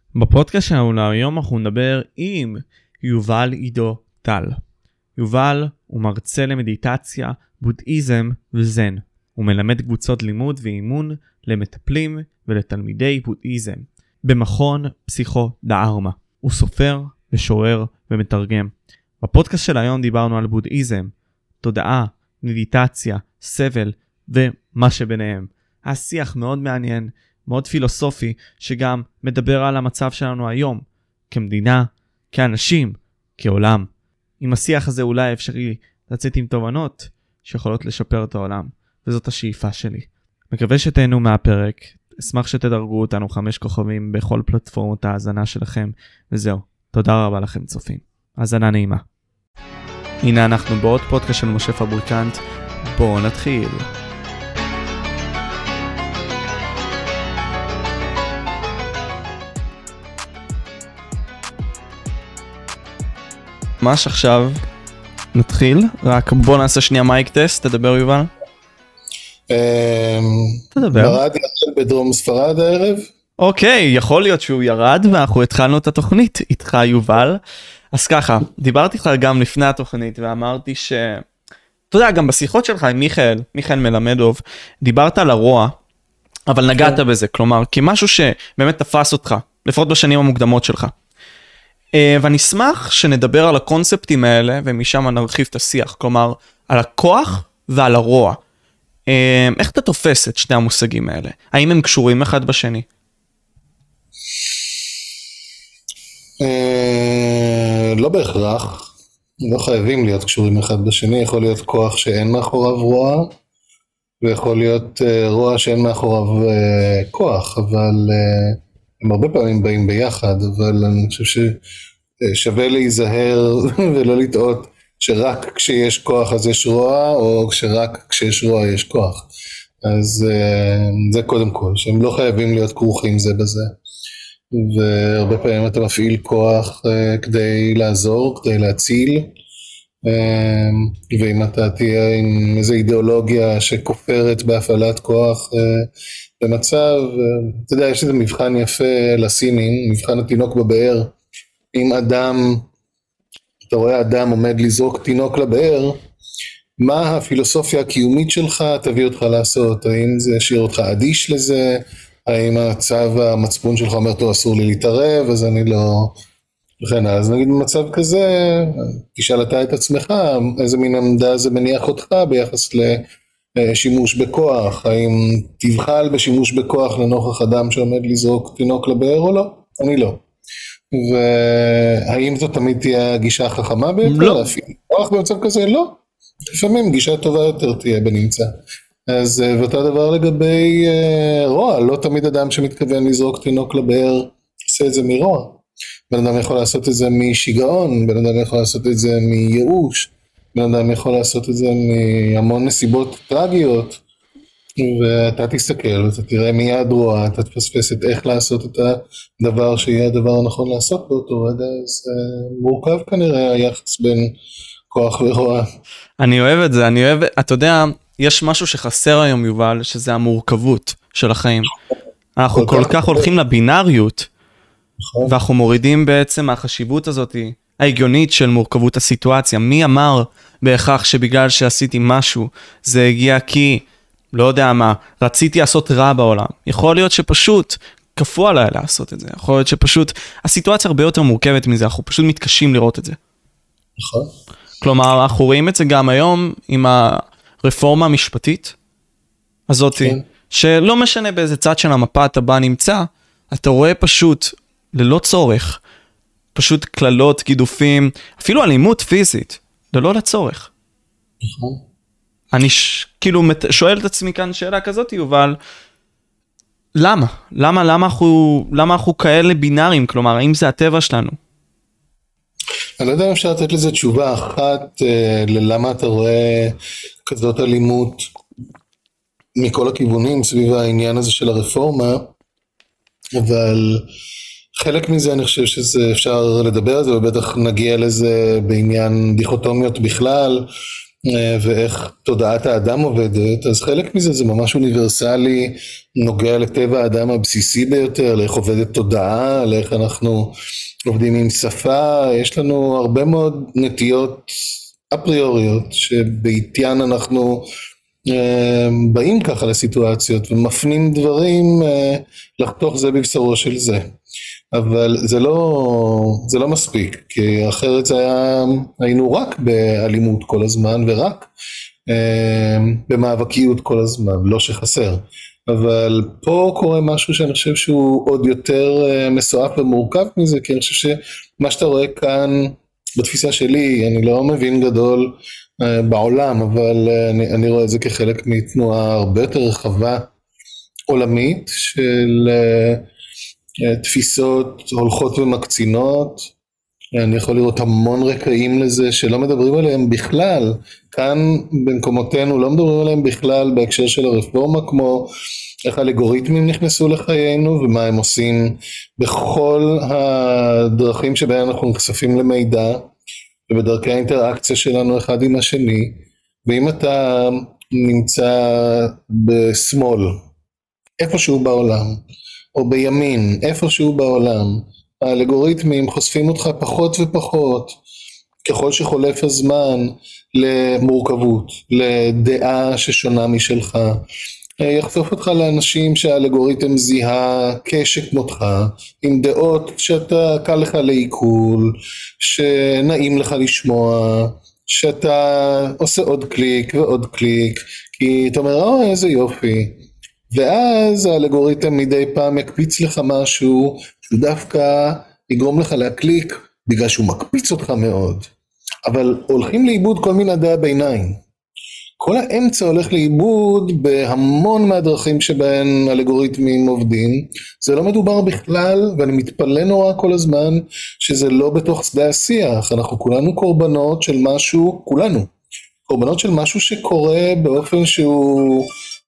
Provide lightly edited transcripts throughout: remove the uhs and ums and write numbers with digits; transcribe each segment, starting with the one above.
בפודקאסט שלנו היום אנחנו נדבר עם יובל עידו טל. יובל הוא מרצה למדיטציה, בודהיזם וזן. הוא מלמד קבוצות לימוד ואימון למטפלים ולתלמידי בודהיזם במכון פסיכו דארמה. הוא סופר ושורר ומתרגם. בפודקאסט של היום דיברנו על בודהיזם, תודעה, מדיטציה, סבל ומה שביניהם. השיח מאוד מעניין, מאוד פילוסופי, שגם מדבר על המצב שלנו היום, כמדינה, כאנשים, כעולם. עם השיח הזה אולי אפשרי לצאת עם תובנות שיכולות לשפר את העולם, וזאת השאיפה שלי. מקווה שתהנו מהפרק, אשמח שתדרגו אותנו 5 כוכבים בכל פלטפורמות ההאזנה שלכם, וזהו, תודה רבה לכם צופים. האזנה נעימה. הנה אנחנו בעוד פודקאסט של משה פבריקנט, בואו נתחיל. ממש עכשיו נתחיל, רק בוא נעשה שנייה מייק טסט, תדבר יובל. תדבר. ירד יחד בדרום ספרד הערב? אוקיי, יכול להיות שהוא ירד ואנחנו התחלנו את התוכנית איתך יובל. אז ככה, דיברתי איתך גם לפני התוכנית ואמרתי ש... אתה יודע, גם בשיחות שלך עם מיכאל מלמדוב, דיברת על הרוע, אבל נגעת בזה, כלומר, כמשהו שבאמת תפס אותך, לפחות בשנים המוקדמות שלך. ואני אשמח שנדבר על הקונספטים האלה, ומשם נרחיב את השיח, כלומר, על הכוח ועל הרוע. איך אתה תופס את שני המושגים האלה? האם הם קשורים אחד בשני? לא בהכרח, לא חייבים להיות קשורים אחד בשני, יכול להיות כוח שאין מאחוריו רוע, ויכול להיות רוע שאין מאחוריו כוח, אבל הם הרבה פעמים באים ביחד, אבל אני חושב ששווה להיזהר ולא לטעות שרק כשיש כוח אז יש רוע, או שרק כשיש רוע יש כוח. אז זה קודם כל, שהם לא חייבים להיות כרוכים זה בזה. והרבה פעמים אתה מפעיל כוח כדי לעזור, כדי להציל, ואם אתה תהיה עם איזו אידיאולוגיה שכופרת בהפעלת כוח במצב, אתה יודע, יש איזה מבחן יפה לסינים, מבחן התינוק בבאר. אם אתה רואה אדם עומד לזרוק תינוק לבאר, מה הפילוסופיה הקיומית שלך תביא אותך לעשות? האם זה ישאיר אותך אדיש לזה? האם הצו המצפון שלך אומר, טוב, אסור לי להתערב, אז אני לא... לכן, אז נגיד במצב כזה, תשאל אתה את עצמך, איזה מין עמדה זה מניח אותך ביחס לשימוש בכוח? האם תבחל בשימוש בכוח לנוכח אדם שעומד לזרוק תינוק לבאר או לא? אני לא. והאם זאת תמיד תהיה גישה החכמה ביותר? לא. כוח במצב כזה? לא. לפעמים גישה טובה יותר תהיה בנמצא. אז ואותו דבר לגבי רוע, לא תמיד אדם שמתכוון לזרוק תינוק לבאר עושה את זה מרוע. בן אדם יכול לעשות את זה משיגעון, בן אדם יכול לעשות את זה מייאוש, בן אדם יכול לעשות את זה מהמון נסיבות טרגיות, ואתה תסתכל ואתה תראה מיד רוע, אתה תפספס את איך לעשות את הדבר שיהיה הדבר הנכון לעשות באותו רגע, אז מורכב כנראה היחס בין כוח ורוע. אני אוהב את זה, אתה יודע, יש משהו שחסר היום יובל, שזה המורכבות של החיים. אנחנו כל כך הולכים לבינאריות, ואנחנו מורידים בעצם מהחשיבות הזאת, ההגיונית של מורכבות הסיטואציה. מי אמר בהכרח שבגלל שעשיתי משהו, זה הגיע כי, לא יודע מה, רציתי לעשות רע בעולם. יכול להיות שפשוט כפו עליי לעשות את זה. יכול להיות שפשוט, הסיטואציה הרבה יותר מורכבת מזה, אנחנו פשוט מתקשים לראות את זה. נכון. כלומר, אנחנו רואים את זה גם היום עם הרפורמה המשפטית הזאת, שלא משנה באיזה צד של המפה אתה בא נמצא, אתה רואה פשוט ללא צורך, פשוט כללות, גידופים, אפילו אלימות פיזית, ללא לצורך. אני כאילו שואל את עצמי כאן שאלה כזאת, יובל, למה? למה אנחנו כאלה בינאריים? כלומר, האם זה הטבע שלנו? אני לא יודע אם אפשר לתת לזה תשובה אחת, ללמה אתה רואה כזאת אלימות מכל הכיוונים סביב העניין הזה של הרפורמה, אבל חלק מזה אני חושב שזה אפשר לדבר על זה, ובטח נגיע לזה בעניין דיכוטומיות בכלל, ואיך תודעת האדם עובדת, אז חלק מזה זה ממש אוניברסלי, נוגע לטבע האדם הבסיסי ביותר, לאיך עובדת תודעה, לאיך אנחנו עובדים עם שפה, יש לנו הרבה מאוד נטיות אפריוריות, שבעתיין אנחנו באים ככה לסיטואציות, ומפנים דברים לחתוך זה בבשרו של זה. אבל זה לא מספיק, כי אחרת היינו רק באלימות כל הזמן, ורק במאבקיות כל הזמן, לא שחסר. אבל פה קורה משהו שאני חושב שהוא עוד יותר מסועף ומורכב מזה, כי אני חושב שמה שאתה רואה כאן, בתפיסה שלי, אני לא מבין גדול בעולם, אבל אני רואה את זה כחלק מתנועה הרבה יותר רחבה עולמית, של תפיסות הולכות ומקצינות. אני יכול לראות המון רקעים לזה שלא מדברים עליהם בכלל, כאן במקומותינו לא מדברים עליהם בכלל בהקשר של הרפורמה, כמו איך אלגוריתמים נכנסו לחיינו ומה הם עושים בכל הדרכים שבהם אנחנו נחשפים למידע ובדרכי האינטראקציה שלנו אחד עם השני. ואם אתה נמצא בשמאל איפשהו בעולם, או בימין, איפשהו בעולם, האלגוריתמים חושפים אותך פחות ופחות, ככל שחולף הזמן, למורכבות, לדעה ששונה משלך, יחשוף אותך לאנשים שהאלגוריתם זיהה כשכמותך, עם דעות שאתה קל לך לעיכול, שנעים לך לשמוע, שאתה עושה עוד קליק ועוד קליק, כי אתה אומר, איזה יופי, ואז האלגוריתם מדי פעם יקפיץ לך משהו שהוא דווקא יגרום לך להקליק בגלל שהוא מקפיץ אותך מאוד. אבל הולכים לאיבוד כל מיני דעי הביניים. כל האמצע הולך לאיבוד בהמון מהדרכים שבהן אלגוריתמים עובדים. זה לא מדובר בכלל, ואני מתפלא נורא כל הזמן שזה לא בתוך שדה השיח. אנחנו כולנו קורבנות של משהו, קורבנות של משהו שקורה באופן שהוא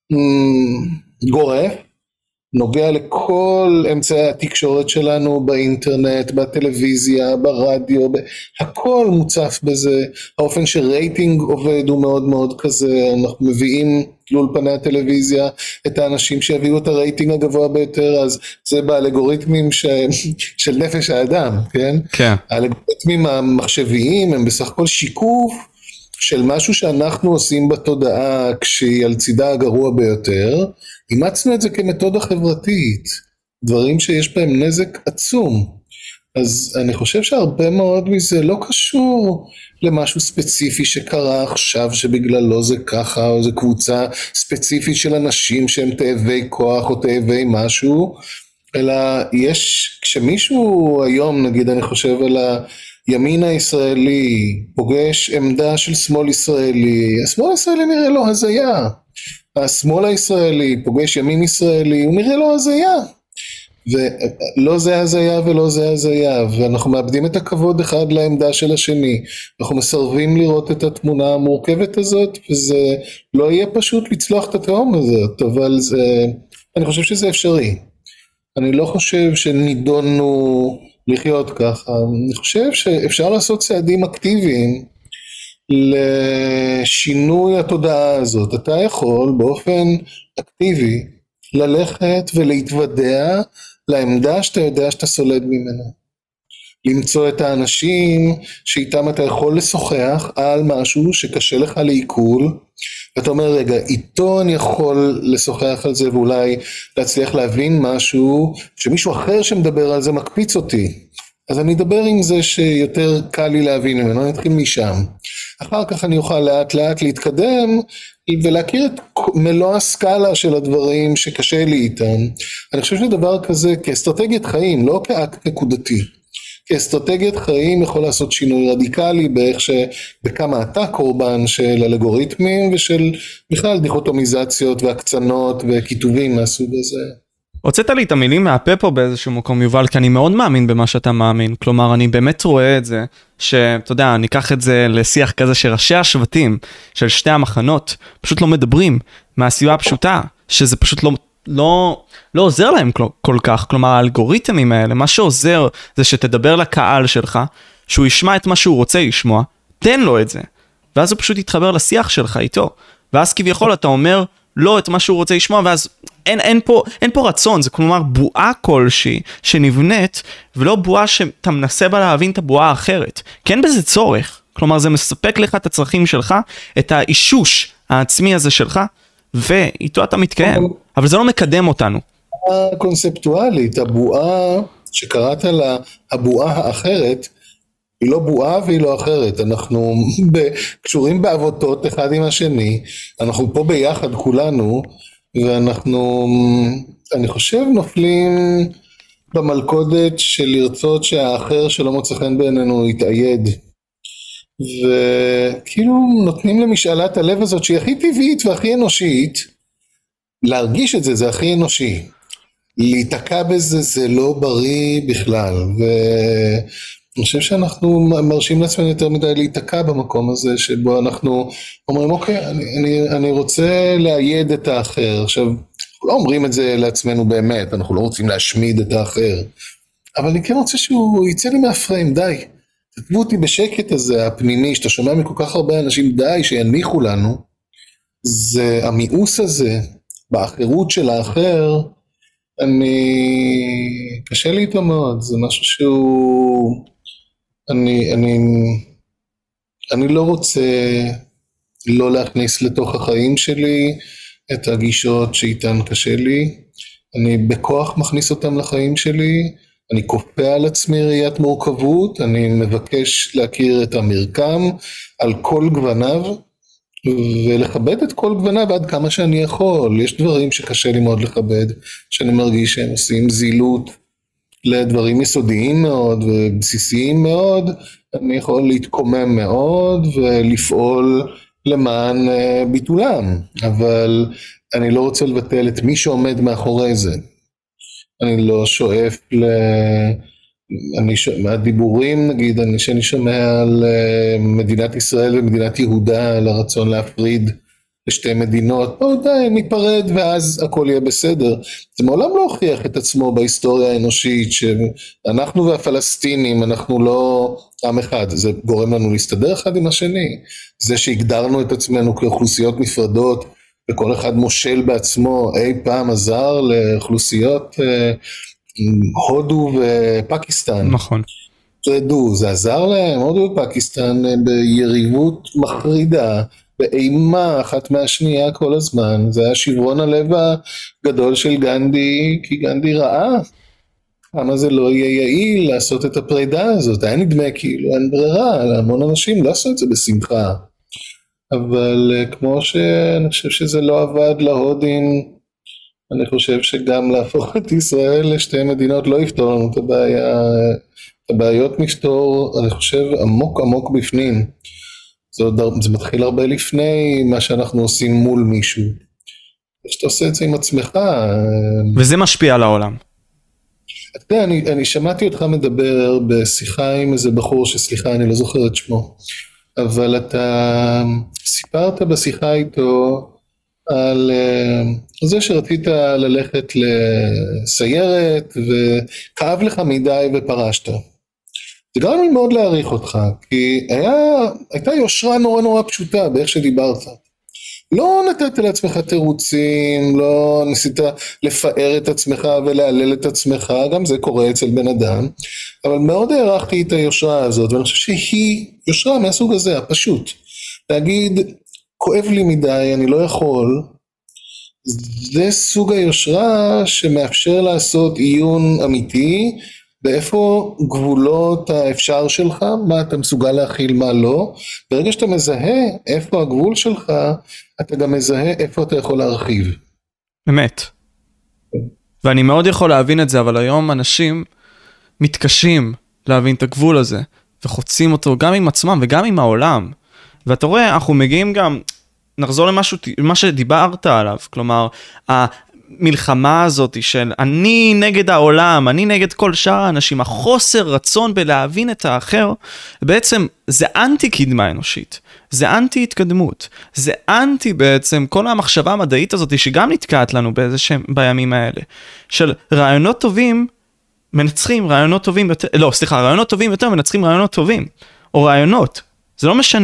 גורף, נוגע לכל אמצעי התקשורת שלנו באינטרנט, בטלוויזיה, ברדיו, הכל מוצף בזה. האופן שרייטינג עובד הוא מאוד מאוד כזה, אנחנו מביאים לאולפני הטלוויזיה את האנשים שיביאו את הרייטינג הגבוה ביותר, אז זה באלגוריתמים של נפש האדם, כן? כן. האלגוריתמים המחשביים הם בסך הכל שיקוף של משהו שאנחנו עושים בתודעה כשהיא על צידה הגרוע ביותר. אימצנו את זה כמתודה חברתית, דברים שיש בהם נזק עצום. אז אני חושב שהרבה מאוד מזה לא קשור למשהו ספציפי שקרה עכשיו שבגללו זה ככה, או זה קבוצה ספציפית של אנשים שהם תאבי כוח או תאבי משהו, אלא כשמישהו היום, נגיד אני חושב על הימין הישראלי פוגש עמדה של שמאל ישראלי, השמאל הישראלי נראה לו הזיה. השמאל הישראלי פוגש ימין ישראלי, הוא נראה לו הזיה. ולא זה הזיה ולא זה הזיה, ואנחנו מאבדים את הכבוד אחד לעמדה של השני. אנחנו מסרבים לראות את התמונה המורכבת הזאת, וזה לא יהיה פשוט לצלוח את התהום הזאת, אבל אני חושב שזה אפשרי. אני לא חושב שנידונו לחיות ככה, אני חושב שאפשר לעשות צעדים אקטיביים לשינוי התודעה הזאת. אתה יכול באופן אקטיבי ללכת ולהתוודע לעמדה שאתה יודע שאתה סולד ממנה. למצוא את האנשים שאיתם אתה יכול לשוחח על משהו שקשה לך לעיכול, ואתה אומר רגע, איתו אני יכול לשוחח על זה ואולי להצליח להבין משהו שמישהו אחר שמדבר על זה מקפיץ אותי. אז אני אדבר עם זה שיותר קל לי להבין ממנו, אני אתחיל משם. אחר כך אני אוכל לאט לאט להתקדם ולהכיר את מלוא הסקאלה של הדברים שקשה לי איתם. אני חושב שדבר כזה כאסטרטגיית חיים, לא כאקט נקודתי. כאסטרטגיית חיים יכול לעשות שינוי רדיקלי בכמה אתה קורבן של אלגוריתמים ושל בכלל דיכוטומיזציות והקצנות וכיתובים מהסוג הזה. הוצאת לי את המילים מהפה פה באיזשהו מקום, יובל, כי אני מאוד מאמין במה שאתה מאמין. כלומר, אני באמת רואה את זה, שאתה יודע, אני אקח את זה לשיח כזה שראשי השבטים של שתי המחנות פשוט לא מדברים מהסיבה הפשוטה, שזה פשוט לא עוזר להם כל כך. כלומר, האלגוריתמים האלה, מה שעוזר זה שתדבר לקהל שלך, שהוא ישמע את מה שהוא רוצה לשמוע, תן לו את זה. ואז הוא פשוט יתחבר לשיח שלך איתו, ואז כביכול אתה אומר לא את מה שהוא רוצה לשמוע, ואז אין פה רצון, זה כלומר בועה כלשהי שנבנית, ולא בועה שאתה מנסה בה להבין את הבועה האחרת. כן בזה צורך, כלומר זה מספק לך את הצרכים שלך, את האישוש העצמי הזה שלך, ואיתו אתה מתקיים, אבל זה לא מקדם אותנו. הקונספטואלית, הבועה שקראת לה הבועה האחרת, היא לא בועה והיא לא אחרת, אנחנו קשורים בעבותות אחד עם השני, אנחנו פה ביחד כולנו, ואנחנו, אני חושב, נופלים במלכודת של לרצות שהאחר שלא מוצא חן בעינינו יתאייד, וכאילו נותנים למשאלת הלב הזאת שהיא הכי טבעית והכי אנושית, להרגיש את זה, זה הכי אנושי, להתעקע בזה זה לא בריא בכלל, ואני חושב שאנחנו מרשים לעצמנו יותר מדי להתעקע במקום הזה, שבו אנחנו אומרים אוקיי, אני רוצה להייד את האחר, עכשיו לא אומרים את זה לעצמנו באמת, אנחנו לא רוצים להשמיד את האחר, אבל אני כן רוצה שהוא יצא לי מהפריים, די, תתבו אותי בשקט הזה הפנימי, שאתה שומע מכל כך הרבה אנשים, די, שיניחו לנו, זה המיאוס הזה, באחרות של האחר, קשה לי איתו מאוד, זה משהו שהוא, אני לא רוצה לא להכניס לתוך החיים שלי את הגישות שאיתן קשה לי, אני בכוח מכניס אותם לחיים שלי, אני כופה על עצמי ראיית מורכבות, אני מבקש להכיר את המרקם על כל גווניו, ולכבד את כל גווניו עד כמה שאני יכול. יש דברים שקשה לי מאוד לכבד, שאני מרגיש שהם עושים זילות לדברים יסודיים מאוד ובסיסיים מאוד, אני יכול להתקומם מאוד ולפעול למען ביטולם, אבל אני לא רוצה לבטל את מי שעומד מאחורי זה. אני לא שואף מהדיבורים נגיד, שאני שומע על מדינת ישראל ומדינת יהודה, על הרצון להפריד לשתי מדינות, די, ניפרד ואז הכל יהיה בסדר. זה מעולם לא הוכיח את עצמו בהיסטוריה האנושית, שאנחנו והפלסטינים, אנחנו לא עם אחד, זה גורם לנו להסתדר אחד עם השני. זה שהגדרנו את עצמנו כאוכלוסיות נפרדות, וכל אחד מושל בעצמו, אי פעם עזר לאוכלוסיות הודו ופקיסטן. נכון. זה עזר להם, הודו ופקיסטן ביריבות מחרידה, באימה אחת מהשנייה כל הזמן. זה היה שברון הלב הגדול של גנדי, כי גנדי ראה כמה זה לא יהיה יעיל לעשות את הפרידה הזאת. היה נדמה כאילו אין ברירה, להמון אנשים לא עשו את זה בשמחה. אבל כמו שאני חושב שזה לא עבד להודים, אני חושב שגם להפוך את ישראל לשתי מדינות לא יפתור לנו את הבעיה, את הבעיות נפתור, אני חושב עמוק עמוק בפנים. זה מתחיל הרבה לפני מה שאנחנו עושים מול מישהו. שאתה עושה את זה עם עצמך. וזה משפיע על העולם. אתה יודע, אני שמעתי אותך מדבר בשיחה עם איזה בחור שסליחה, אני לא זוכר את שמו. אבל אתה סיפרת בשיחה איתו על זה שרצית ללכת לסיירת וכאב לך מדי ופרשת. זה גרם לי מאוד להעריך אותך, כי הייתה יושרה נורא נורא פשוטה באיך שדיברת. לא נתת לעצמך תירוצים, לא ניסית לפאר את עצמך ולהלל את עצמך, גם זה קורה אצל בן אדם, אבל מאוד הערכתי את היושרה הזאת, ואני חושב שהיא יושרה מהסוג הזה, הפשוט. להגיד, כואב לי מדי, אני לא יכול, זה סוג היושרה שמאפשר לעשות עיון אמיתי, באיפה גבולות האפשר שלך, מה אתה מסוגל להכיל, מה לא. ברגע שאתה מזהה איפה הגבול שלך, אתה גם מזהה איפה אתה יכול להרחיב. אמת. ואני מאוד יכול להבין את זה, אבל היום אנשים מתקשים להבין את הגבול הזה, וחוצים אותו גם עם עצמם וגם עם העולם. ואתה רואה, אנחנו מגיעים גם, נחזור למה שדיברת עליו, כלומר, המלחמה הזאת של אני נגד העולם, אני נגד כל שאר האנשים, החוסר רצון בלהבין את האחר, בעצם זה אנטי קדמה אנושית, זה אנטי התקדמות, זה אנטי בעצם כל המחשבה המדעית הזאת שגם נתקעת לנו בימים האלה, של רעיונות טובים מנצחים רעיונות טובים יותר, לא סליחה, רעיונות טובים יותר מנצחים רעיונות טובים, או רעיונות, זה לא משנה,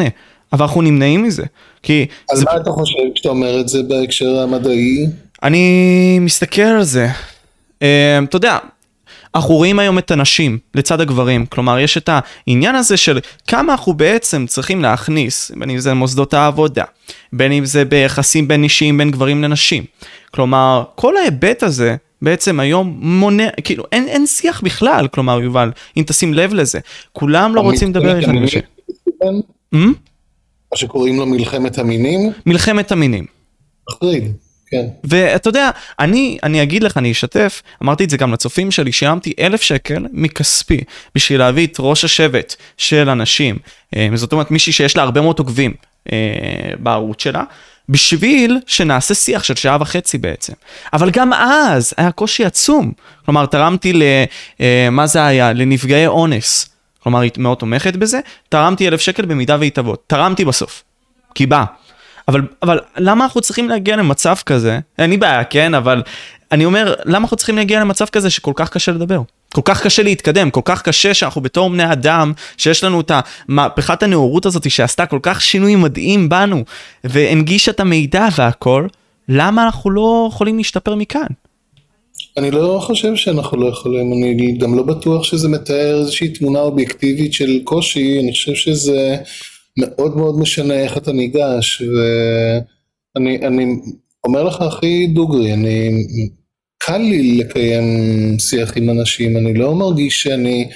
אבל אנחנו נמנעים מזה. על מה אתה חושב כשאתה אומר את זה בהקשר המדעי? אני מסתכל על זה. אתה יודע, אנחנו רואים היום את הנשים לצד הגברים, כלומר יש את העניין הזה של כמה אנחנו בעצם צריכים להכניס, בין אם זה מוסדות העבודה, בין אם זה ביחסים בין אישיים בין גברים לנשים, כלומר כל ההיבט הזה בעצם היום מונע, כאילו אין שיח בכלל, כלומר יובל, אם תשים לב לזה, כולם לא רוצים לדבר אחד עם השני. מה שקוראים לו מלחמת המינים? מלחמת המינים. מחריד. כן. ואתה יודע, אני אגיד לך, אני אשתף, אמרתי את זה גם לצופים שלי, שילמתי 1,000 שקל מכספי, בשביל להביא את ראש השבט של אנשים, זאת אומרת מישהי שיש לה הרבה מאוד עוקבים בערוץ שלה, בשביל שנעשה שיח של 1.5 שעות בעצם. אבל גם אז היה קושי עצום, כלומר תרמתי מה זה היה? לנפגעי אונס, כלומר היא מאוד תומכת בזה, תרמתי 1,000 שקל במידה והתאבות, תרמתי בסוף, כי בא. אבל למה אנחנו צריכים להגיע למצב כזה? אין לי בעיה, כן, אבל אני אומר, למה אנחנו צריכים להגיע למצב כזה שכל כך קשה לדבר? כל כך קשה להתקדם, כל כך קשה שאנחנו בתור בני אדם, שיש לנו את מהפכת הנאורות הזאת שעשתה כל כך שינוי מדהים בנו, והנגישה את המידע והכל, למה אנחנו לא יכולים להשתפר מכאן? אני לא חושב שאנחנו לא יכולים, אני גם לא בטוח שזה מתאר איזושהי תמונה אובייקטיבית של קושי, אני חושב שזה מאוד מאוד משנה איך אתה ניגש, ואני אומר לך הכי דוגרי, קל לי לקיים שיח עם אנשים, אני לא מרגיש שאני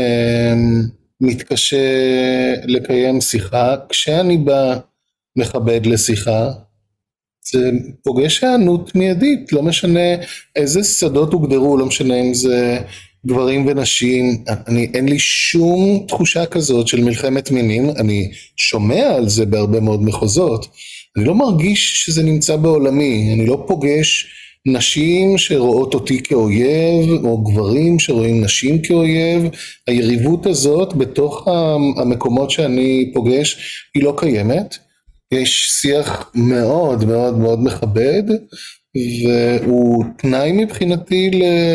מתקשה לקיים שיחה, כשאני בא מכבד לשיחה, זה פוגש הענות מיידית, לא משנה איזה שדות הוגדרו, לא משנה אם זה גברים ונשים, אין לי שום תחושה כזאת של מלחמת מינים, אני שומע על זה בהרבה מאוד מחוזות, אני לא מרגיש שזה נמצא בעולמי, אני לא פוגש נשים שרואות אותי כאויב, או גברים שרואים נשים כאויב, היריבות הזאת בתוך המקומות שאני פוגש היא לא קיימת, יש שיח מאוד מאוד מאוד מכבד, והוא תנאי מבחינתי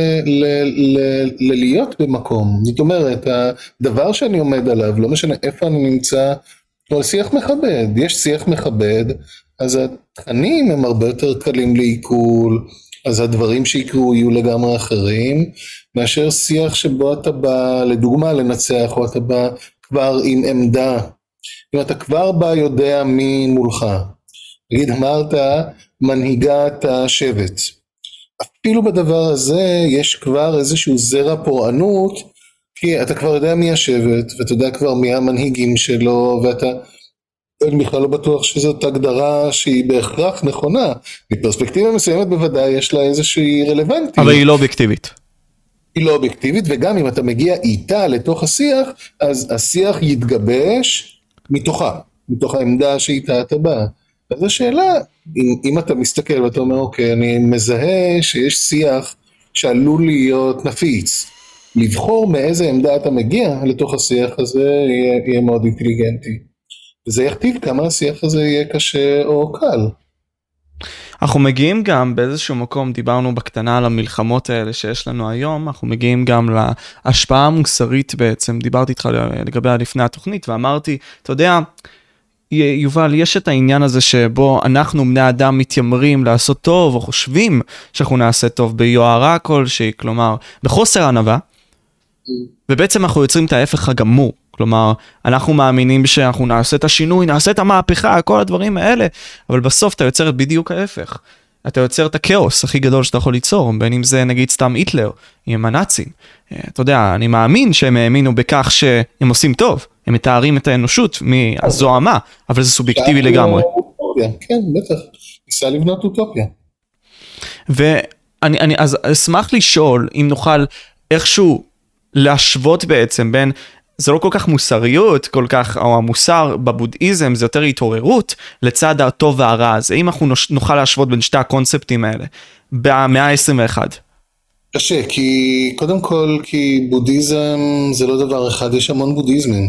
להיות במקום. זאת אומרת, הדבר שאני עומד עליו, לא משנה איפה אני נמצא, הוא שיח מכבד. יש שיח מכבד, אז התכנים הם הרבה יותר קלים לעיכול, אז הדברים שיקרו יהיו לגמרי אחרים, מאשר שיח שבו אתה בא, לדוגמה, לנצח, או אתה בא כבר עם עמדה. אם אתה כבר בא יודע מי מולך, נגיד אמרת מנהיגת השבט, אפילו בדבר הזה יש כבר איזשהו זרע פורענות, כי אתה כבר יודע מי השבט, ואתה יודע כבר מי המנהיגים שלו, ואתה בכלל לא בטוח שזאת הגדרה שהיא בהכרח נכונה, מפרספקטיבה מסוימת בוודאי יש לה איזושהי רלוונטיות. אבל היא לא אובייקטיבית. היא לא אובייקטיבית, וגם אם אתה מגיע איתה לתוך השיח, אז השיח יתגבש מתוך העמדה שאיתה אתה בא. אז השאלה, אם אתה מסתכל ואתה אומר, אוקיי, אני מזהה שיש שיח שעלול להיות נפיץ, לבחור מאיזה עמדה אתה מגיע לתוך השיח הזה יהיה מאוד אינטליגנטי. וזה יכתיב כמה השיח הזה יהיה קשה או קל. אנחנו מגיעים גם באיזשהו מקום, דיברנו בקטנה על המלחמות האלה שיש לנו היום, אנחנו מגיעים גם להשפעה המוסרית בעצם, דיברתי איתך לגביה לפני התוכנית, ואמרתי, אתה יודע, יובל, יש את העניין הזה שבו אנחנו בני אדם מתיימרים לעשות טוב, או חושבים שאנחנו נעשה טוב ביוערה כלשהי, כלומר, בחוסר ענווה, ובעצם אנחנו יוצרים את ההפך הגמור, כלומר, אנחנו מאמינים שאנחנו נעשה את השינוי, נעשה את המהפכה, כל הדברים האלה, אבל בסוף אתה יוצר בדיוק ההפך. אתה יוצר את הכאוס הכי גדול שאתה יכול ליצור, בין אם זה נגיד סתם היטלר, עם הנאצים. אתה יודע, אני מאמין שהם האמינו בכך שהם עושים טוב, הם מתארים את האנושות מהזוהמה, אבל זה סובייקטיבי לגמרי. כן, בטח, ניסה לבנות אוטופיה. ואני אז אשמח לשאול, אם נוכל איכשהו להשוות בעצם בין, זה לא כל כך מוסריות, כל כך, או המוסר בבודהיזם זה יותר התעוררות לצד הטוב והרע הזה. אם אנחנו נוכל להשוות בין שתי הקונספטים האלה במאה ה-21. קשה, כי קודם כל, כי בודהיזם זה לא דבר אחד, יש המון בודהיזמים.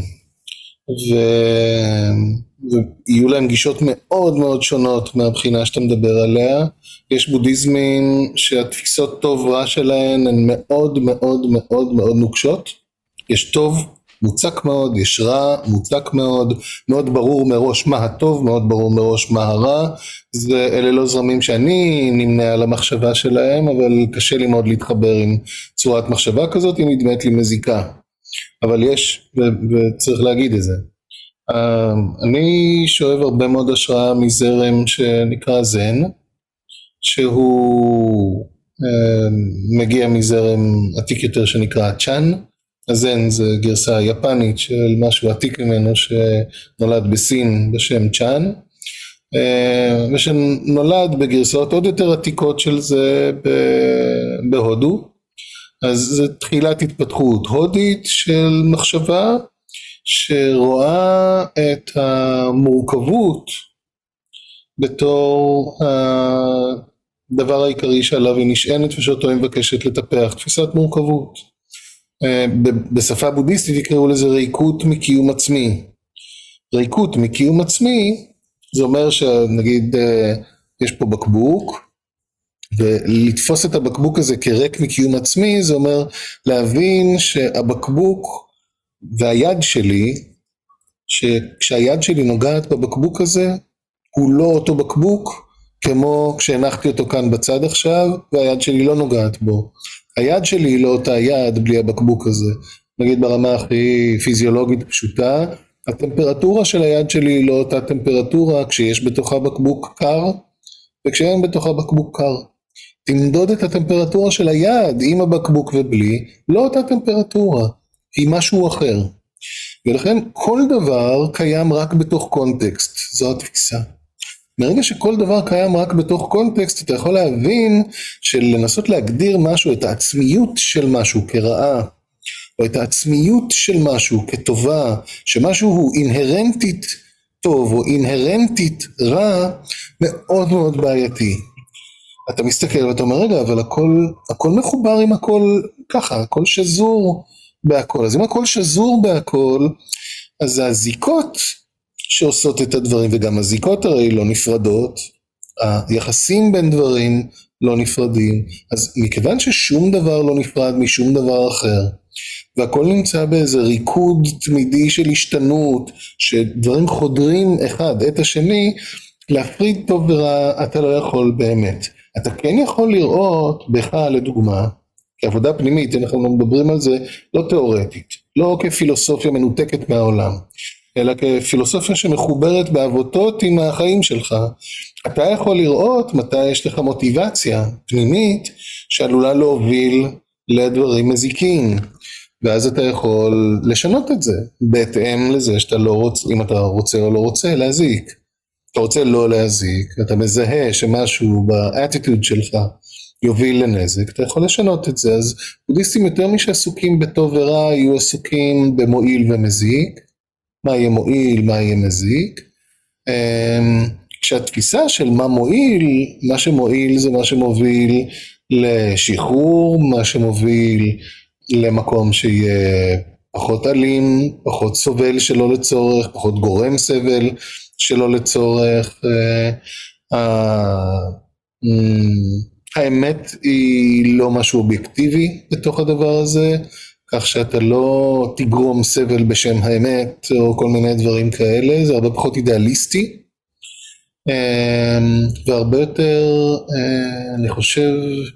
ויהיו להם גישות מאוד מאוד שונות מהבחינה שאתה מדבר עליה. יש בודהיזמים שהתפיסות טוב רע שלהן הן מאוד מאוד מאוד מאוד נוקשות. יש טוב מוצק מאוד, יש רע, מוצק מאוד, מאוד ברור מראש מה הטוב, מאוד ברור מראש מה הרע. אלה לא זרמים שאני נמנה על המחשבה שלהם, אבל קשה לי מאוד להתחבר עם צורת מחשבה כזאת, היא נדמת לי מזיקה. אבל יש, וצריך להגיד את זה. אני שואב הרבה מאוד השראה מזרם שנקרא זן, שהוא מגיע מזרם עתיק יותר שנקרא צ'אן. הזן זה גרסה יפנית של משהו עתיק ממנו שנולד בסין בשם צ'אן, ושנולד בגרסאות עוד יותר עתיקות של זה בהודו. אז זה תחילת התפתחות הודית של מחשבה שרואה את המורכבות בתור הדבר העיקרי שעליו היא נשענת ושאותו היא מבקשת לטפח, תפיסת מורכבות. בשפה בודהיסטית יקראו לזה ריקות מקיום עצמי. ריקות מקיום עצמי זה אומר שנגיד יש פה בקבוק, ולתפוס את הבקבוק הזה כריק מקיום עצמי זה אומר להבין שהבקבוק והיד שלי, שכשהיד שלי נוגעת בבקבוק הזה הוא לא אותו בקבוק כמו כשהנחתי אותו כאן בצד עכשיו והיד שלי לא נוגעת בו. היד שלי היא לא אותה יד בלי הבקבוק הזה. נגיד ברמה הכי פיזיולוגית פשוטה, הטמפרטורה של היד שלי היא לא אותה טמפרטורה כשיש בתוכה בקבוק קר וכשאין בתוכה בקבוק קר. תמדוד את הטמפרטורה של היד עם הבקבוק ובלי, לא אותה טמפרטורה, היא משהו אחר. ולכן כל דבר קיים רק בתוך קונטקסט, זו התפיסה. מרגע שכל דבר קיים רק בתוך קונטקסט, אתה יכול להבין שלנסות להגדיר משהו, את העצמיות של משהו כרעה, או את העצמיות של משהו כטובה, שמשהו הוא אינהרנטית טוב או אינהרנטית רע, מאוד מאוד בעייתי. אתה מסתכל ואתה אומר, רגע, אבל הכל מחובר עם הכל ככה, הכל שזור בהכל. אז אם הכל שזור בהכל, אז הזיקות שעושות את הדברים, וגם הזיקות הרי לא נפרדות, היחסים בין דברים לא נפרדים, אז מכיוון ששום דבר לא נפרד משום דבר אחר, והכל נמצא באיזה ריקוד תמידי של השתנות, שדברים חודרים אחד את השני, להפריד טוב ורע אתה לא יכול באמת. אתה כן יכול לראות בך לדוגמה, כעבודה פנימית, אנחנו מדברים על זה לא תיאורטית, לא כפילוסופיה מנותקת מהעולם, אלא כפילוסופיה שמחוברת בעבותות עם החיים שלך. אתה יכול לראות מתי יש לך מוטיבציה פנימית שעלולה להוביל לדברים מזיקים, ואז אתה יכול לשנות את זה בהתאם לזה שאתה לא רוצה, אם אתה רוצה או לא רוצה להזיק. אתה רוצה לא להזיק, אתה מזהה שמשהו באטיטוד שלך יוביל לנזק, אתה יכול לשנות את זה. אז בודהיסטים יותר משעסוקים בטוב ורע, יהיו עסוקים במועיל ומזיק, מה יהיה מועיל, מה יהיה מזיק. כשהתפיסה של מה מועיל, מה שמועיל זה מה שמוביל לשחרור, מה שמוביל למקום שיהיה פחות אלים, פחות סובל שלא לצורך, פחות גורם סבל שלא לצורך. האמת היא לא משהו אובייקטיבי בתוך הדבר הזה, כך שאתה לא תגרום סבל בשם האמת או כל מיני דברים כאלה, זה הרבה פחות אידיאליסטי, והרבה יותר, אני חושב,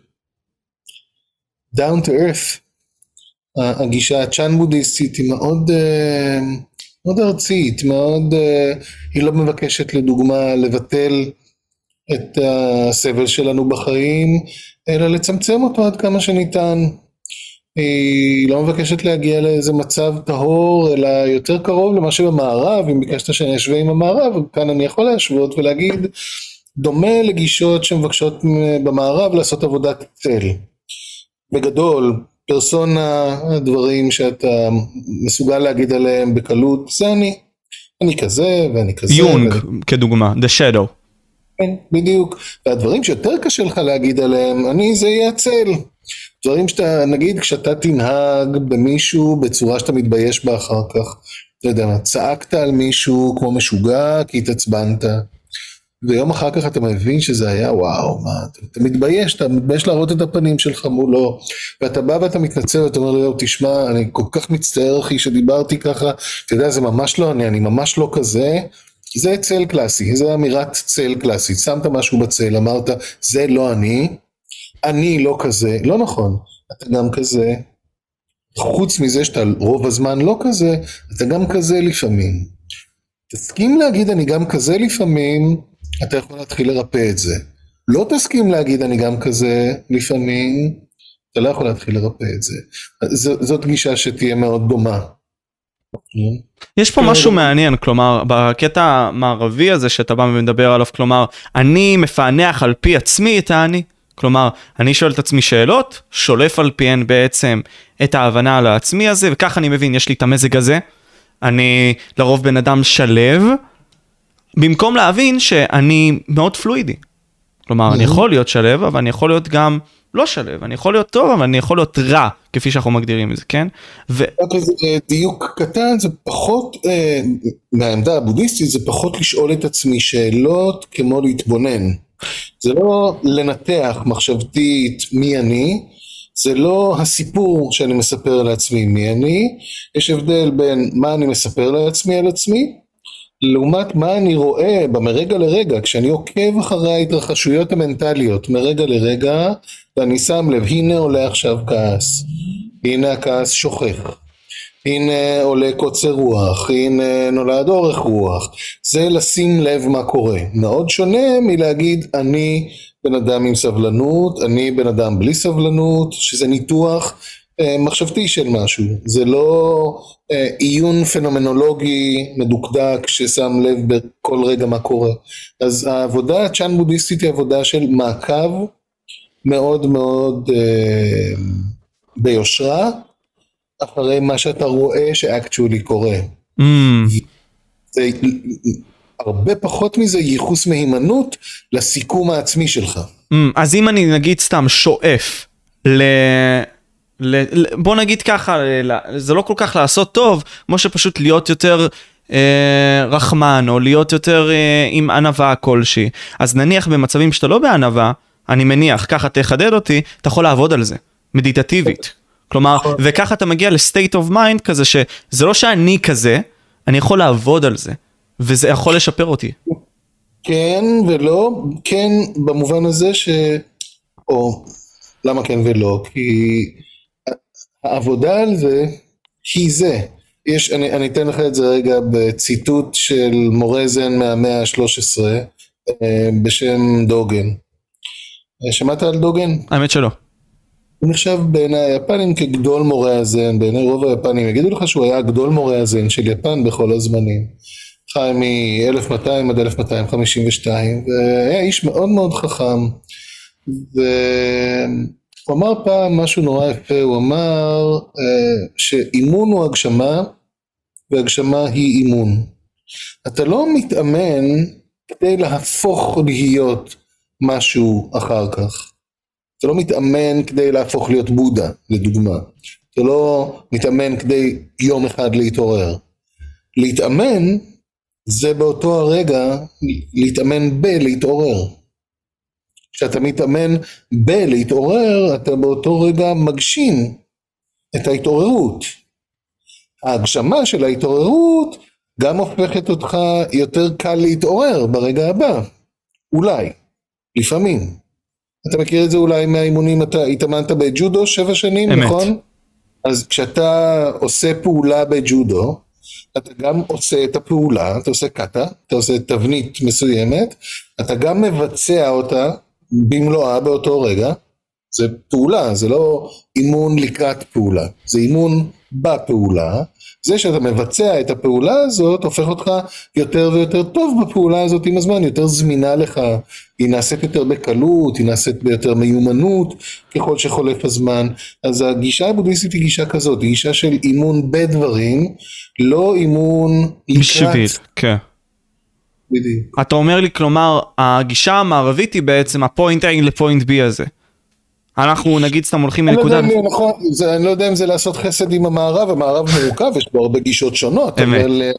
down to earth. הגישה הצ'אן בודהיסטית היא מאוד, מאוד ארצית, מאוד, היא לא מבקשת לדוגמה לבטל את הסבל שלנו בחיים, אלא לצמצם אותו עד כמה שניתן. היא לא מבקשת להגיע לאיזה מצב טהור, אלא יותר קרוב למה שבמערב. אם ביקשת שאני אשווה עם המערב, כאן אני יכול להשוות ולהגיד, דומה לגישות שמבקשות במערב לעשות עבודת צל. בגדול, פרסונה, הדברים שאתה מסוגל להגיד עליהם בקלות, זה אני כזה ואני כזה. יונג כדוגמה, The Shadow. כן, בדיוק. והדברים שיותר קשה לך להגיד עליהם, זה יהיה הצל. דברים שאתה, נגיד, כשאתה תנהג במישהו בצורה שאתה מתבייש בה אחר כך, לא יודע, צעקת על מישהו כמו משוגע כי התעצבנת, ויום אחר כך אתה מבין שזה היה וואו, מה, אתה מתבייש להראות את הפנים שלך מולו, ואתה בא ואתה מתנצל ואתה אומר לו, תשמע, אני כל כך מצטער אחי שדיברתי ככה, אתה יודע, זה ממש לא אני ממש לא כזה, זה צל קלאסי, זה אמירת צל קלאסי, שמת משהו בצל, אמרת, זה לא אני לא כזה, לא נכון, אתה גם כזה, חוץ מזה שאתה רוב הזמן לא כזה, אתה גם כזה לפעמים. תסכים להגיד אני גם כזה לפעמים, אתה יכול להתחיל לרפא את זה. לא תסכים להגיד אני גם כזה לפעמים, אתה לא יכול להתחיל לרפא את זה. זאת גישה שתהיה מאוד דומה. יש פה משהו מעניין, כלומר, בקטע המערבי הזה שאתה בא ומדבר עליו, כלומר, אני מפענח על פי עצמי את האני, כלומר, אני שואל את עצמי שאלות, שולף על פיהן בעצם את ההבנה על העצמי הזה, וכך אני מבין, יש לי את המזג הזה, אני לרוב בן אדם שלב, במקום להבין שאני מאוד פלואידי. כלומר, אני יכול להיות שלב, אבל אני יכול להיות גם לא שלב, אני יכול להיות טוב, אבל אני יכול להיות רע, כפי שאנחנו מגדירים את זה, כן? זה דיוק קטן, זה פחות, מהעמדה הבודהיסטית, זה פחות לשאול את עצמי שאלות כמו להתבונן. זה לא לנתח מחשבתית מי אני, זה לא הסיפור שאני מספר לעצמי מי אני, יש הבדל בין מה אני מספר לעצמי על עצמי, לעומת מה אני רואה במרגע לרגע, כשאני עוקב אחרי ההתרחשויות המנטליות מרגע לרגע, ואני שם לב, הנה עולה עכשיו כעס, הנה הכעס שוכח, הנה עולה קוצר רוח, הנה נולד אורך רוח, זה לשים לב מה קורה, מאוד שונה מלהגיד אני בן אדם עם סבלנות, אני בן אדם בלי סבלנות, שזה ניתוח מחשבתי של משהו, זה לא עיון פנומנולוגי מדוקדק ששם לב בכל רגע מה קורה. אז העבודה הצ'אן בודהיסטית היא עבודה של מעקב מאוד מאוד ביושרה, אחרי מה שאתה רואה שאקטואלי קורה. זה הרבה פחות מזה ייחוס מהימנות לסיכום העצמי שלך. אז אם אני נגיד סתם שואף בוא נגיד ככה, זה לא כל כך לעשות טוב, כמו שפשוט להיות יותר רחמן, או להיות יותר עם ענווה כלשהי. אז נניח במצבים שאתה לא בענווה, אני מניח, ככה תחדד אותי, אתה יכול לעבוד על זה, מדיטטיבית. כלומר, וככה אתה מגיע לסטייט אוף מיינד כזה, שזה לא שאני כזה, אני יכול לעבוד על זה, וזה יכול לשפר אותי. כן ולא, כן במובן הזה או למה כן ולא, כי העבודה על זה היא זה. אני אתן לך את זה רגע בציטוט של מורה זן מהמאה ה-13 בשם דוגן. שמעת על דוגן? האמת שלא. הוא נחשב בעיני היפנים כגדול מורה הזן, בעיני רוב היפנים יגידו לך שהוא היה גדול מורה הזן של יפן בכל הזמנים. חי מ-1200 עד 1252, והיה איש מאוד מאוד חכם, הוא אמר פעם משהו נורא יפה, הוא אמר שאימון הוא הגשמה, והגשמה היא אימון. אתה לא מתאמן כדי להפוך להיות משהו אחר כך. אתה לא מתאמן כדי להפוך להיות בודה, לדוגמה. אתה לא מתאמן כדי יום אחד להתעורר. להתאמן זה באותו הרגע להתאמן בלהתעורר. כשאתה מתאמן בלהתעורר, אתה באותו רגע מגשים את ההתעוררות. ההגשמה של ההתעוררות גם הופכת אותך יותר קל להתעורר ברגע הבא. אולי, לפעמים. אתה מכיר את זה אולי מהאימונים, אתה התאמנת בג'ודו 7 שנים, אמת. נכון? אז כשאתה עושה פעולה בג'ודו, אתה גם עושה את הפעולה, אתה עושה קאטה, אתה עושה תבנית מסוימת, אתה גם מבצע אותה במלואה באותו רגע, זה פעולה, זה לא אימון לקראת פעולה, זה אימון בפעולה, זה שאתה מבצע את הפעולה הזאת, הופך אותך יותר ויותר טוב בפעולה הזאת עם הזמן, יותר זמינה לך, היא נעשית יותר בקלות, היא נעשית ביותר מיומנות, ככל שחולף הזמן, אז הגישה הבודהיסטית היא גישה כזאת, היא גישה של אימון בדברים, לא אימון לקראת. בשביל, כן. בדיוק. אתה אומר לי, כלומר, הגישה המערבית היא בעצם הפוינט A לפוינט B הזה. אנחנו נגיד סתם הולכים מנקודה... אני לא יודע אם זה לעשות חסד עם המערב, המערב מורכב, יש בו הרבה גישות שונות, אבל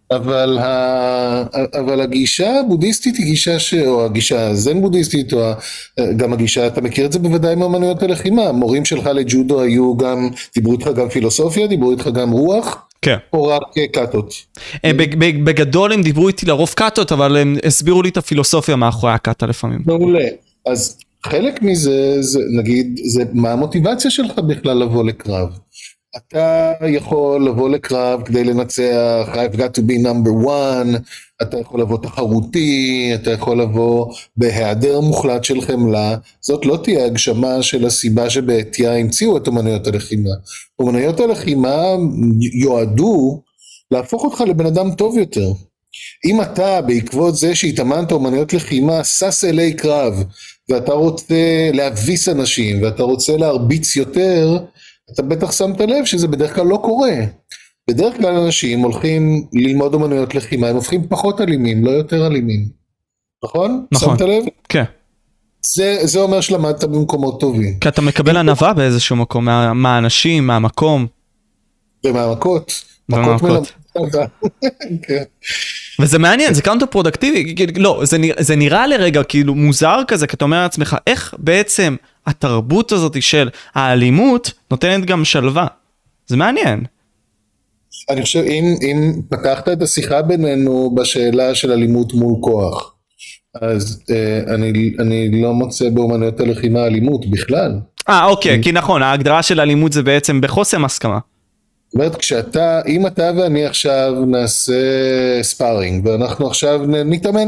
אבל הגישה הבודהיסטית היא גישה או הגישה הזן בודהיסטית, גם הגישה, אתה מכיר את זה בוודאי מאמנויות הלחימה, המורים שלך לג'ודו דיברו איתך גם פילוסופיה, דיברו איתך גם רוח, כן. או רק קאטות? בגדול הם דיברו איתי לרוב קאטות, אבל הם הסבירו לי את הפילוסופיה מאחורי הקאטה לפעמים. מעולה. אז חלק מזה, נגיד, זה מה המוטיבציה שלך בכלל לבוא לקרב? אתה יכול לבוא לקרב כדי לנצח, I've got to be number one, אתה יכול לבוא תחרותי, אתה יכול לבוא בהיעדר מוחלט של חמלה, זאת לא תהיה הגשמה של הסיבה שבעתיה המציאו את אומנויות הלחימה. אומנויות הלחימה יועדו להפוך אותך לבן אדם טוב יותר. אם אתה בעקבות זה שהתאמנת אומנויות לחימה סס אלי קרב, ואתה רוצה להביס אנשים, ואתה רוצה להרביץ יותר, אתה בטח שמת לב שזה בדרך כלל לא קורה. בדרך כלל אנשים הולכים ללמוד אומנויות לחימה, הם הופכים פחות אלימים, לא יותר אלימים. נכון? נכון. שמת לב? כן. זה אומר שלמדת במקומות טובים. כי אתה מקבל ענווה באיזשהו מקום, מהאנשים, מהמקום. ומהמכות. ומהמכות. כן. וזה מעניין, זה קאונטר פרודקטיבי, לא, זה נראה לרגע כאילו מוזר כזה, כי אתה אומר לעצמך, איך בעצם התרבות הזאת של האלימות נותנת גם שלווה? זה מעניין. אני חושב, אם פתחת את השיחה בינינו בשאלה של אלימות מול כוח, אז אני לא מוצא באומנויות הלחימה אלימות בכלל. אוקיי, כי נכון, ההגדרה של אלימות זה בעצם בחוסר הסכמה. זאת אומרת, אם אתה ואני עכשיו נעשה ספארינג, ואנחנו עכשיו נתאמן,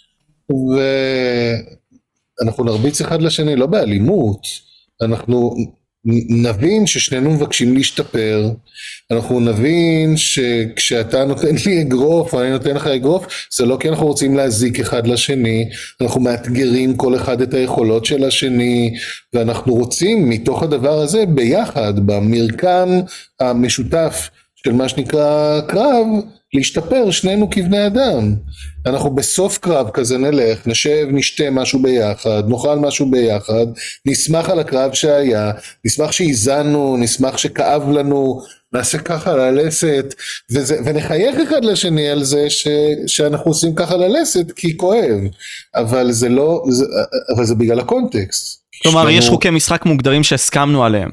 ואנחנו נרביץ אחד לשני, לא באלימות, אנחנו נבין ששנינו מבקשים להשתפר, אנחנו נבין שכשאתה נותן לי אגרוף, או אני נותן לך אגרוף, זה לא כי אנחנו רוצים להזיק אחד לשני, אנחנו מאתגרים כל אחד את היכולות של השני, ואנחנו רוצים מתוך הדבר הזה ביחד, במרקם המשותף של מה שנקרא קרב, להשתפר שנינו כבני אדם. אנחנו בסוף קרב כזה נלך, נשב, נשתה משהו ביחד, נאכל משהו ביחד, נשמח על הקרב שהיה, נשמח שהזנו, נשמח שכאב לנו, נעשה ככה ללסת, ונחייך אחד לשני על זה שאנחנו עושים ככה ללסת כי כואב, אבל זה לא, אבל זה בגלל הקונטקסט. כלומר, יש חוקי משחק מוגדרים שהסכמנו עליהם.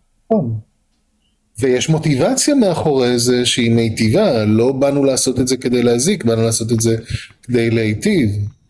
ויש מוטיבציה מאחורי זה שהיא מיטיבה, לא באנו לעשות את זה כדי להזיק, באנו לעשות את זה כדי להיטיב.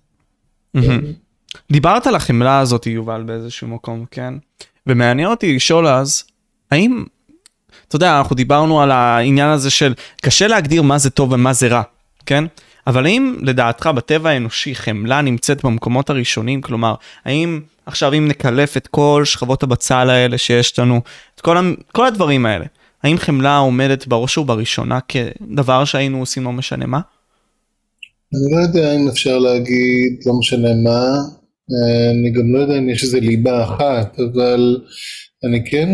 דיברת על החמלה הזאת, יובל, באיזשהו מקום, כן? ומעניין אותי לשאול אז, האם, אתה יודע, אנחנו דיברנו על העניין הזה של, קשה להגדיר מה זה טוב ומה זה רע, כן? אבל האם לדעתך בטבע האנושי חמלה נמצאת במקומות הראשונים? כלומר, האם עכשיו אם נקלף את כל שכבות הבצל האלה שיש לנו, את כל הדברים האלה, האם חמלה עומדת בראש ובראשונה כדבר שהיינו עושים לא משנה מה? אני לא יודע אם אפשר להגיד לא משנה מה, אני גם לא יודע אם יש איזה ליבה אחת, אבל אני כן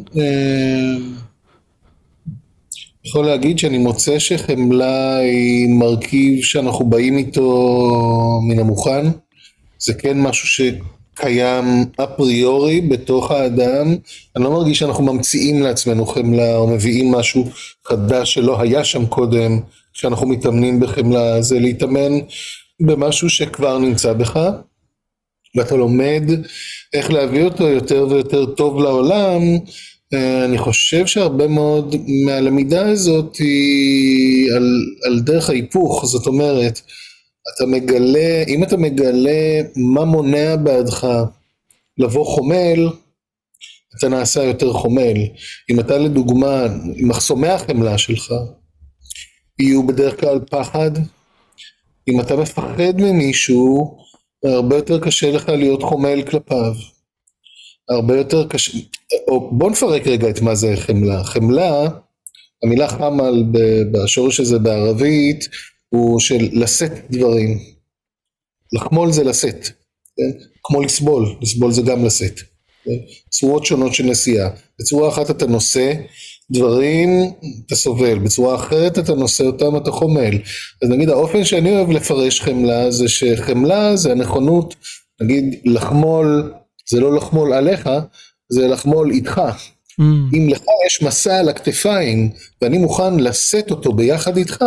יכול להגיד שאני מוצא שחמלה היא מרכיב שאנחנו באים איתו מן המוכן, זה כן משהו שקיים אפריורי בתוך האדם, אני לא מרגיש שאנחנו ממציאים לעצמנו חמלה או מביאים משהו חדש שלא היה שם קודם, כשאנחנו מתאמנים בחמלה, זה להתאמן במשהו שכבר נמצא בך, ואתה לומד איך להביא אותו יותר ויותר טוב לעולם. אני חושב שהרבה מאוד מהלמידה הזאת היא על דרך ההיפוך, זאת אומרת, אם אתה מגלה מה מונע בעדך לבוא חומל, אתה נעשה יותר חומל. אם אתה לדוגמה, מחסומי החמלה שלך, יהיו בדרך כלל פחד, אם אתה מפחד ממישהו, הרבה יותר קשה לך להיות חומל כלפיו. הרבה יותר קשה, או בוא נפרק רגע את מה זה חמלה. חמלה, המילה חמל בשורש הזה בערבית, הוא של לשאת דברים. לחמול זה לשאת, כן? כמו לסבול, לסבול זה גם לשאת. כן? צורות שונות של נסיעה. בצורה אחת אתה נושא דברים, אתה סובל, בצורה אחרת אתה נושא אותם, אתה חומל. אז נגיד האופן שאני אוהב לפרש חמלה, זה שחמלה זה הנכונות, נגיד לחמול, זה לא לחמול עליך, זה לחמול איתך. אם לך יש מסע על הכתפיים, ואני מוכן לשאת אותו ביחד איתך,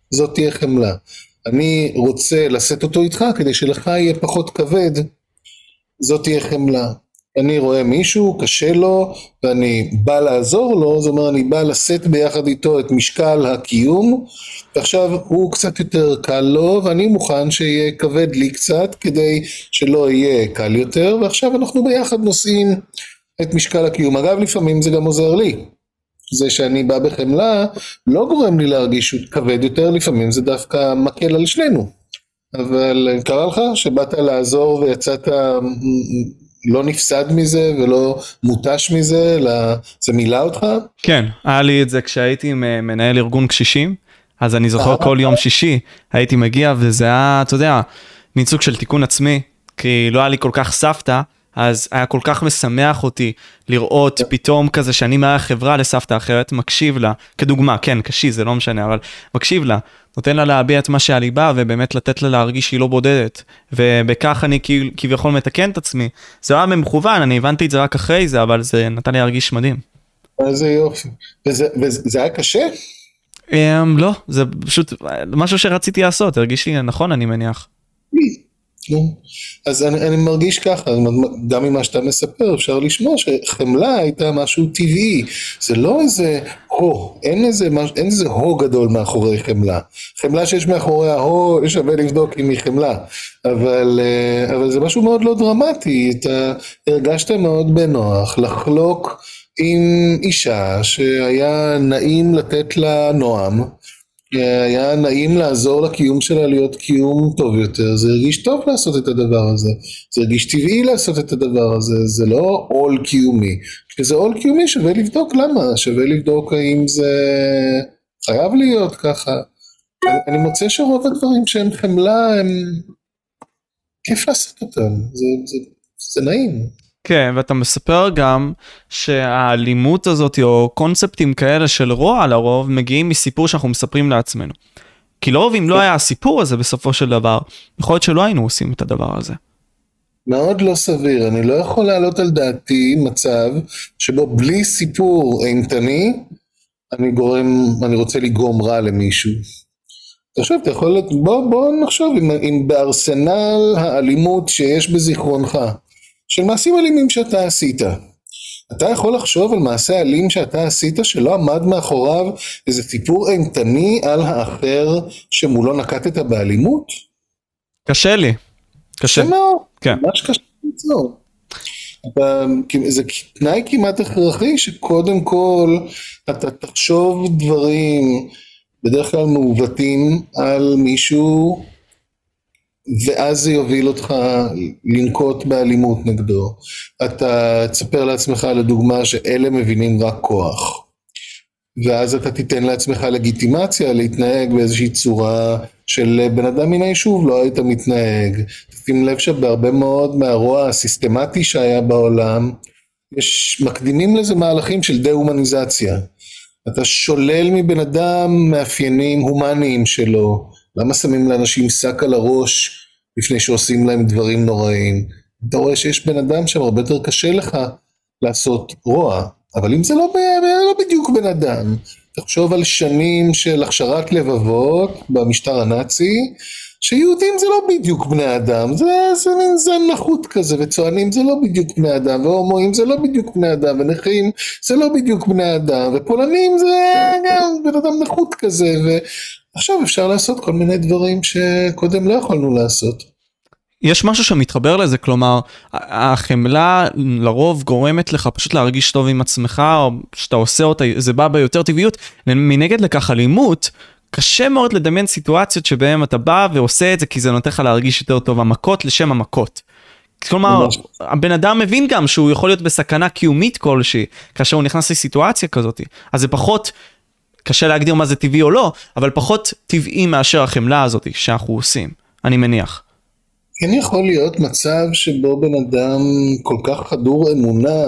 זאת תהיה חמלה. אני רוצה לשאת אותו איתך כדי שלך יהיה פחות כבד, זאת תהיה חמלה. אני רואה מישהו, קשה לו, ואני בא לעזור לו, זאת אומרת, אני בא לשאת ביחד איתו את משקל הקיום, ועכשיו הוא קצת יותר קל לו, ואני מוכן שיהיה כבד לי קצת, כדי שלא יהיה קל יותר, ועכשיו אנחנו ביחד נושאים את משקל הקיום. אגב, לפעמים זה גם עוזר לי. זה שאני בא בחמלה, לא גורם לי להרגיש כבד יותר, לפעמים זה דווקא מקל על שנינו. אבל קרה לך שבאת לעזור ויצאת לא נפסד מזה ולא מוטש מזה, זה מילא אותך? כן, היה לי את זה כשהייתי מנהל ארגון קשישים, אז אני זוכר כל יום שישי הייתי מגיע, וזה היה, אתה יודע, ניצוג של תיקון עצמי, כי לא היה לי כל כך סבתא, אז היה כל כך משמח אותי לראות פתאום כזה שאני מהחברה לסבתא אחרת, מקשיב לה, כדוגמה, כן, קשי, זה לא משנה, אבל מקשיב לה, נותן לה להביע את מה שהיה לי בא, ובאמת לתת לה להרגיש שהיא לא בודדת, ובכך אני כביכול מתקן את עצמי. זה היה במכוון, אני הבנתי את זה רק אחרי זה, אבל זה נתן לי להרגיש מדהים. איזה יופי. וזה היה קשה? לא, זה פשוט משהו שרציתי לעשות, הרגיש לי נכון, אני מניח. אז אני מרגיש ככה, גם ממה שאתה מספר אפשר לשמוע שחמלה הייתה משהו טבעי, זה לא איזה אין איזה גדול מאחורי חמלה, חמלה שיש מאחורי שווה לבדוק אם היא חמלה, אבל זה משהו מאוד לא דרמטי, אתה הרגשת מאוד בנוח לחלוק עם אישה שהיה נעים לתת לה נועם, היה נעים לעזור לקיום שלה להיות קיום טוב יותר, זה הרגיש טוב לעשות את הדבר הזה, זה הרגיש טבעי לעשות את הדבר הזה, זה לא עול קיומי, כשזה עול קיומי שווה לבדוק למה, שווה לבדוק האם זה חייב להיות ככה, אני מוצא שרוב הדברים שהם חמלה, הם כיף לעשות אותם, זה נעים. כן, ואתה מספר גם שהאלימות הזאת או קונספטים כאלה של רוע לרוב מגיעים מסיפור שאנחנו מספרים לעצמנו. כי לרוב אם לא היה הסיפור הזה בסופו של דבר, יכול להיות שלא היינו עושים את הדבר הזה. מאוד לא סביר, אני לא יכול להעלות על דעתי מצב שבו בלי סיפור אימתני, אני רוצה לגרום רע למישהו. עכשיו אתה יכול, בוא נחשוב אם בארסנל האלימות שיש בזיכרונך, של מעשים אלימים שאתה עשית. אתה יכול לחשוב על מעשה אלים שאתה עשית שלא עמד מאחוריו איזה סיפור אימתני על האחר שמולו נקטת באלימות? קשה לי. קשה מאוד. כן. ממש קשה ליצור. זה תנאי כמעט הכרחי שקודם כל אתה תחשוב דברים בדרך כלל מעוותים על מישהו, ואז זה יוביל אותך לנקוט באלימות נגדו. אתה תספר לעצמך לדוגמה שאלה מבינים רק כוח, ואז אתה תיתן לעצמך לגיטימציה להתנהג באיזושהי צורה של בן אדם מן היישוב לא היית מתנהג. תשים לב שבהרבה מאוד מהרוע הסיסטמטי שהיה בעולם, מקדימים לזה מהלכים של דה-הומניזציה. אתה שולל מבן אדם מאפיינים הומניים שלו. למה שמים לאנשים שק על הראש לפני שעושים להם דברים נוראים? אתה רואה שיש בן אדם שם הרבה יותר קשה לך לעשות רוע, אבל אם זה לא בדיוק בן אדם, תחשוב על שנים של הכשרת לבבות במשטר הנאצי, שיהודים זה לא בדיוק בני אדם, זה מין זן נחות כזה, וצוענים זה לא בדיוק בני אדם, והומואים זה לא בדיוק בני אדם, ונכים זה לא בדיוק בני אדם, ופולנים זה גם בן אדם נחות כזה, ועכשיו אפשר לעשות כל מיני דברים שקודם לא יכולנו לעשות. יש משהו שמתחבר לזה, כלומר, החמלה לרוב גורמת לך פשוט להרגיש טוב עם עצמך, או שאתה עושה אותה, זה בא ביותר טבעיות, מנגד לכך אלימות, קשה מאוד לדמיין סיטואציות שבהם אתה בא ועושה את זה, כי זה נותן לך להרגיש יותר טוב, המכות לשם המכות. כלומר, הבן אדם מבין גם שהוא יכול להיות בסכנה קיומית כלשהי, כאשר הוא נכנס לסיטואציה כזאת, אז זה פחות, קשה להגדיר מה זה טבעי או לא, אבל פחות טבעי מאשר החמלה הזאת שאנחנו עושים, אני מניח. כן יכול להיות מצב שבו בן אדם כל כך חדור אמונה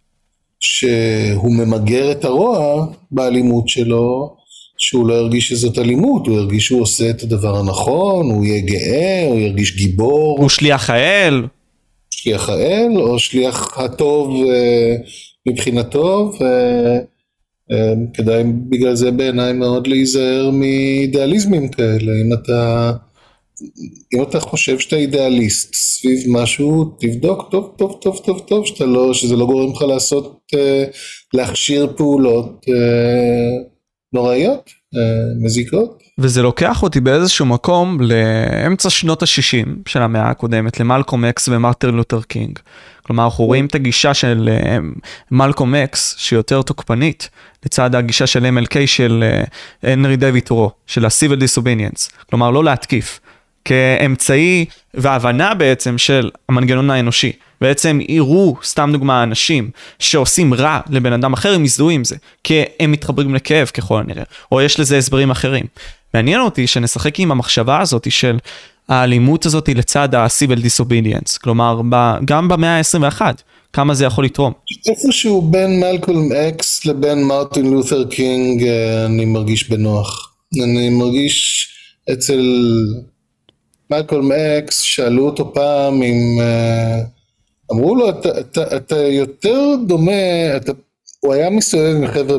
שהוא ממגר את הרוע באלימות שלו, שהוא לא ירגיש שזאת אלימות, הוא ירגיש שהוא עושה את הדבר הנכון, הוא יהיה גאה, הוא ירגיש גיבור. הוא שליח האל. שליח האל או שליח הטוב מבחינתו, כדאי בגלל זה בעיניי מאוד להיזהר מאידיאליזמים כאלה. אם אתה חושב שאתה אידיאליסט סביב משהו, תבדוק טוב טוב טוב טוב טוב שזה לא גורם לך להכשיר פעולות נוראיות, מזיקות. וזה לוקח אותי באיזשהו מקום לאמצע שנות ה-60 של המאה הקודמת, למלקום אקס ומרטין לותר קינג. כלומר, אנחנו רואים את הגישה של מלקום אקס, שהיא יותר תוקפנית, לצד הגישה של MLK של הנרי דייוויד תורו, של ה-Civil Disobedience. כלומר, לא להתקיף, כאמצעי והבנה בעצם של המנגנון האנושי. בעצם יראו, סתם דוגמה, אנשים שעושים רע לבן אדם אחר, הם יזדהו עם זה, כי הם מתחברים לכאב ככל הנראה, או יש לזה הסברים אחרים. מעניין אותי שנשחק עם המחשבה הזאת של האלימות הזאת לצד ה-Civil Disobedience, כלומר, גם במאה ה-21, כמה זה יכול לתרום. איפשהו בין מלקולם אקס לבין מרטין לותר קינג, אני מרגיש בנוח. אני מרגיש אצל מלקולם אקס, שאלו אותו פעם אם... אמרו לו, אתה יותר דומה, הוא היה מסתובב עם חבר'ה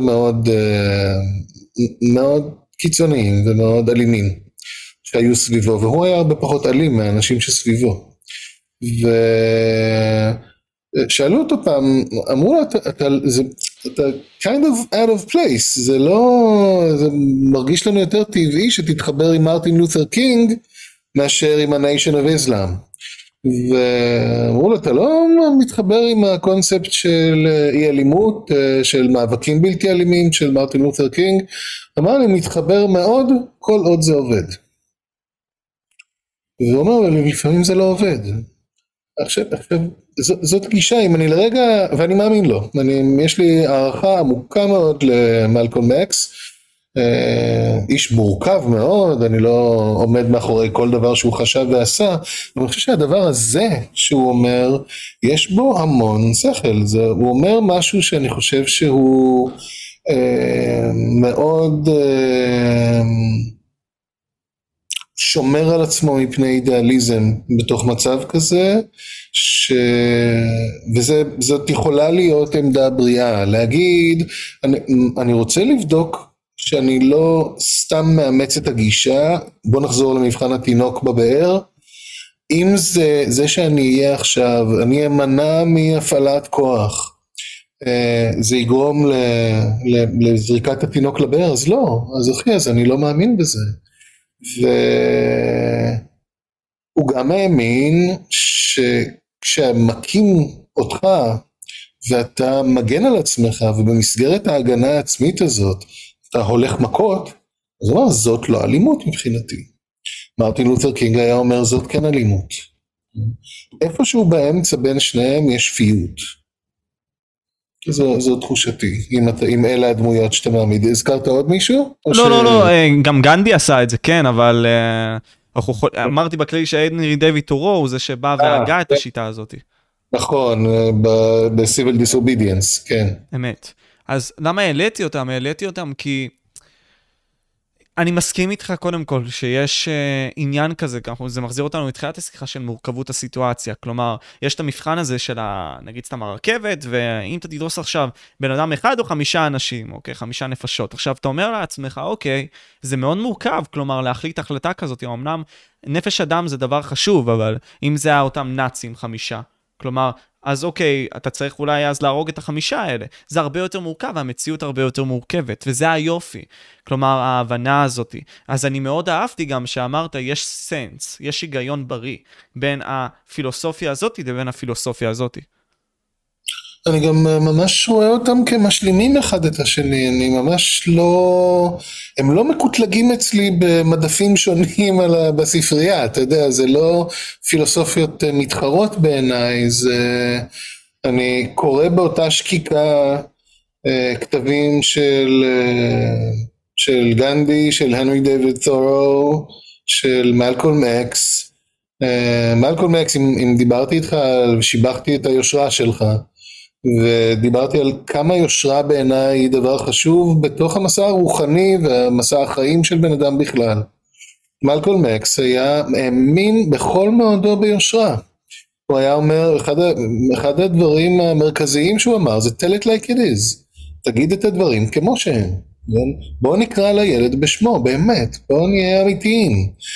מאוד קיצוניים ומאוד אלימים שהיו סביבו, והוא היה הרבה פחות אלים מהאנשים שסביבו. ושאלו אותו פעם, אמרו לו, אתה kind of out of place, זה מרגיש לנו יותר טבעי שתתחבר עם מרטין לותר קינג מאשר עם ה-Nation of Islam. ואמרו לו, אתה לא מתחבר עם הקונספט של אי אלימות, של מאבקים בלתי אלימים, של מרטין לותר קינג. אמר לי, מתחבר מאוד, כל עוד זה עובד. והוא אומר, לפעמים זה לא עובד. עכשיו, זאת גישה, אם אני לרגע, ואני מאמין לו, יש לי הערכה עמוקה מאוד למלקולם אקס, איש מורכב מאוד, אני לא עומד מאחורי כל דבר שהוא חשב ועשה, אבל אני חושב שהדבר הזה שהוא אומר, יש בו המון שכל, הוא אומר משהו שאני חושב שהוא מאוד שומר על עצמו מפני אידיאליזם בתוך מצב כזה, וזאת יכולה להיות עמדה בריאה, להגיד, אני רוצה לבדוק שאני לא סתם מאמץ את הגישה, בוא נחזור למבחן התינוק בבאר, אם זה שאני אהיה עכשיו, אני אמנע מהפעלת כוח, זה יגרום לזריקת התינוק לבאר, אז לא, אז אחי, אז אני לא מאמין בזה. והוא גם האמין שכשמקים אותך, ואתה מגן על עצמך, ובמסגרת ההגנה העצמית הזאת, אתה הולך מכות, אז הוא אומר, זאת לא אלימות מבחינתי. מרטין לותר קינג היה אומר, זאת כן אלימות. איפשהו באמצע בין שניהם יש שפיות. זו תחושתי, אם אלה הדמויות שאתה מעמיד. הזכרת עוד מישהו? לא, גם גנדי עשה את זה, כן, אבל אמרתי בכלי שהנרי דייוויד תורו הוא זה שבא והגה את השיטה הזאת. נכון, ב-Civil Disobedience, כן. אמת. אז למה העליתי אותם? העליתי אותם כי אני מסכים איתך קודם כל שיש עניין כזה, זה מחזיר אותנו לתחילת השיחה של מורכבות הסיטואציה, כלומר, יש את המבחן הזה של נגיד סתם הרכבת, ואם אתה תדרוס עכשיו בן אדם אחד או 5 אנשים, אוקיי, 5 נפשות, עכשיו אתה אומר לעצמך, אוקיי, זה מאוד מורכב, כלומר, להחליט החלטה כזאת, אמנם נפש אדם זה דבר חשוב, אבל אם זה היה אותם נאצים 5, כלומר, אז אוקיי, אתה צריך אולי אז להרוג את 5 האלה. זה הרבה יותר מורכב, והמציאות הרבה יותר מורכבת, וזה היופי. כלומר, ההבנה הזאת. אז אני מאוד אהבתי גם שאמרת, יש סנס, יש היגיון בריא, בין הפילוסופיה הזאת לבין הפילוסופיה הזאת. אני גם ממש רואה אותם כמשלימים אחד את השני, אני ממש לא, הם לא מקוטלגים אצלי במדפים שונים בספרייה, אתה יודע, זה לא פילוסופיות מתחרות בעיניי, אני קורא באותה שקיקה כתבים של גנדי, של הנרי דייוויד תורו, של מלקולם אקס, מלקולם אקס, אם דיברתי איתך, שיבחתי את היושרה שלך, ודיברתי על כמה יושרה בעיניי היא דבר חשוב בתוך המסע הרוחני והמסע החיים של בן אדם בכלל. מלקולם אקס היה האמין בכל מאודו ביושרה. הוא היה אומר, אחד הדברים המרכזיים שהוא אמר זה tell it like it is. תגיד את הדברים כמו שהם. בוא נקרא לילד בשמו, באמת, בוא נהיה אמיתיים.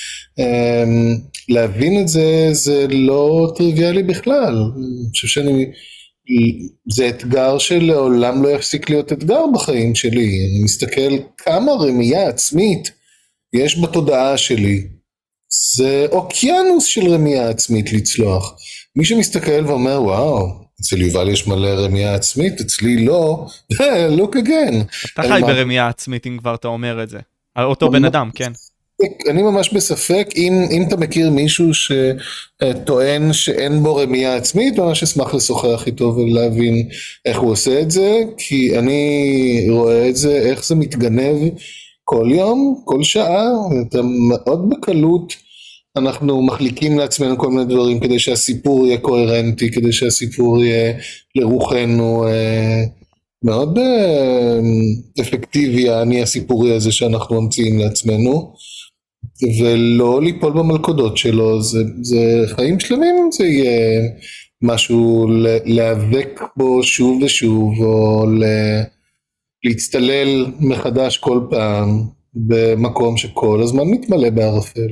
להבין את זה, זה לא טריוויאלי בכלל. אני חושב זה אתגר שלעולם לא יפסיק להיות אתגר בחיים שלי. אני מסתכל כמה רמייה עצמית יש בתודעה שלי. זה אוקיינוס של רמייה עצמית לצלוח. מי שמסתכל ואומר, וואו, אצל יובל יש מלא רמייה עצמית, אצלי לא, look again. אתה חי ברמייה עצמית אם כבר אתה אומר את זה. אותו בן אדם, כן. אני ממש בספק, אם אתה מכיר מישהו שטוען שאין בו רמייה עצמית, ממש אשמח לשוחח איתו ולהבין איך הוא עושה את זה, כי אני רואה את זה, איך זה מתגנב כל יום, כל שעה, אתה מאוד בקלות, אנחנו מחליקים לעצמנו כל מיני דברים, כדי שהסיפור יהיה קוהרנטי, כדי שהסיפור יהיה לרוחנו, מאוד אפקטיבי, אני הסיפורי הזה שאנחנו ממציאים לעצמנו, ולא ליפול במלכודות שלו, זה חיים שלמים, זה יהיה משהו להיאבק בו שוב ושוב, או להצטלל מחדש כל פעם, במקום שכל הזמן מתמלא בערפל.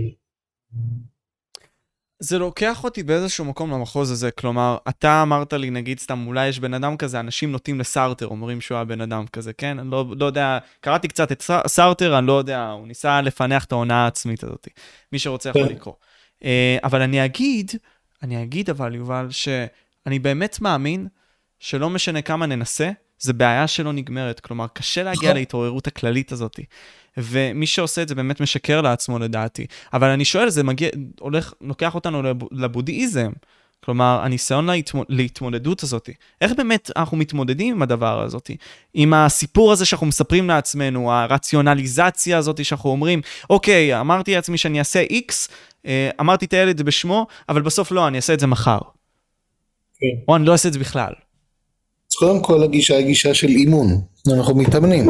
זה לוקח אותי באיזשהו מקום למחוז הזה, כלומר, אתה אמרת לי, נגיד סתם, אולי יש בן אדם כזה, אנשים נוטים לסארטר, אומרים שהוא היה בן אדם כזה, כן? אני לא יודע, קראתי קצת את סארטר, אני לא יודע, הוא ניסה לפנח את ההונאה העצמית הזאת, מי שרוצה יכול לקרוא. אבל אני אגיד אבל, יובל, שאני באמת מאמין, שלא משנה כמה ננסה, זה בעיה שלא נגמרת, כלומר, קשה להגיע להתעוררות הכללית הזאת. ומי שעושה את זה באמת משקר לעצמו לדעתי. אבל אני שואל, זה לוקח אותנו לבודהיזם. כלומר, הניסיון להתמודדות הזאת. איך באמת אנחנו מתמודדים עם הדבר הזאת? עם הסיפור הזה שאנחנו מספרים לעצמנו, הרציונליזציה הזאת שאנחנו אומרים, אוקיי, אמרתי לעצמי שאני אעשה X, אמרתי את הילד בשמו, אבל בסוף לא, אני אעשה את זה מחר. או אני לא אעשה את זה בכלל. אז קודם כל הגישה היא גישה של אימון, אנחנו מתאמנים,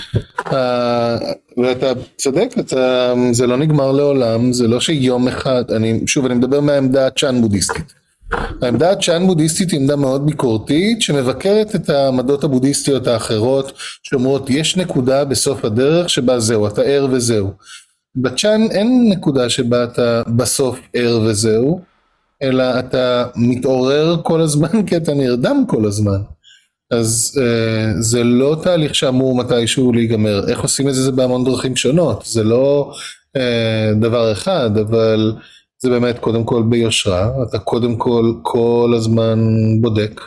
ואתה צודק, זה לא נגמר לעולם, זה לא שיום אחד, אני מדבר מהעמדה הצ'אן בודהיסטית, העמדה הצ'אן בודהיסטית היא עמדה מאוד ביקורתית, שמבקרת את העמדות הבודהיסטיות האחרות, שאומרות יש נקודה בסוף הדרך שבה זהו, אתה ער וזהו, בצ'אן אין נקודה שבה אתה בסוף ער וזהו, אלא אתה מתעורר כל הזמן כי אתה נרדם כל הזמן. אז זה לא תהליך שאמור מתישהו להיגמר, איך עושים את זה? זה בהמון דרכים שונות, זה לא דבר אחד, אבל זה באמת קודם כל ביושרה, אתה קודם כל הזמן בודק,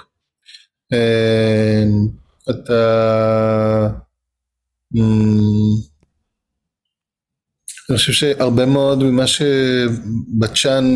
אני חושב שהרבה מאוד ממה שבצ'אן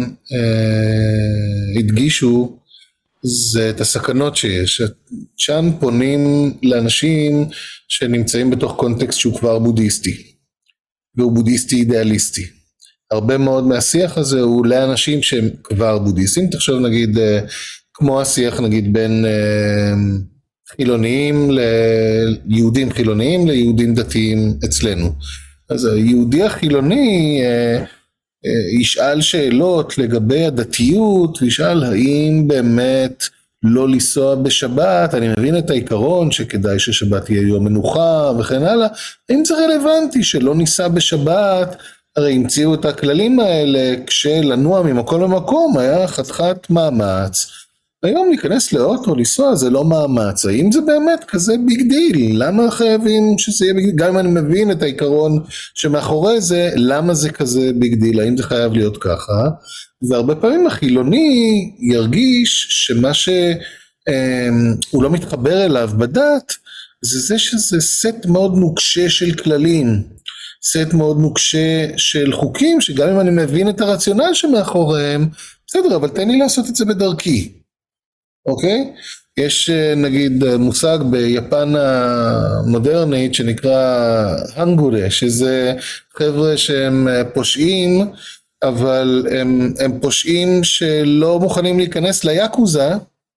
הדגישו, זה את הסכנות שיש. צ'אן פונים לאנשים שנמצאים בתוך קונטקסט שהוא כבר בודהיסטי, והוא בודהיסטי אידיאליסטי. הרבה מאוד מהשיח הזה הוא לאנשים שהם כבר בודהיסטים, תחשוב נגיד, כמו השיח נגיד בין חילוניים ליהודים חילוניים ליהודים דתיים אצלנו. אז היהודי החילוני ישאל שאלות לגבי הדתיות, וישאל האם באמת לא לנסוע בשבת, אני מבין את העיקרון שכדאי ששבת יהיה יום מנוחה וכן הלאה, האם זה רלוונטי שלא ניסע בשבת, הרי המציאו את הכללים האלה, כשלנוע ממקום למקום היה חתיכת מאמץ, היום להיכנס לאוטו, לנסוע זה לא מאמץ, האם זה באמת כזה ביג דיל? למה חייבים שזה יהיה ביג דיל? גם אם אני מבין את העיקרון שמאחורי זה, למה זה כזה ביג דיל? האם זה חייב להיות ככה? והרבה פעמים החילוני ירגיש שמה שהוא לא מתחבר אליו בדת, זה שזה סט מאוד נוקשה של כללים, סט מאוד נוקשה של חוקים, שגם אם אני מבין את הרציונל שמאחוריהם, בסדר, אבל תן לי לעשות את זה בדרכי. אוקיי? יש נגיד מושג ביפן המודרנית שנקרא הנגורה, שזה חבר'ה שהם פושעים, אבל הם פושעים שלא מוכנים להיכנס ליאקוזה,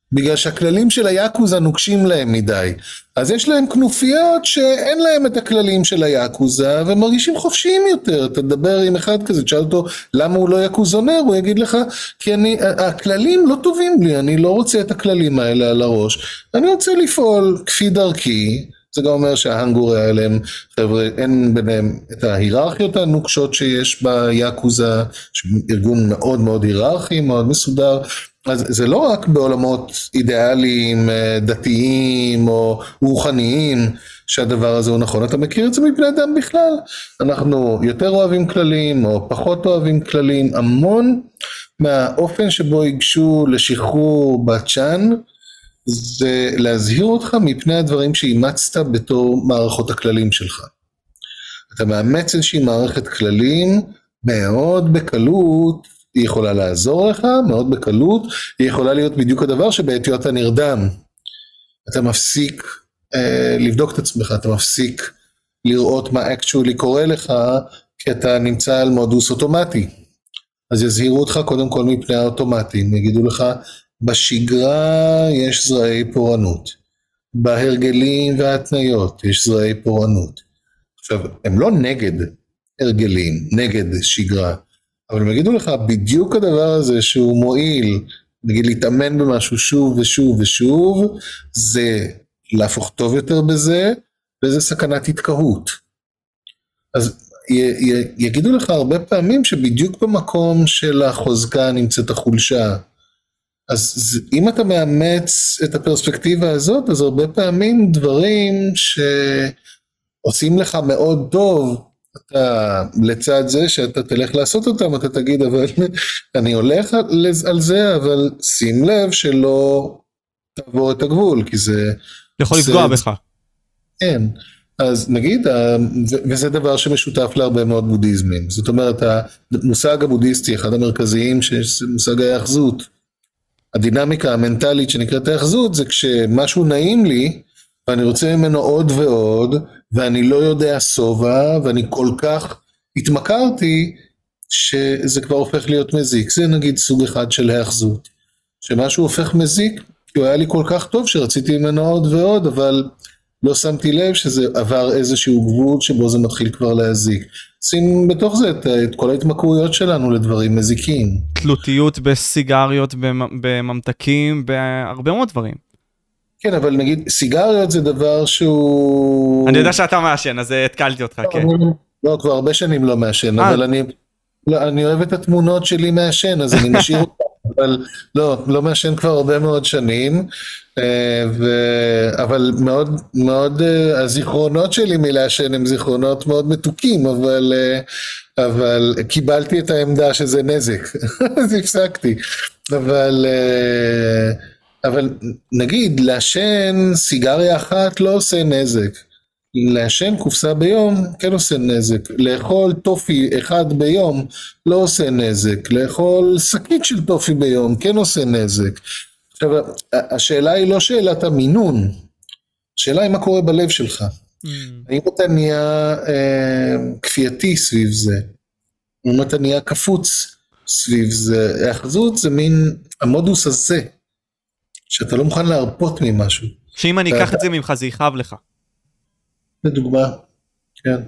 בגלל שהכללים של היאקוזה נוקשים להם מדי. אז יש להם כנופיות שאין להם את הכללים של היאקוזה, ומרגישים חופשיים יותר. אתה תדבר עם אחד כזה, תשאל אותו למה הוא לא יאקוזונר, הוא יגיד לך, כי הכללים לא טובים לי, אני לא רוצה את הכללים האלה על הראש, אני רוצה לפעול כפי דרכי. זה גם אומר שההנגורי האלה הם חבר'ה, אין ביניהם את ההיררכיות הנוקשות שיש ביאקוזה, ארגון מאוד מאוד היררכי, מאוד מסודר. אז זה לא רק בעולמות אידיאליים, דתיים או רוחניים שהדבר הזה הוא נכון, אתה מכיר את זה מבני אדם בכלל. אנחנו יותר אוהבים כללים או פחות אוהבים כללים, המון מהאופן שבו ייגשו לשחרור בצ'אן, זה להזהיר אותך מפני הדברים שאימצת בתור מערכות הכללים שלך. אתה מאמץ איזושהי מערכת כללים, מאוד בקלות, היא יכולה לעזור לך, מאוד בקלות, היא יכולה להיות בדיוק הדבר שבעתיו אתה נרדם. אתה מפסיק לבדוק את עצמך, אתה מפסיק לראות מה actually קורה לך, כי אתה נמצא על מודוס אוטומטי. אז יזהירו אותך קודם כל מפני האוטומטיים, יגידו לך, בשגרה יש זרעי פורענות, בהרגלים וההתניות יש זרעי פורענות. עכשיו, הם לא נגד הרגלים, נגד שגרה, אבל הם יגידו לך בדיוק הדבר הזה שהוא מועיל, נגיד להתאמן במשהו שוב ושוב ושוב, זה להפוך טוב יותר בזה, וזה סכנת התקהות. אז יגידו לך הרבה פעמים שבדיוק במקום של החוזקה נמצאת החולשה, אז אם אתה מאמץ את הפרספקטיבה הזאת, אז הרבה פעמים דברים שעושים לך מאוד טוב, אתה לצד זה שאתה תלך לעשות אותם, אתה תגיד, אבל אני הולך על זה, אבל שים לב שלא תעבור את הגבול, כי זה יכול לפגוע בך. כן, אז נגיד, וזה דבר שמשותף להרבה מאוד בודהיזמים, זאת אומרת, המושג הבודהיסטי, אחד המרכזיים, שיש מושג ההאחזות, הדינמיקה המנטלית שנקראת ההאחזות, זה כשמשהו נעים לי, ואני רוצה ממנו עוד ועוד, ואני לא יודע סובה, ואני כל כך התמכרתי, שזה כבר הופך להיות מזיק. זה נגיד סוג אחד של ההאחזות, שמשהו הופך מזיק, כי הוא היה לי כל כך טוב, שרציתי ממנו עוד ועוד, אבל לא שמתי לב שזה עבר איזשהו גבול, שבו זה מתחיל כבר להזיק. שים בתוך זה את כל ההתמכרויות שלנו לדברים מזיקים. תלותיות בסיגריות, בממתקים, בהרבה מאוד דברים. כן, אבל נגיד, סיגריות זה דבר שהוא... אני יודע שאתה מעשן, אז התקלתי אותך, כן. לא, כבר הרבה שנים לא מעשן, אבל אני אוהב את התמונות שלי מעשן, אז אני משאיר אותה, אבל לא מעשן כבר הרבה מאוד שנים, אבל מאוד, הזיכרונות שלי מלעשן הם זיכרונות מאוד מתוקים, אבל קיבלתי את העמדה שזה נזק, אז הפסקתי, אבל נגיד, לעשן סיגריה אחת לא עושה נזק, לעשן קופסה ביום כן עושה נזק, לאכול טופי אחד ביום לא עושה נזק, לאכול שקית של טופי ביום כן עושה נזק. עכשיו, השאלה היא לא שאלת המינון, השאלה היא מה קורה בלב שלך. האם אתה נהיה כפייתי סביב זה, האם אתה נהיה קפוץ סביב זה, ההאחזות זה מין המודוס הזה, שאתה לא מוכן להרפות ממשהו. שאם אני אקח את זה ממך, זה יכאב לך. לדוגמה, כן.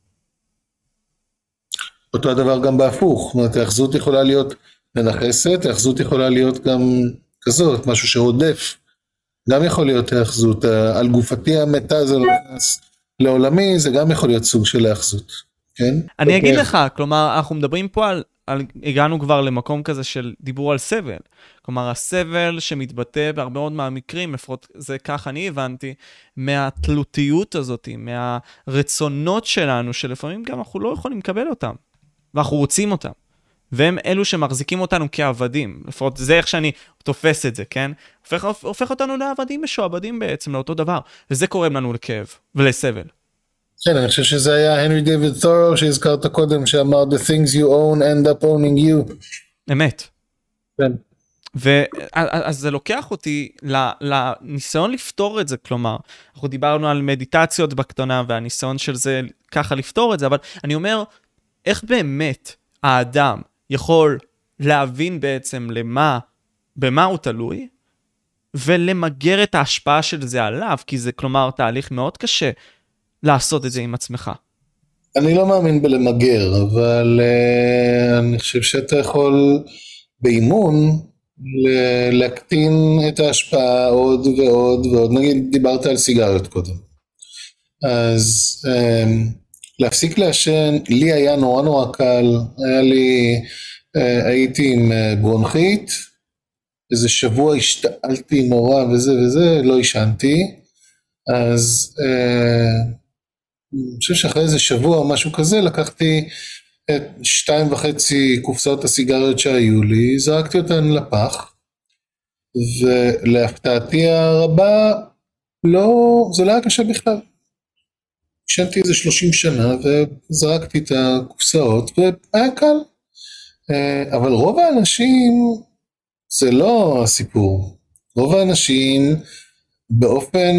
אותו הדבר גם בהפוך, זאת אומרת, ההאחזות יכולה להיות מנחסת, ההאחזות יכולה להיות גם כזאת, משהו שעודף. גם יכול להיות ההאחזות, על גופתי המתה זה לא נכנס לעולמי, זה גם יכול להיות סוג של ההאחזות, כן? אני אגיד לך, כלומר, אנחנו מדברים פה הגענו כבר למקום כזה של דיבור על סבל. כלומר, הסבל שמתבטא בהרבה מאוד מהמקרים, לפחות זה כך אני הבנתי, מהתלותיות הזאת, מהרצונות שלנו, שלפעמים גם אנחנו לא יכולים לקבל אותם, ואנחנו רוצים אותם. והם אלו שמחזיקים אותנו כעבדים. לפחות זה איך שאני תופס את זה, כן? הופך אותנו לעבדים משועבדים בעצם, לאותו דבר. וזה קוראים לנו לכאב ולסבל. כן, אני חושב שזה היה הנרי דיוויד תורו שהזכרת קודם, שאמר the things you own end up owning you. אמת. כן. אז זה לוקח אותי לניסיון לפתור את זה, כלומר, אנחנו דיברנו על מדיטציות בקטנה, והניסיון של זה ככה לפתור את זה, אבל אני אומר, איך באמת האדם יכול להבין בעצם במה הוא תלוי, ולמגר את ההשפעה של זה עליו, כי זה כלומר תהליך מאוד קשה לעשות את זה עם עצמך. אני לא מאמין בלמגר, אבל אני חושב שאתה יכול באימון להקטין את ההשפעה עוד ועוד ועוד. נגיד דיברת על סיגריות קודם. אז להפסיק לעשן, לי היה נורא נורא קל, הייתי עם ברונכית, איזה שבוע השתעלתי נורא וזה, לא ישנתי, אז אני חושב שאחרי איזה שבוע או משהו כזה, לקחתי את 2.5 קופסאות הסיגריות שהיו לי, זרקתי אותן לפח, ולהפתעתי הרבה, זה לא היה קשה בכלל. ישנתי איזה 30 שנה וזרקתי את הקופסאות והיה קל. אבל רוב האנשים זה לא הסיפור. רוב האנשים באופן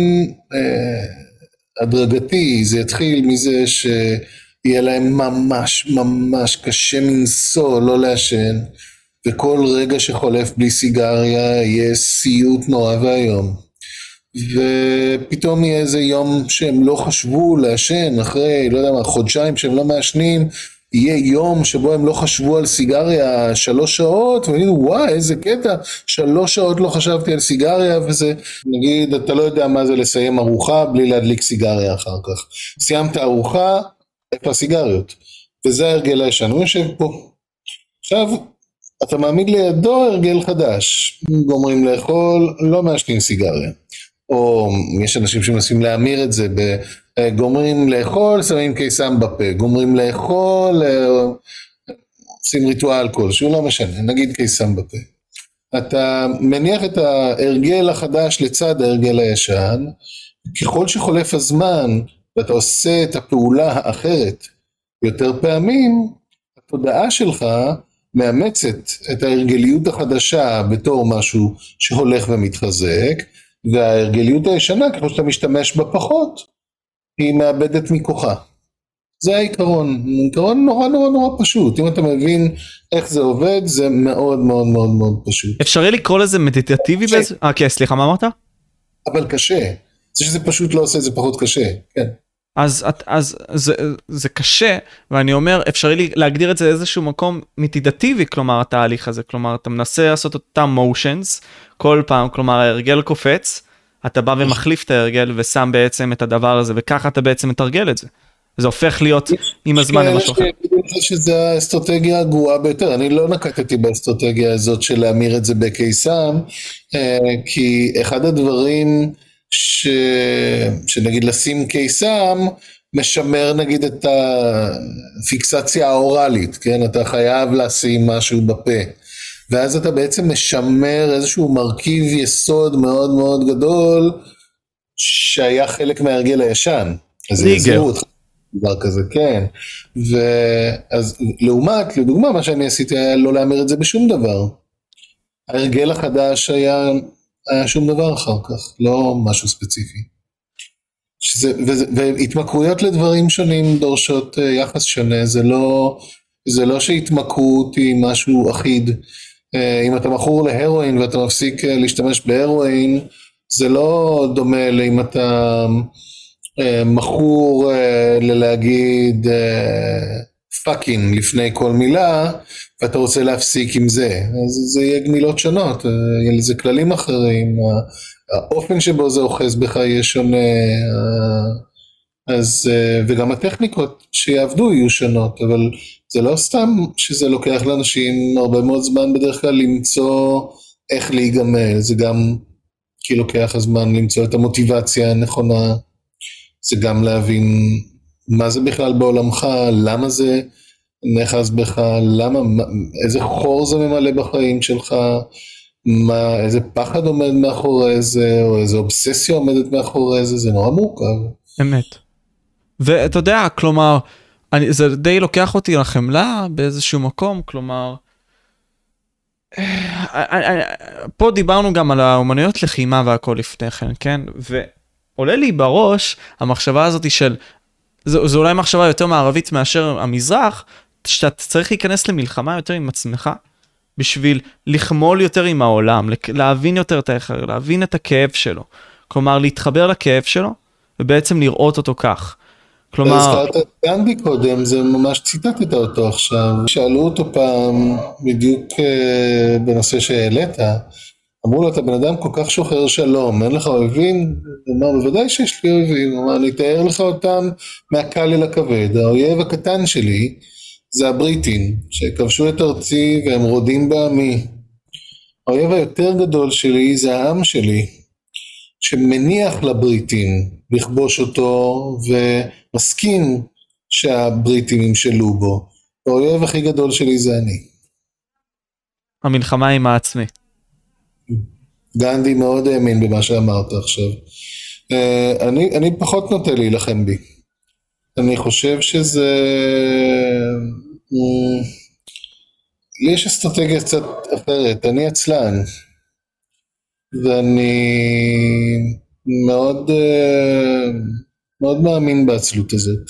הדרגתי, זה יתחיל מזה שיהיה להם ממש ממש קשה מנסוע לא לעשן, וכל רגע שחולף בלי סיגריה יהיה סיוט נורא והיום. ופתאום יהיה איזה יום שהם לא חשבו לעשן, אחרי, לא יודע מה, חודשיים שהם לא מעשנים, יהיה יום שבו הם לא חשבו על סיגריה 3 שעות, ויגידו וואי איזה קטע, 3 שעות לא חשבתי על סיגריה, וזה, נגיד אתה לא יודע מה זה לסיים ארוחה בלי להדליק סיגריה אחר כך, סיימת ארוחה, איפה הסיגריות, וזה ההרגל הישן, הוא יושב פה, עכשיו אתה מעמיד לידו הרגל חדש, גומרים לאכול, לא מעשנים סיגריה, או יש אנשים שמנסים להמיר את זה גומרים לאכול, שמים קיסם בפה, גומרים לאכול, עושים ריטואל כלשהו, לא משנה, נגיד קיסם בפה. אתה מניח את ההרגל החדש לצד ההרגל הישן, ככל שחולף הזמן, ואתה עושה את הפעולה האחרת יותר פעמים, התודעה שלך מאמצת את ההרגליות החדשה בתור משהו שהולך ומתחזק, וההרגליות הישנה, ככל שאתה משתמש בה פחות, היא מאבדת מכוחה. זה העיקרון, עיקרון נורא נורא נורא פשוט, אם אתה מבין איך זה עובד, זה מאוד מאוד מאוד מאוד פשוט. אפשרי לקרוא לזה מדיטטיבי באיזה? כן, סליחה, מה אמרת? אבל קשה, זה שזה פשוט לא עושה את זה פחות קשה, כן. אז זה קשה, ואני אומר, אפשרי להגדיר את זה איזשהו מקום מדיטטיבי, כלומר התהליך הזה, כלומר אתה מנסה לעשות אותם מושנס, כל פעם, כלומר ההרגל קופץ, אתה בא ומחליף את ההרגל ושם בעצם את הדבר הזה, וככה אתה בעצם מתרגל את זה. זה הופך להיות עם הזמן למשהו אחר. אני חושב שזו האסטרטגיה הגרועה ביותר, אני לא נקטתי באסטרטגיה הזאת של להמיר את זה בקיסם, כי אחד הדברים שנגיד לשים קיסם, משמר נגיד את הפיקסציה האורלית, כן? אתה חייב לשים משהו בפה. ואז אתה בעצם משמר איזשהו מרכיב יסוד מאוד מאוד גדול, שהיה חלק מההרגל הישן. אז יזהו אותך דבר כזה, כן. ואז לעומת, לדוגמה, מה שאני עשיתי היה לא להמיר את זה בשום דבר. ההרגל החדש היה שום דבר אחר כך, לא משהו ספציפי. והתמכרויות לדברים שונים דורשות יחס שונה, זה לא שהתמכרות היא משהו אחיד. אם אתה מכור להרואין ואתה מפסיק להשתמש בהרואין, זה לא דומה לאם אתה מכור ללהגיד פאקינג לפני כל מילה, ואתה רוצה להפסיק עם זה. אז זה יהיה גמילות שונות, יהיה לזה כללים אחרים, האופן שבו זה אוחז בך יהיה שונה, אז, וגם הטכניקות שיעבדו יהיו שונות, אבל זה לא סתם שזה לוקח לאנשים הרבה מאוד זמן בדרך כלל למצוא איך להיגמל, זה גם כי לוקח הזמן למצוא את המוטיבציה הנכונה, זה גם להבין מה זה בכלל בעולמך, למה זה נחז בך, איזה חור זה ממלא בחיים שלך, איזה פחד עומד מאחורי זה, או איזה אובססיה עומדת מאחורי זה, זה נורא מורכב. אמת. ואתה יודע, כלומר, זה די לוקח אותי לחמלה באיזשהו מקום, כלומר, פה דיברנו גם על האומנויות לחימה והכל לפני כן, כן? ועולה לי בראש המחשבה הזאת של, זו אולי מחשבה יותר מערבית מאשר המזרח, שאתה צריך להיכנס למלחמה יותר עם עצמך, בשביל לחמול יותר עם העולם, להבין יותר את האחר, להבין את הכאב שלו. כלומר, להתחבר לכאב שלו, ובעצם לראות אותו כך. כלומר... הזכרת את גנדי קודם, זה ממש ציטטת אותו עכשיו. שאלו אותו פעם, בדיוק בנושא שהעלית, אמרו לו, אתה בן אדם כל כך שוחר שלום, אין לך אויבים? הוא אמר, בוודאי שיש לי אויבים. הוא אמר, אני אתאר לך אותם מהקל אל הכבד. האויב הקטן שלי זה הבריטים, שכבשו את ארצי והם רודים בעמי. האויב היותר גדול שלי זה העם שלי, שמניח לבריטים לכבוש אותו ומסכים שהבריטים ימשלו בו. האויב הכי גדול שלי זה אני. המלחמה עם העצמי. גנדי מאוד האמין במה שאמרת עכשיו. אני פחות נוטה להילחם בי. אני חושב שזה... לי יש אסטרטגיה קצת אחרת. אני עצלן. ואני מאוד, מאוד מאמין בעצלות הזאת.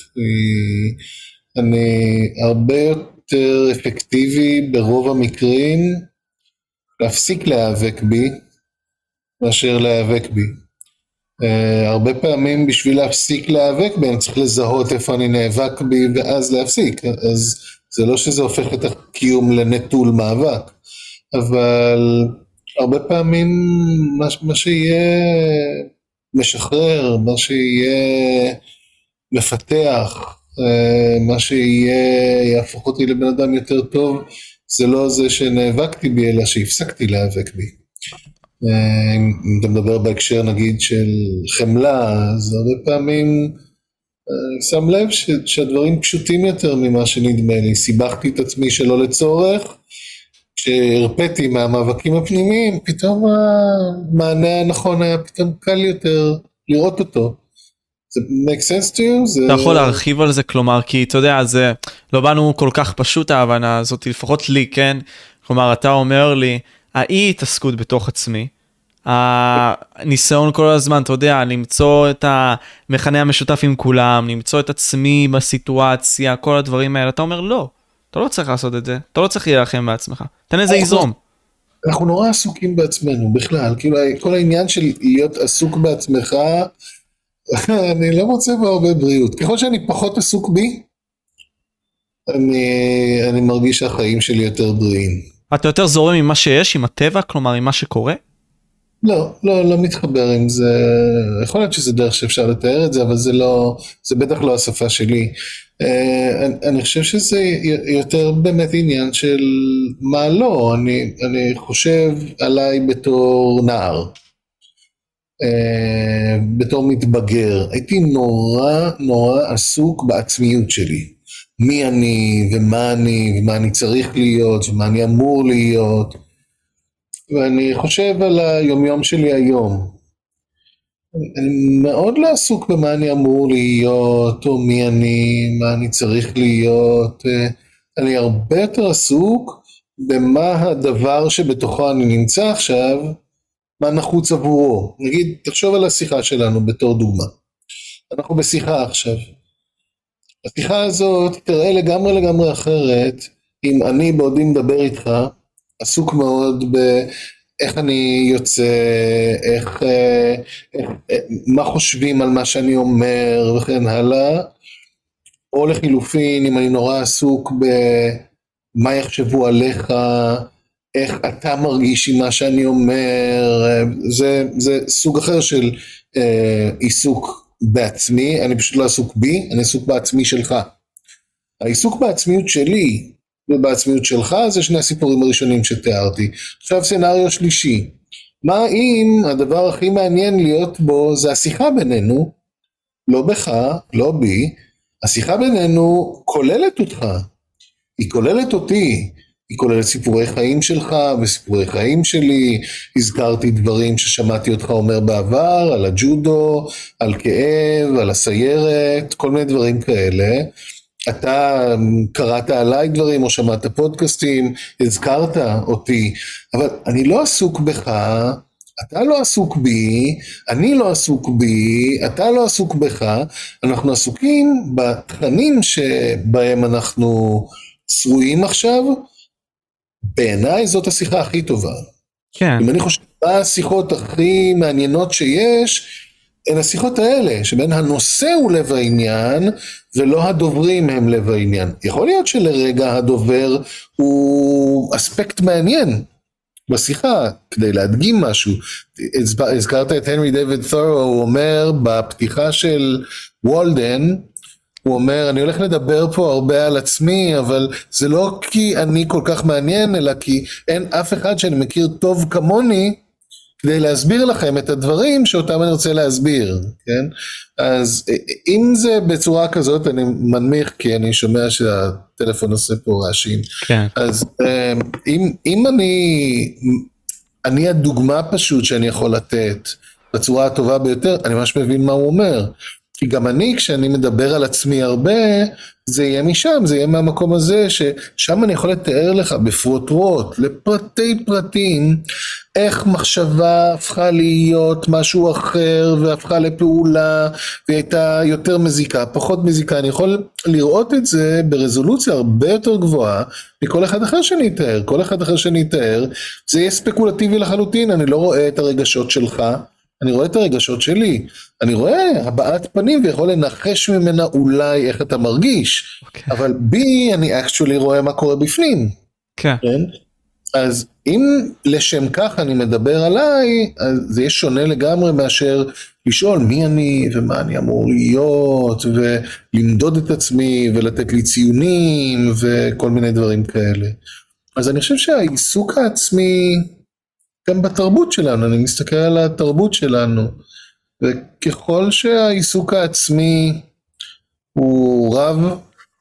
אני הרבה יותר אפקטיבי ברוב המקרים להפסיק להיאבק בי מאשר להיאבק בי. הרבה פעמים בשביל להפסיק להיאבק בי אני צריך לזהות איפה אני נאבק בי ואז להפסיק. אז זה לא שזה הופך את הקיום לנטול מאבק, אבל הרבה פעמים מה שיהיה משחרר, מה שיהיה מפתח, מה שיהיה יהפוך אותי לבן אדם יותר טוב, זה לא זה שנאבקתי בי, אלא שהפסקתי להיאבק בי. אם אתה מדבר בהקשר נגיד של חמלה, אז הרבה פעמים שם לב שהדברים פשוטים יותר ממה שנדמה לי. סיבכתי את עצמי שלא לצורך, כשהרפאתי מהמאבקים הפנימיים, פתאום המענה הנכון היה פתאום קל יותר לראות אותו. זה make sense to you? אתה יכול להרחיב על זה, כלומר, כי אתה יודע, זה לא באנו כל כך פשוט ההבנה הזאת, לפחות לי, כן? כלומר, אתה אומר לי, האי התעסקות בתוך עצמי, הניסיון כל הזמן, אתה יודע, למצוא את המכנה המשותף עם כולם, למצוא את עצמי בסיטואציה, כל הדברים האלה, אתה אומר, לא, אתה לא צריך לעשות את זה, אתה לא צריך להילחם בעצמך, תן איזה יזרום. אנחנו נורא עסוקים בעצמנו, בכלל, כאילו, כל העניין של להיות עסוק בעצמך, אני לא מוצא בו הרבה בריאות. ככל שאני פחות עסוק בי, אני מרגיש שהחיים שלי יותר בריאים. אתה יותר זורם עם מה שיש, עם הטבע, כלומר עם מה שקורה? לא מתחבר עם זה. יכול להיות שזה דרך שאפשר לתאר את זה, אבל זה בטח לא השפה שלי. אני חושב שזה יותר באמת עניין של מה לא. אני חושב עליי בתור נער. בתור מתבגר, הייתי נורא עסוק בעצמיות שלי. מי אני ומה אני צריך להיות ומה אני אמור להיות. ואני חושב על היומיום שלי היום. אני מאוד לא עסוק במה אני אמור להיות או מה אני צריך להיות. אני הרבה יותר עסוק במה הדבר שבתוכו אני נמצא עכשיו, מה נחוץ עבורו. נגיד, תחשוב על השיחה שלנו בתור דוגמה. אנחנו בשיחה עכשיו. השיחה הזאת תראה לגמרי אחרת, אם אני בעודי מדבר איתך, עסוק מאוד באיך אני יוצא, מה חושבים על מה שאני אומר וכן הלאה, או לחילופין, אם אני נורא עסוק במה יחשבו עליך, איך אתה מרגיש עם מה שאני אומר, זה סוג אחר של עיסוק בעצמי. אני פשוט לא עסוק בי, אני עסוק בעצמי שלך. העיסוק בעצמיות שלי ובעצמיות שלך זה שני הסיפורים הראשונים שתיארתי. עכשיו סנריו שלישי, מה אם הדבר הכי מעניין להיות בו זה השיחה בינינו, לא בך, לא בי, השיחה בינינו כוללת אותך, היא כוללת אותי, היא כוללת סיפורי חיים שלך וסיפורי חיים שלי. הזכרתי דברים ששמעתי אותך אומר בעבר, על הג'ודו, על כאב, על הסיירת, כל מיני דברים כאלה. אתה קראת עליי דברים או שמעת פודקאסטים, הזכרת אותי, אבל אני לא עסוק בך, אתה לא עסוק בי, אני לא עסוק בי, אתה לא עסוק בך. אנחנו עסוקים בתכנים שבהם אנחנו שרויים עכשיו, בעיניי זאת השיחה הכי טובה. כן. אם אני חושב מה השיחות הכי מעניינות שיש, הן השיחות האלה, שבין הנושא הוא לב העניין, ולא הדוברים הם לב העניין. יכול להיות שלרגע הדובר הוא אספקט מעניין בשיחה, כדי להדגים משהו. הזכרת את הנרי דיוויד תורו, הוא אומר בפתיחה של וולדן, הוא אומר, אני הולך לדבר פה הרבה על עצמי, אבל זה לא כי אני כל כך מעניין, אלא כי אין אף אחד שאני מכיר טוב כמוני, כדי להסביר לכם את הדברים שאותם אני רוצה להסביר, כן? אז אם זה בצורה כזאת, אני מנמיך, כי אני שומע שהטלפון עושה פה רעשים. כן. אז אם אני הדוגמה פשוט שאני יכול לתת, בצורה הטובה ביותר, אני ממש מבין מה הוא אומר. כי גם אני, כשאני מדבר על עצמי הרבה, זה יהיה משם, זה יהיה מהמקום הזה, ששם אני יכול לתאר לך בפרוטרוט, לפרטי פרטים, איך מחשבה הפכה להיות משהו אחר, והפכה לפעולה, והייתה יותר מזיקה, פחות מזיקה. אני יכול לראות את זה ברזולוציה הרבה יותר גבוהה, מכל אחד אחר שאני אתאר. כל אחד אחר שאני אתאר, זה יהיה ספקולטיבי לחלוטין, אני לא רואה את הרגשות שלך, אני רואה את הרגשות שלי, אני רואה הבעת פנים ויכול לנחש ממנה אולי איך אתה מרגיש, אבל בי אני actually רואה מה קורה בפנים. כן. אז אם לשם כך אני מדבר עליי, אז זה יהיה שונה לגמרי מאשר לשאול מי אני ומה אני אמור להיות, ולמדוד את עצמי ולתת לי ציונים וכל מיני דברים כאלה. אז אני חושב שהעיסוק העצמי, גם בתרבות שלנו, אני מסתכל על התרבות שלנו, וככל שהעיסוק העצמי הוא רב,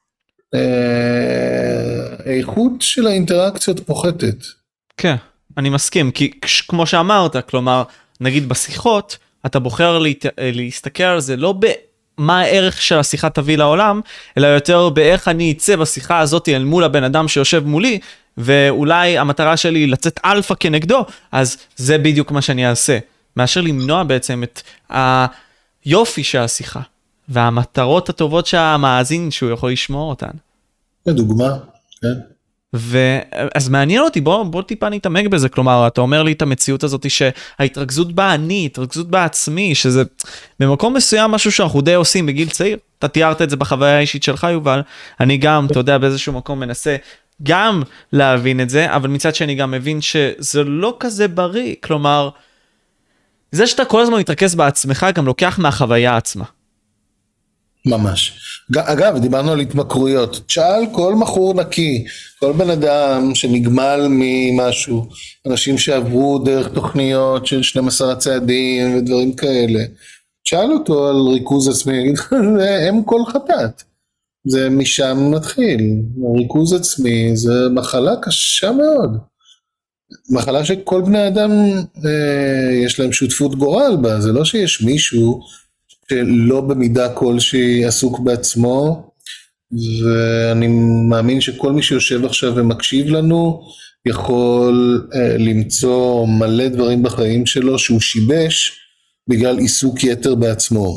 האיכות של האינטראקציות פוחתת. כן, אני מסכים, כי כמו שאמרת, כלומר, נגיד בשיחות, אתה בוחר להסתכל על זה לא במה הערך של השיחה תביא לעולם, אלא יותר באיך אני אצא בשיחה הזאת אל מול הבן אדם שיושב מולי, ואולי המטרה שלי היא לצאת אלפא כנגדו, אז זה בדיוק מה שאני אעשה, מאשר למנוע בעצם את היופי של השיחה, והמטרות הטובות שהמאזין שהוא יכול לשמוע אותן. לדוגמה, כן. אז מעניין אותי, בוא טיפה נתעמק בזה, כלומר, אתה אומר לי את המציאות הזאת שההתרכזות בה אני, התרכזות בעצמי, שזה במקום מסוים משהו שאנחנו די עושים בגיל צעיר, אתה תיארת את זה בחוויה האישית שלך יובל, אני גם, אתה יודע, באיזשהו מקום מנסה גם להבין את זה, אבל מצד שני גם מבין שזה לא כזה בריא, כלומר, זה שאתה כל הזמן מתרכז בעצמך גם לוקח מהחוויה עצמה. ממש. אגב, דיברנו על התמכרויות. תשאל כל מכור נקי, כל בן אדם שנגמל ממשהו, אנשים שעברו דרך תוכניות של 12 הצעדים ודברים כאלה, תשאל אותו על ריכוז עצמי, הם כל חטאת. זה משם מתחיל. ריכוז עצמי זה מחלה קשה מאוד. מחלה שכל בני אדם יש להם שותפות גורל בה, זה לא שיש מישהו שלא במידה כלשהי עסוק בעצמו, ואני מאמין שכל מי שיושב עכשיו ומקשיב לנו, יכול למצוא מלא דברים בחיים שלו שהוא שיבש, בגלל עיסוק יתר בעצמו.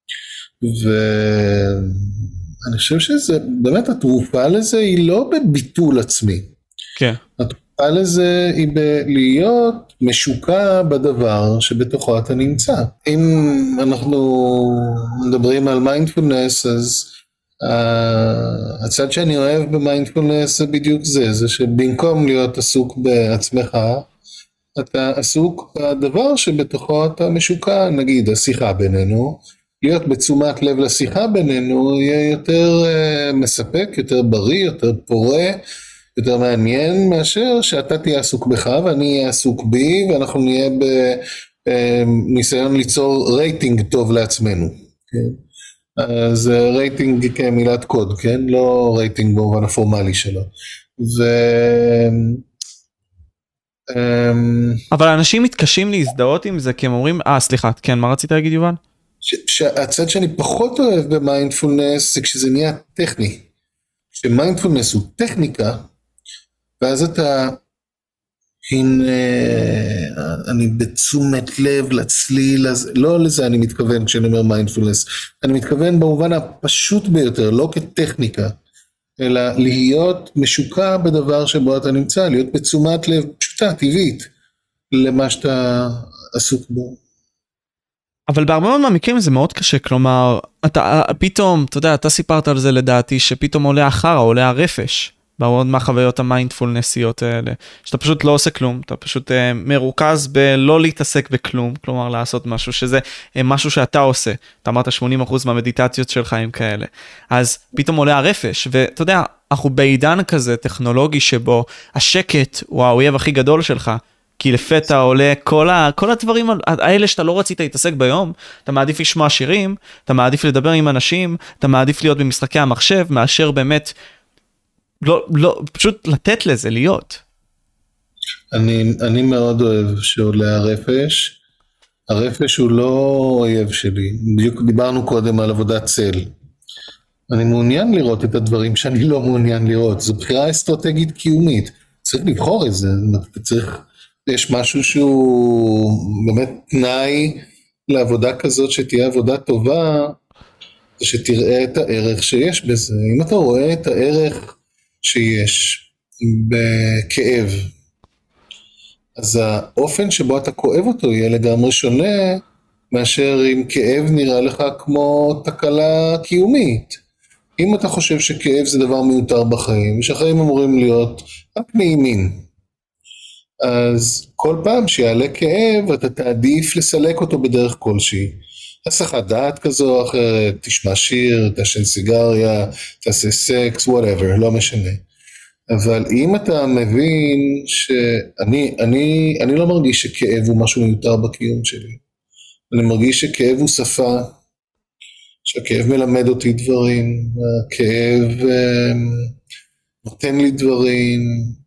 ואני חושב שזה, באמת התרופה לזה היא לא בביטול עצמי. כן. התרופה לזה היא בלהיות משוקע בדבר שבתוכו אתה נמצא. אם אנחנו מדברים על מיינדפולנס, אז הצד שאני אוהב במיינדפולנס זה בדיוק זה שבמקום להיות עסוק בעצמך, אתה עסוק בדבר שבתוכו אתה משוקע, נגיד השיחה בינינו, להיות בתשומת לב לשיחה בינינו יהיה יותר מספק, יותר בריא, יותר פורה, יותר מעניין מאשר שאתה תהיה עסוק בך ואני אהיה עסוק בי, ואנחנו נהיה בניסיון ליצור רייטינג טוב לעצמנו. כן? אז רייטינג כמילת קוד, כן? לא רייטינג במובן הפורמלי שלו. אבל אנשים מתקשים להזדהות עם זה, כי הם אומרים, סליחה, כן, מה רצית להגיד יובל? שהצד שאני פחות אוהב במיינדפולנס זה כשזה נהיה טכני. שמיינדפולנס הוא טכניקה, ואז אתה, אני בתשומת לב לצליל, לא לזה אני מתכוון כשאני אומר מיינדפולנס, אני מתכוון במובן הפשוט ביותר, לא כטכניקה, אלא להיות משוקע בדבר שבו אתה נמצא, להיות בתשומת לב פשוטה, טבעית, למה שאתה עסוק בו. אבל בהרבה מאוד מהמקרים זה מאוד קשה, כלומר, אתה פתאום, אתה יודע, אתה סיפרת על זה לדעתי, שפתאום עולה החרה, עולה הרפש, בעוד מהחוויות המיינדפולנסיות האלה, שאתה פשוט לא עושה כלום, אתה פשוט מרוכז בלא להתעסק בכלום, כלומר לעשות משהו, שזה משהו שאתה עושה, אתה אמרת 80% מהמדיטציות שלך הם כאלה, אז פתאום עולה הרפש, ואתה יודע, אנחנו בעידן כזה טכנולוגי שבו השקט הוא האויב הכי גדול שלך, כי לפתע עולה כל הדברים האלה שאתה לא רצית להתעסק ביום, אתה מעדיף לשמוע שירים, אתה מעדיף לדבר עם אנשים, אתה מעדיף להיות במשחקי המחשב, מאשר באמת, לא, פשוט לתת לזה להיות. אני מאוד אוהב שעולה הרפש, הרפש הוא לא אויב שלי, בדיוק דיברנו קודם על עבודת צל. אני מעוניין לראות את הדברים שאני לא מעוניין לראות, זו בחירה אסטרטגית קיומית, צריך לבחור את זה, יש משהו שהוא באמת תנאי לעבודה כזאת שתהיה עבודה טובה, זה שתראה את הערך שיש בזה. אם אתה רואה את הערך שיש בכאב, אז האופן שבו אתה כואב אותו יהיה לגמרי שונה, מאשר אם כאב נראה לך כמו תקלה קיומית. אם אתה חושב שכאב זה דבר מיותר בחיים, שהחיים אמורים להיות רק נעימים, אז כל פעם שיעלה כאב, אתה תעדיף לסלק אותו בדרך כלשהי. הסחת דעת כזו או אחרת, תשמע שיר, תשן סיגריה, תעשה סקס, whatever, לא משנה. אבל אם אתה מבין אני לא מרגיש שכאב הוא משהו מיותר בקיום שלי. אני מרגיש שכאב הוא שפה, שהכאב מלמד אותי דברים, הכאב נותן לי דברים,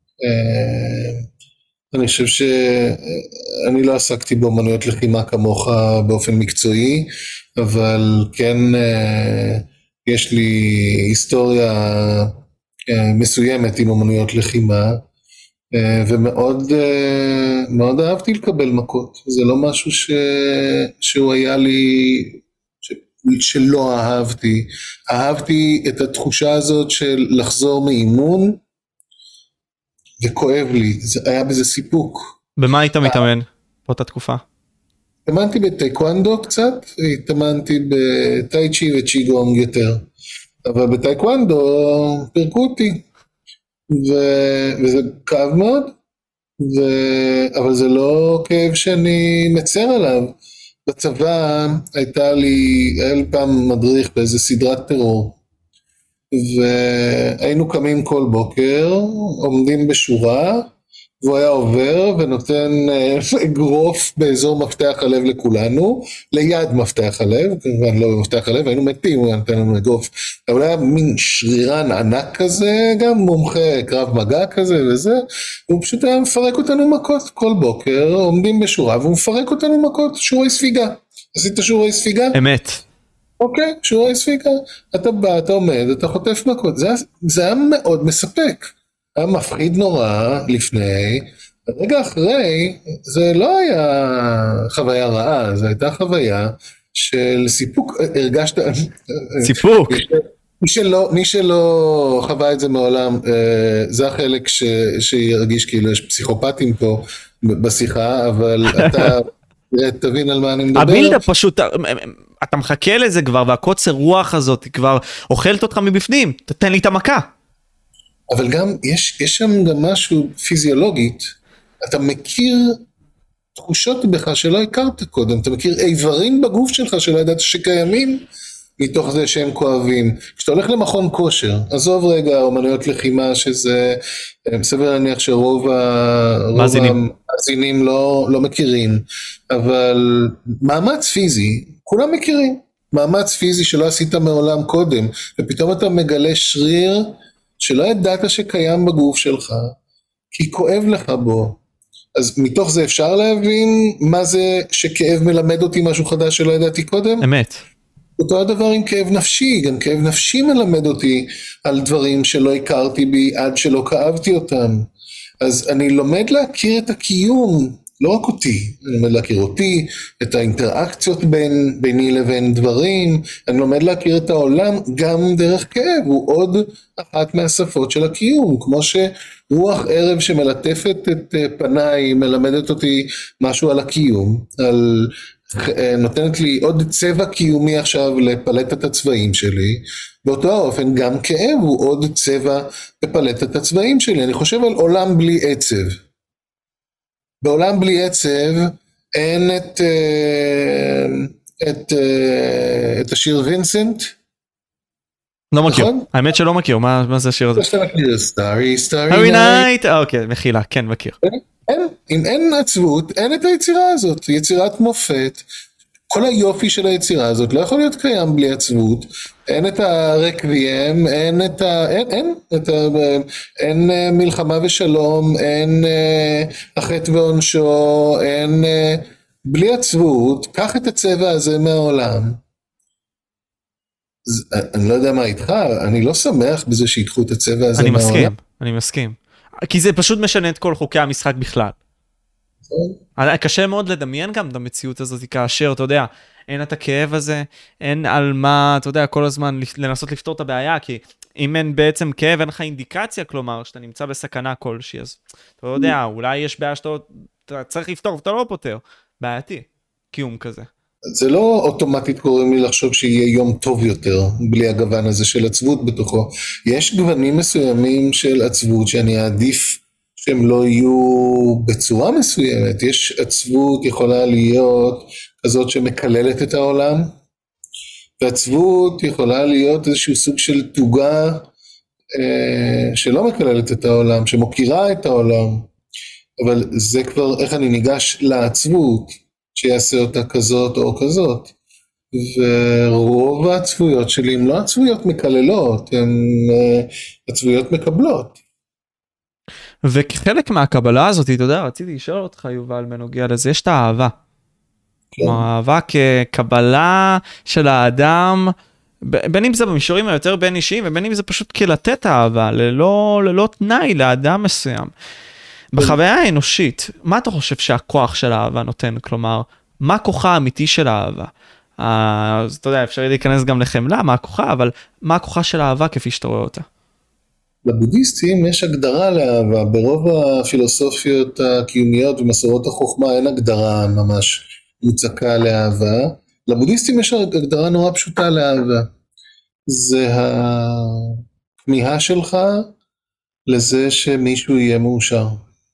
אני חושב שאני לא עסקתי באמנויות לחימה כמוך באופן מקצועי, אבל כן יש לי היסטוריה מסוימת עם אמנויות לחימה, ומאוד מאוד אהבתי לקבל מכות. זה לא משהו שהוא היה לי, שלא אהבתי. אהבתי את התחושה הזאת של לחזור מאימון, וכואב לי, היה בזה סיפוק. במה היית מתאמן באותה תקופה? התאמנתי בטייקוונדו קצת, התאמנתי בטאי צ'י וצ'יגונג יותר, אבל בטייקוונדו פירקו אותי, וזה כאב מאוד, אבל זה לא כאב שאני מצר עליו. בצבא היה לי פעם מדריך באיזה סדרת טרור, והיינו קמים כל בוקר, עומדים בשורה, והוא היה עובר ונותן אגרוף באזור מפתח הלב לכולנו, ליד מפתח הלב, כמובן לא במפתח הלב, היינו מתים, הוא נתן לנו אגרוף, אבל היה מין שרירן ענק כזה, גם מומחה קרב מגע כזה וזה, והוא פשוט היה מפרק אותנו מכות כל בוקר, עומדים בשורה, והוא מפרק אותנו מכות, שורי ספיגה. עשית שורי ספיגה? אמת. אוקיי, שורי ספיגה, אתה בא, אתה עומד, אתה חוטף מכות, זה היה מאוד מספק, היה מפחיד נורא לפני, רגע אחרי, זה לא היה חוויה רעה, זה הייתה חוויה של סיפוק, הרגשת, סיפוק, מי שלא חווה את זה מעולם, זה החלק שירגיש כאילו יש פסיכופטים פה בשיחה, אבל אתה תבין על מה אני מדבר. הבילדה פשוט, אתה מחכה לזה כבר, והקוצר רוח הזאת כבר אוכלת אותך מבפנים, תתן לי את המכה. אבל גם, יש שם גם משהו פיזיולוגית, אתה מכיר תחושות בך שלא הכרת קודם, אתה מכיר איברים בגוף שלך שלא ידעת שקיימים, מתוך זה שהם כואבים. כשאתה הולך למכון כושר, עזוב רגע אומנויות לחימה, שזה סביר להניח שרוב המאזינים לא מכירים, אבל מאמץ פיזי, כולם מכירים, מאמץ פיזי שלא עשית מעולם קודם, ופתאום אתה מגלה שריר, שלא ידעת שקיים בגוף שלך, כי כואב לך בו. אז מתוך זה אפשר להבין מה זה שכאב מלמד אותי משהו חדש שלא ידעתי קודם? אמת. אותו הדבר עם כאב נפשי, גם כאב נפשי מלמד אותי על דברים שלא הכרתי בי עד שלא כאבתי אותם. אז אני לומד להכיר את הקיום לא רק אותי, אני לומד להכיר אותי, את האינטראקציות ביני לבין דברים, אני לומד להכיר את העולם גם דרך כאב, הוא עוד אחת מהשפות של הקיום, כמו שרוח ערב שמלטפת את פניי, מלמדת אותי משהו על הקיום, נותנת לי עוד צבע קיומי עכשיו לפלטת הצבעים שלי, באותו האופן גם כאב הוא עוד צבע בפלטת הצבעים שלי, אני חושב על עולם בלי עצב. בעולם בלי עצב אין את השיר וינסנט. לא מכיר, האמת שלא מכיר, מה זה השיר הזה? שאתה מכיר, Starry Night, אוקיי, מחילה, כן מכיר. אם אין עצבות, אין את היצירה הזאת, יצירת מופת, כל היופי של היצירה הזאת לא יכול להיות קיים בלי עצבות, אין את הרקוויאם, אין מלחמה ושלום, אין החטא ועונשו, אין, בלי עצבות, קח את הצבע הזה מהעולם. אני לא יודע מה איתך, אני לא שמח בזה שיקחו את הצבע הזה מהעולם. אני מסכים, כי זה פשוט משנה את כל חוקי המשחק בכלל. קשה מאוד לדמיין גם את המציאות הזאת, כאשר, אתה יודע, אין את הכאב הזה, אין על מה, אתה יודע, כל הזמן לנסות לפתור את הבעיה, כי אם אין בעצם כאב, אין לך אינדיקציה, כלומר, שאתה נמצא בסכנה כלשהי, אז אתה יודע, אולי יש בעיה שאתה צריך לפתור, ואתה לא פותר, בעייתי, קיום כזה. זה לא אוטומטית קוראים לי לחשוב שיהיה יום טוב יותר, בלי הגוון הזה של עצבות בתוכו. יש גוונים מסוימים של עצבות שאני אעדיף שהם לא יהיו בצורה מסוימת. יש עצבות יכולה להיות כזאת שמקללת את העולם, ועצבות יכולה להיות איזשהו סוג של תוגה שלא מקללת את העולם, שמוקירה את העולם. אבל זה כבר איך אני ניגש לעצבות, שיעשה אותה כזאת או כזאת. ורוב העצבויות שלי הן לא עצבויות מקללות, הן עצבויות מקבלות. וכחלק מהקבלה הזאת, אתה יודע, רציתי לשאול אותך, יובל, בנוגע לזה, יש את האהבה. כלומר, האהבה כקבלה של האדם, בין אם זה במישורים היותר בין אישיים, ובין אם זה פשוט כלתת אהבה, ללא תנאי לאדם מסוים. בחוויה האנושית, מה אתה חושב שהכוח של האהבה נותן? כלומר, מה כוחה האמיתי של האהבה? אז אתה יודע, אפשר להיכנס גם לחמלה, מה הכוחה, אבל מה הכוחה של האהבה כפי שאתה רואה אותה? לבודהיסטים יש הגדרה לאהבה, ברוב הפילוסופיות הקיומיות ומסורות החוכמה אין הגדרה ממש מוצקה לאהבה, לבודהיסטים יש הגדרה נורא פשוטה לאהבה, זה הכמיהה שלך לזה שמישהו יהיה מאושר.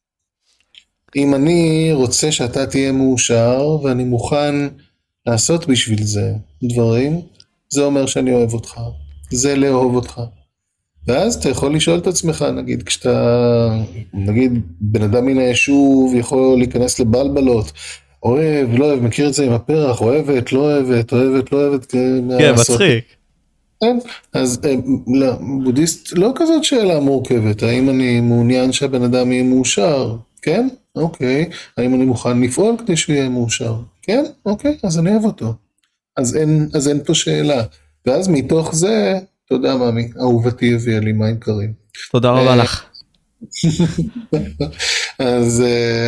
אם אני רוצה שאתה תהיה מאושר ואני מוכן לעשות בשביל זה דברים, זה אומר שאני אוהב אותך, זה לאהוב אותך. ואז אתה יכול לשאול את עצמך, נגיד, נגיד, בן אדם מן היישוב יכול להיכנס לבלבלות, אוהב, לא אוהב, מכיר את זה עם הפרח, אוהבת, לא אוהבת, אוהבת, לא אוהבת. כן, מצחיק. כן, אז בודהיסט לא כזאת שאלה מורכבת, האם אני מעוניין שהבן אדם יהיה מאושר? כן? אוקיי. האם אני מוכן לפעול כדי שהוא יהיה מאושר? כן? אוקיי, אז אני אוהב אותו. אז אין פה שאלה. ואז מתוך זה, תודה ממי, אהובתי הביאה לי מים קרים. תודה רבה לך. אז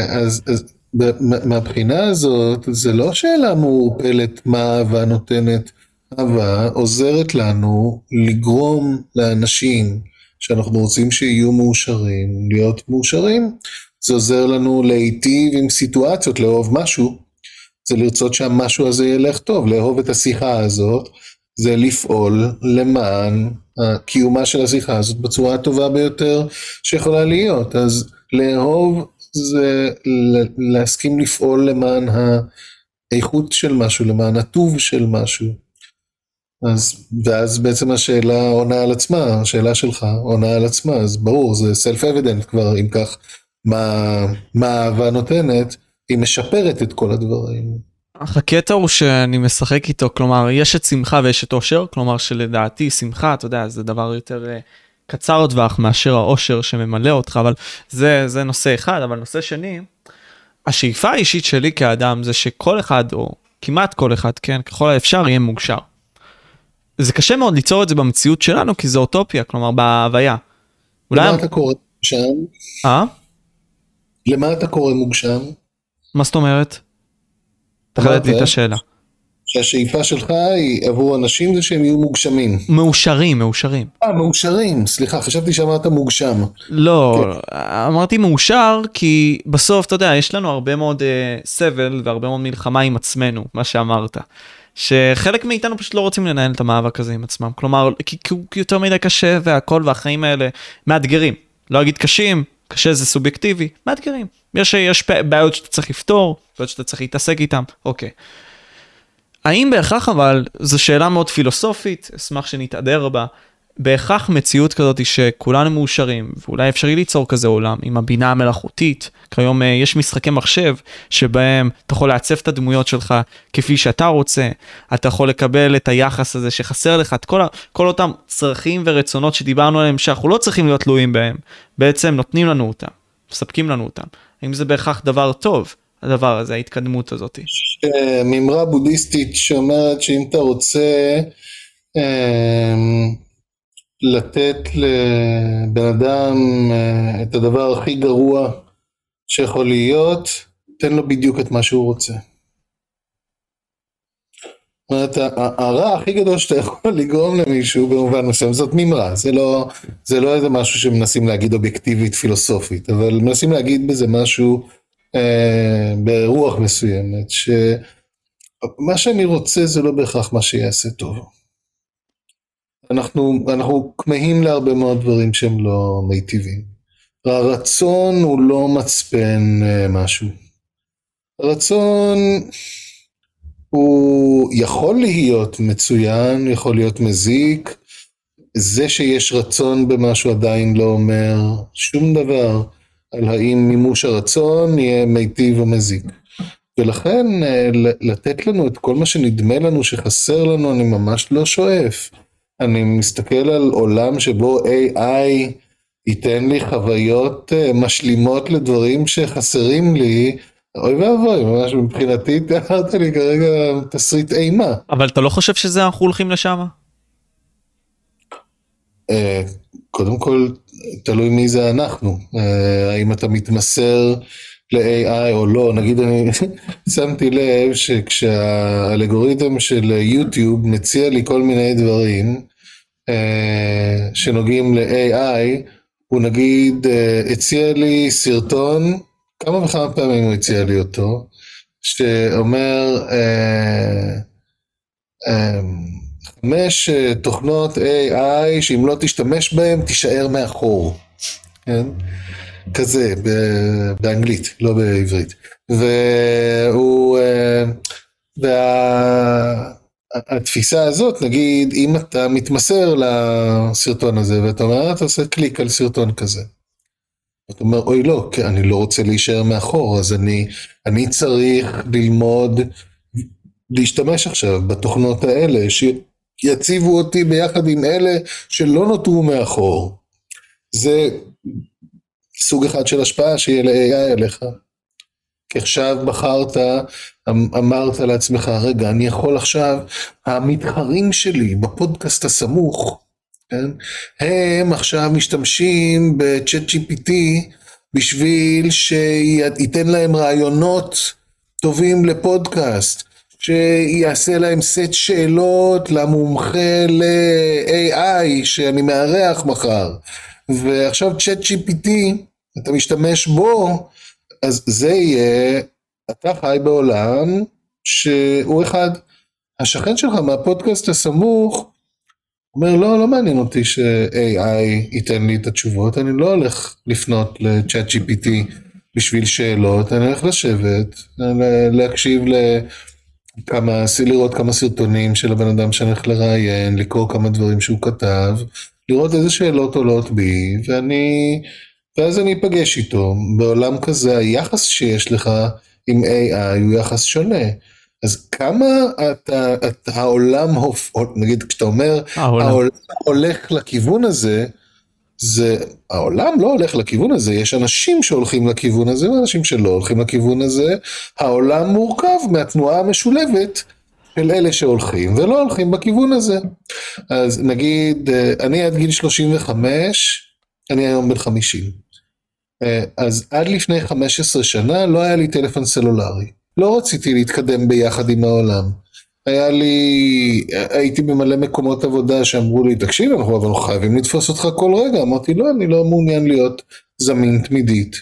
מהבחינה הזאת, זה לא שאלה מעורפלת מה אהבה נותנת. אהבה עוזרת לנו לגרום לאנשים שאנחנו רוצים שיהיו מאושרים, להיות מאושרים. זה עוזר לנו להיטיב עם סיטואציות, לאהוב משהו. זה לרצות שהמשהו הזה ילך טוב, לאהוב את השיחה הזאת. זה לפעול למען הקיומה של השיחה הזאת בצורה הטובה ביותר שיכולה להיות. אז לאהוב זה להסכים לפעול למען האיכות של משהו, למען הטוב של משהו. ואז בעצם השאלה עונה על עצמה, השאלה שלך עונה על עצמה, אז ברור, זה self-evident כבר, אם כך, מה האהבה נותנת, היא משפרת את כל הדברים. הקטע הוא שאני משחק איתו, כלומר, יש את שמחה ויש את אושר, כלומר שלדעתי שמחה, אתה יודע, זה דבר יותר קצר טווח מאשר האושר שממלא אותך, אבל זה נושא אחד, אבל נושא שני, השאיפה האישית שלי כאדם זה שכל אחד, או כמעט כל אחד, כן, ככל האפשר יהיה מוגשר. זה קשה מאוד ליצור את זה במציאות שלנו, כי זה אוטופיה, כלומר, בהוויה. למה אתה קורא מוגשם? למה אתה קורא מוגשם? מה זאת אומרת? תחדד לי את השאלה. שהשאיפה שלך היא עבור אנשים זה שהם יהיו מוגשמים. מאושרים. מאושרים, סליחה, חשבתי שאמרת מוגשם. לא, אמרתי מאושר כי בסוף, אתה יודע, יש לנו הרבה מאוד סבל והרבה מאוד מלחמה עם עצמנו, מה שאמרת. שחלק מאיתנו פשוט לא רוצים לנהל את המאבק הזה עם עצמם. כלומר, כי הוא יותר מדי קשה והכל והחיים האלה מאתגרים. לא אגיד קשים, קשה זה סובייקטיבי, מאתגרים. יש בעיות שאתה צריך לפתור, בעיות שאתה צריך להתעסק איתם, אוקיי. האם בהכרח אבל, זו שאלה מאוד פילוסופית, אשמח שנתעדר בה, בהכרח מציאות כזאת היא שכולנו מאושרים, ואולי אפשרי ליצור כזה עולם עם הבינה המלאכותית, כיום יש משחקי מחשב שבהם אתה יכול לעצב את הדמויות שלך כפי שאתה רוצה, אתה יכול לקבל את היחס הזה שחסר לך, את כל אותם צרכים ורצונות שדיברנו עליהם, שאנחנו לא צריכים להיות תלויים בהם, בעצם נותנים לנו אותם, מספקים לנו אותם. האם זה בהכרח דבר טוב? הדבר הזה, ההתקדמות הזאת. מימרה בודהיסטית שאומרת שאם אתה רוצה לתת לבן אדם את הדבר הכי גרוע שיכול להיות, תן לו בדיוק את מה שהוא רוצה. זאת אומרת, הרע הכי גדול שאתה יכול לגרום למישהו במובן מסוים, זאת מימרה, זה לא איזה משהו שמנסים להגיד אובייקטיבית פילוסופית, אבל מנסים להגיד בזה משהו ברוח מסוימת, שמה שאני רוצה זה לא בהכרח מה שיעשה טוב. אנחנו כמהים להרבה מאוד דברים שהם לא מיטיבים. הרצון הוא לא מצפן משהו. הרצון הוא יכול להיות מצוין, יכול להיות מזיק. זה שיש רצון במשהו עדיין לא אומר שום דבר על האם מימוש הרצון יהיה מיטיב או מזיק. ולכן לתת לנו את כל מה שנדמה לנו שחסר לנו, אני ממש לא שואף. אני מסתכל על עולם שבו AI ייתן לי חוויות משלימות לדברים שחסרים לי, אוי ואבוי, ממש מבחינתי תיארת לי כרגע תסריט אימה. אבל אתה לא חושב שזה אנחנו הולכים לשם? קודם כל, תלוי מי זה אנחנו. האם אתה מתמסר ל-AI או לא. נגיד, אני שמתי לב שכשהאלגוריתם של יוטיוב מציע לי כל מיני דברים שנוגעים ל-AI, הוא נגיד הציע לי סרטון, כמה וכמה פעמים הוא הציע לי אותו, שאומר 5 תוכנות AI שאם לא תשתמש בהן תישאר מאחור, כן? כזה באנגלית, לא בעברית. והתפיסה הזאת, נגיד, אם אתה מתמסר לסרטון הזה ואתה אומר, אתה עושה קליק על סרטון כזה. אתה אומר, אוי לא, אני לא רוצה להישאר מאחור, אז אני צריך ללמוד להשתמש עכשיו בתוכנות האלה שיציבו אותי ביחד עם אלה שלא נותרו מאחור. זה סוג אחד של השפעה שיהיה ל-AI עליך. כי עכשיו בחרת, אמרת לעצמך, רגע, אני יכול עכשיו, המתחרים שלי בפודקאסט הסמוך, כן? הם עכשיו משתמשים בצ'אט GPT בשביל שייתן להם רעיונות טובים לפודקאסט, שיעשה להם סט שאלות למומחה ל-AI שאני מארח מחר. ועכשיו צ'אט GPT, אתה משתמש בו, אז זה יהיה, אתה חי בעולם שהוא אחד. השכן שלך מהפודקאסט הסמוך, אומר, לא מעניין אותי ש-AI ייתן לי את התשובות, אני לא הולך לפנות לצ'אט GPT בשביל שאלות, אני הולך לשבת, להקשיב לראות כמה סרטונים של הבן אדם שאני הולך לראיין, לקרוא כמה דברים שהוא כתב, לראות איזה שאלות עולות בי, ואז אני אפגש איתו. בעולם כזה, היחס שיש לך עם AI הוא יחס שונה. אז כמה העולם, נגיד כשאתה אומר, העולם הולך לכיוון הזה, העולם לא הולך לכיוון הזה, יש אנשים שהולכים לכיוון הזה, ואנשים שלא הולכים לכיוון הזה, העולם מורכב מהתנועה המשולבת, של אלה שהולכים ולא הולכים בכיוון הזה. אז נגיד, אני עד גיל 35, אני היום בן 50. אז עד לפני 15 שנה לא היה לי טלפון סלולרי. לא רציתי להתקדם ביחד עם העולם. הייתי במלא מקומות עבודה שאמרו לי, תקשיב, אבל חייבים לתפוס אותך כל רגע. אמרתי, לא, אני לא מעוניין להיות זמין תמידית.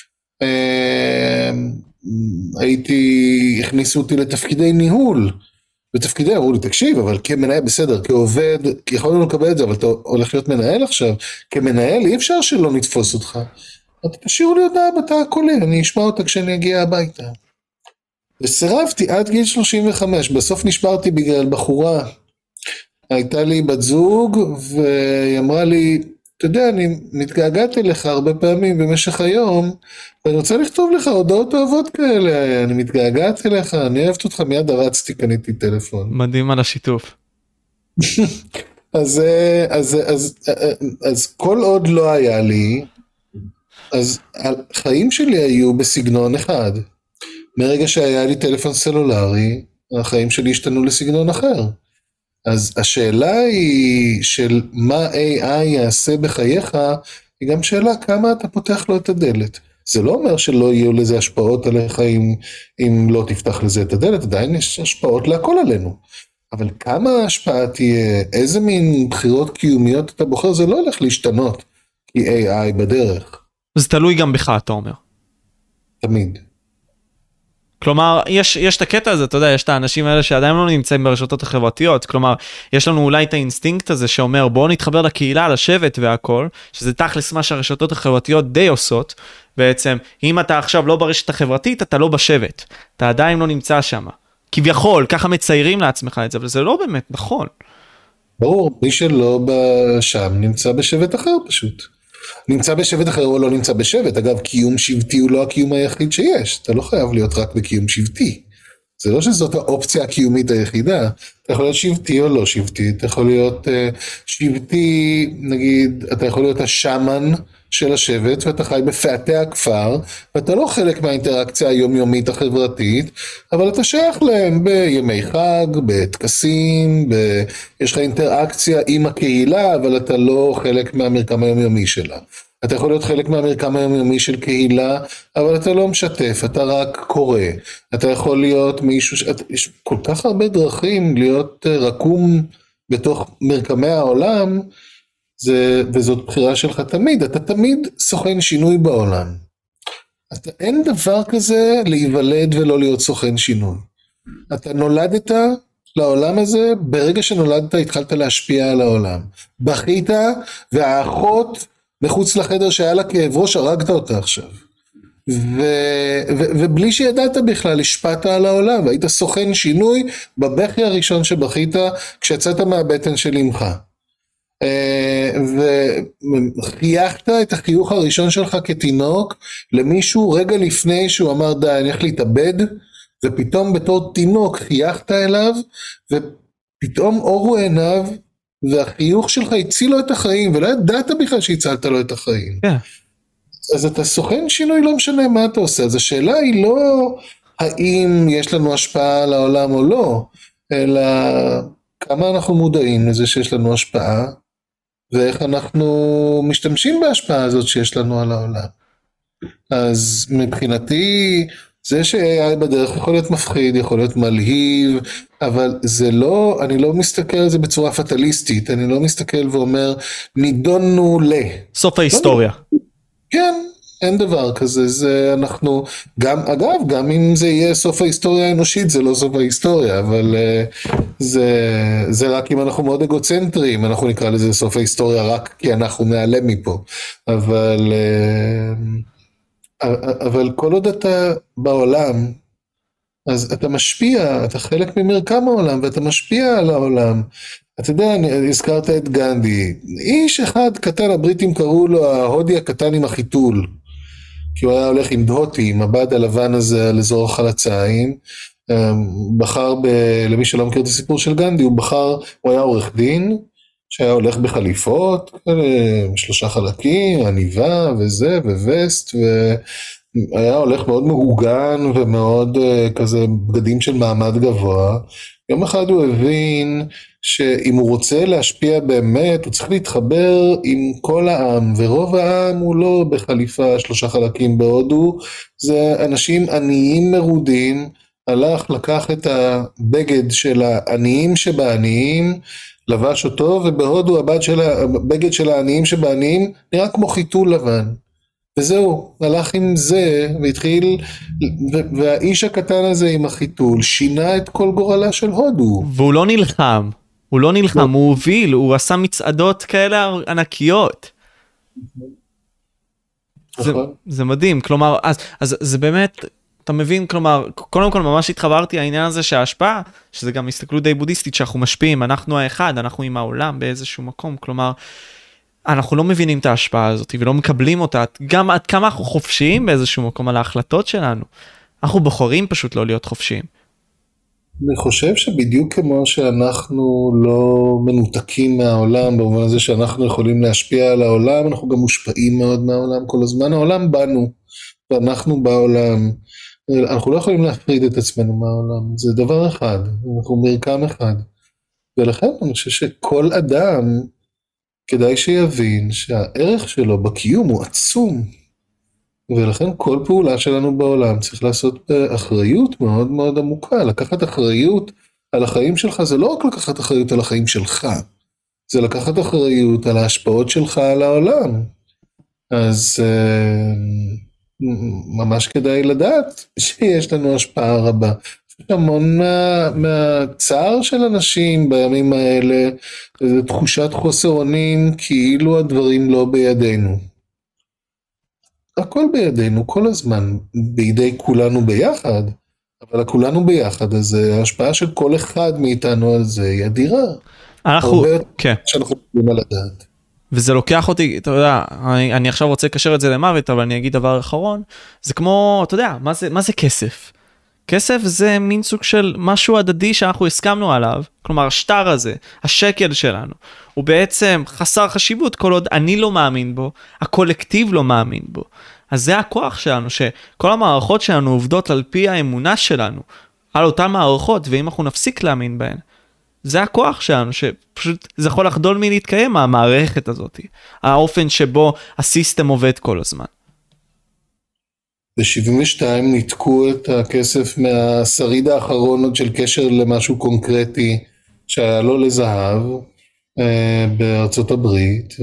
הכניסו אותי לתפקידי ניהול. בתפקידי אמרו לי, תקשיב, אבל כמנהל בסדר, כעובד, יכולנו לקבל את זה, אבל אתה הולך להיות מנהל עכשיו. כמנהל אי אפשר שלא נתפוס אותך. תשאירו לי הודעה בתא הקולי, אני אשמע אותה כשאני אגיע הביתה. וסירבתי עד גיל 35, בסוף נשברתי בגלל בחורה, הייתה לי בת זוג, והיא אמרה לי, אתה יודע, אני מתגעגעת אליך הרבה פעמים במשך היום, ואני רוצה לכתוב לך הודעות אוהבות כאלה, אני מתגעגעת אליך, אני אוהבת אותך, מיד הרצתי, קניתי טלפון. מדהים על השיתוף. אז כל עוד לא היה לי, אז החיים שלי היו בסגנון אחד. מרגע שהיה לי טלפון סלולרי, החיים שלי השתנו לסגנון אחר. אז השאלה היא של מה AI יעשה בחייך, היא גם שאלה כמה אתה פותח לו את הדלת. זה לא אומר שלא יהיו לזה השפעות עליך אם לא תפתח לזה את הדלת, עדיין יש השפעות להכל עלינו. אבל כמה ההשפעה תהיה, איזה מין בחירות קיומיות אתה בוחר, זה לא הולך להשתנות, כי AI בדרך. זה תלוי גם בך, אתה אומר. תמיד. כלומר, יש את הקטע הזה, אתה יודע, יש את האנשים האלה שעדיין לא נמצאים ברשתות החברתיות, כלומר, יש לנו אולי את האינסטינקט הזה שאומר, בואו נתחבר לקהילה, לשבט והכל, שזה תכלס מה שהרשתות החברתיות די עושות, בעצם, אם אתה עכשיו לא ברשת החברתית, אתה לא בשבט, אתה עדיין לא נמצא שם. כביכול, ככה מציירים לעצמך את זה, אבל זה לא באמת נכון. ברור, מי שלא שם נמצא בשבט אחר פשוט. נמצא בשבט אחר או לא נמצא בשבט. אגב, קיום שבטי הוא לא הקיום היחיד שיש. אתה לא חייב להיות רק בקיום שבטי. זה לא שזאת האופציה הקיומית היחידה. אתה יכול להיות שבטי או לא שבטי. אתה יכול להיות שבטי, נגיד, אתה יכול להיות השמן של השבט, ואתה חי בפאתי הכפר, ואתה לא חלק מהאינטראקציה היומיומית החברתית, אבל אתה שייך להם בימי חג, בטקסים, יש לך אינטראקציה עם הקהילה, אבל אתה לא חלק מהמרקם היומיומי שלה. אתה יכול להיות חלק מהמרקם היומיומי של קהילה, אבל אתה לא משתף, אתה רק קורא. אתה יכול להיות מישהו, יש כל כך הרבה דרכים להיות רקום בתוך מרקמי העולם, וזאת בחירה שלך תמיד, אתה תמיד סוכן שינוי בעולם. אין דבר כזה להיוולד ולא להיות סוכן שינוי. אתה נולדת לעולם הזה, ברגע שנולדת התחלת להשפיע על העולם. בכית, והאחות מחוץ לחדר שהיה לה כאב ראש, הרגת אותה עכשיו. ובלי שידעת בכלל, השפעת על העולם, והיית סוכן שינוי בבכי הראשון שבכית, כשיצאת מהבטן של אמך. וחייכת את החיוך הראשון שלך כתינוק למישהו רגע לפני שהוא אמר די אני הולך להתאבד, ופתאום בתור תינוק חייכת אליו ופתאום אורו עיניו והחיוך שלך הציל לו את החיים ולא ידעת בכלל שהצלת לו את החיים. אז אתה סוכן שינוי, לא משנה מה אתה עושה. אז השאלה היא לא האם יש לנו השפעה על העולם או לא, אלא כמה אנחנו מודעים לזה שיש לנו השפעה, ואיך אנחנו משתמשים בהשפעה הזאת שיש לנו על העולם. אז מבחינתי, זה ש-AI בדרך יכול להיות מפחיד, יכול להיות מלהיב, אבל זה לא, אני לא מסתכל על זה בצורה פטליסטית, אני לא מסתכל ואומר, נידונו סוף ההיסטוריה. כן, אין דבר כזה, זה אנחנו, גם, אגב, גם אם זה יהיה סוף ההיסטוריה האנושית, זה לא סוף ההיסטוריה, אבל זה רק אם אנחנו מאוד אגוצנטריים, אנחנו נקרא לזה סוף ההיסטוריה רק כי אנחנו נעלם מפה, אבל כל עוד אתה בעולם, אז אתה משפיע, אתה חלק ממרקם העולם, ואתה משפיע על העולם. אתה יודע, הזכרת את גנדי, איש אחד קטן, הבריטים קראו לו ההודי הקטן עם החיתול, כי הוא היה הולך עם דהותי, עם הבד הלבן הזה על אזור החלציים, בחר, למי שלא מכיר את הסיפור של גנדי, הוא היה עורך דין, שהיה הולך בחליפות, 3 חלקים, עניבה וזה, וווסט, והיה הולך מאוד מאורגן ומאוד כזה בגדים של מעמד גבוה, יום אחד הוא הבין שאם הוא רוצה להשפיע באמת, הוא צריך להתחבר עם כל העם, ורוב העם הוא לא בחליפה 3 חלקים בהודו, זה אנשים עניים מרודים, הלך לקח את הבגד של העניים שבעניים, לבש אותו, ובהודו הבגד של העניים שבעניים נראה כמו חיתול לבן. וזהו, הלך עם זה, והתחיל, והאיש הקטן הזה עם החיתול, שינה את כל גורלה של הודו. והוא לא נלחם, הוא לא נלחם, הוא הוביל, הוא עשה מצעדות כאלה ענקיות. זה מדהים, כלומר, אז זה באמת, אתה מבין, כלומר, קודם כל ממש התחברתי העניין הזה שההשפעה, שזה גם הסתכלות די בודהיסטית, שאנחנו משפיעים, אנחנו האחד, אנחנו עם העולם באיזשהו מקום, כלומר, אנחנו לא מבינים את ההשפעה הזאת, ולא מקבלים אותה, גם עד כמה אנחנו חופשיים באיזשהו מקום על ההחלטות שלנו, אנחנו בוחרים פשוט לא להיות חופשיים. אני חושב שבדיוק כמו שאנחנו לא מנותקים מהעולם, במובן הזה שאנחנו יכולים להשפיע על העולם, אנחנו גם מושפעים מאוד מהעולם כל הזמן, העולם בנו, ואנחנו בעולם, אנחנו לא יכולים להפריד את עצמנו מהעולם, זה דבר אחד, אנחנו מרקם אחד, ולכן אני חושב שכל אדם, כדאי שיבין שהערך שלו בקיום הוא עצום, ולכן כל פעולה שלנו בעולם צריך לעשות באחריות מאוד מאוד עמוקה. לקחת אחריות על החיים שלך זה לא רק לקחת אחריות על החיים שלך, זה לקחת אחריות על ההשפעות שלך על העולם. אז ממש כדאי לדעת שיש לנו השפעה רבה. המון מהצער של אנשים בימים האלה, זה תחושת חוסר אונים כאילו הדברים לא בידינו. הכל בידינו, כל הזמן, בידי כולנו ביחד, אבל כולנו ביחד, אז ההשפעה של כל אחד מאיתנו על זה היא אדירה. אנחנו, כן. שאנחנו יכולים על הדעת. וזה לוקח אותי, אתה יודע, אני עכשיו רוצה לקשר את זה למוות, אבל אני אגיד דבר אחרון, זה כמו, אתה יודע, מה זה כסף? כסף זה מין סוג של משהו הדדי שאנחנו הסכמנו עליו, כלומר השטר הזה, השקל שלנו, הוא בעצם חסר חשיבות כל עוד אני לא מאמין בו, הקולקטיב לא מאמין בו. אז זה הכוח שלנו, שכל המערכות שלנו עובדות על פי האמונה שלנו, על אותן מערכות, ואם אנחנו נפסיק להאמין בהן, זה הכוח שלנו, שפשוט זה יכול לחדול מלהתקיים מהמערכת הזאת, האופן שבו הסיסטם עובד כל הזמן. ב-72 ניתקו את הכסף מהשריד האחרון עוד של קשר למשהו קונקרטי שהיה לו לזהב בארצות הברית,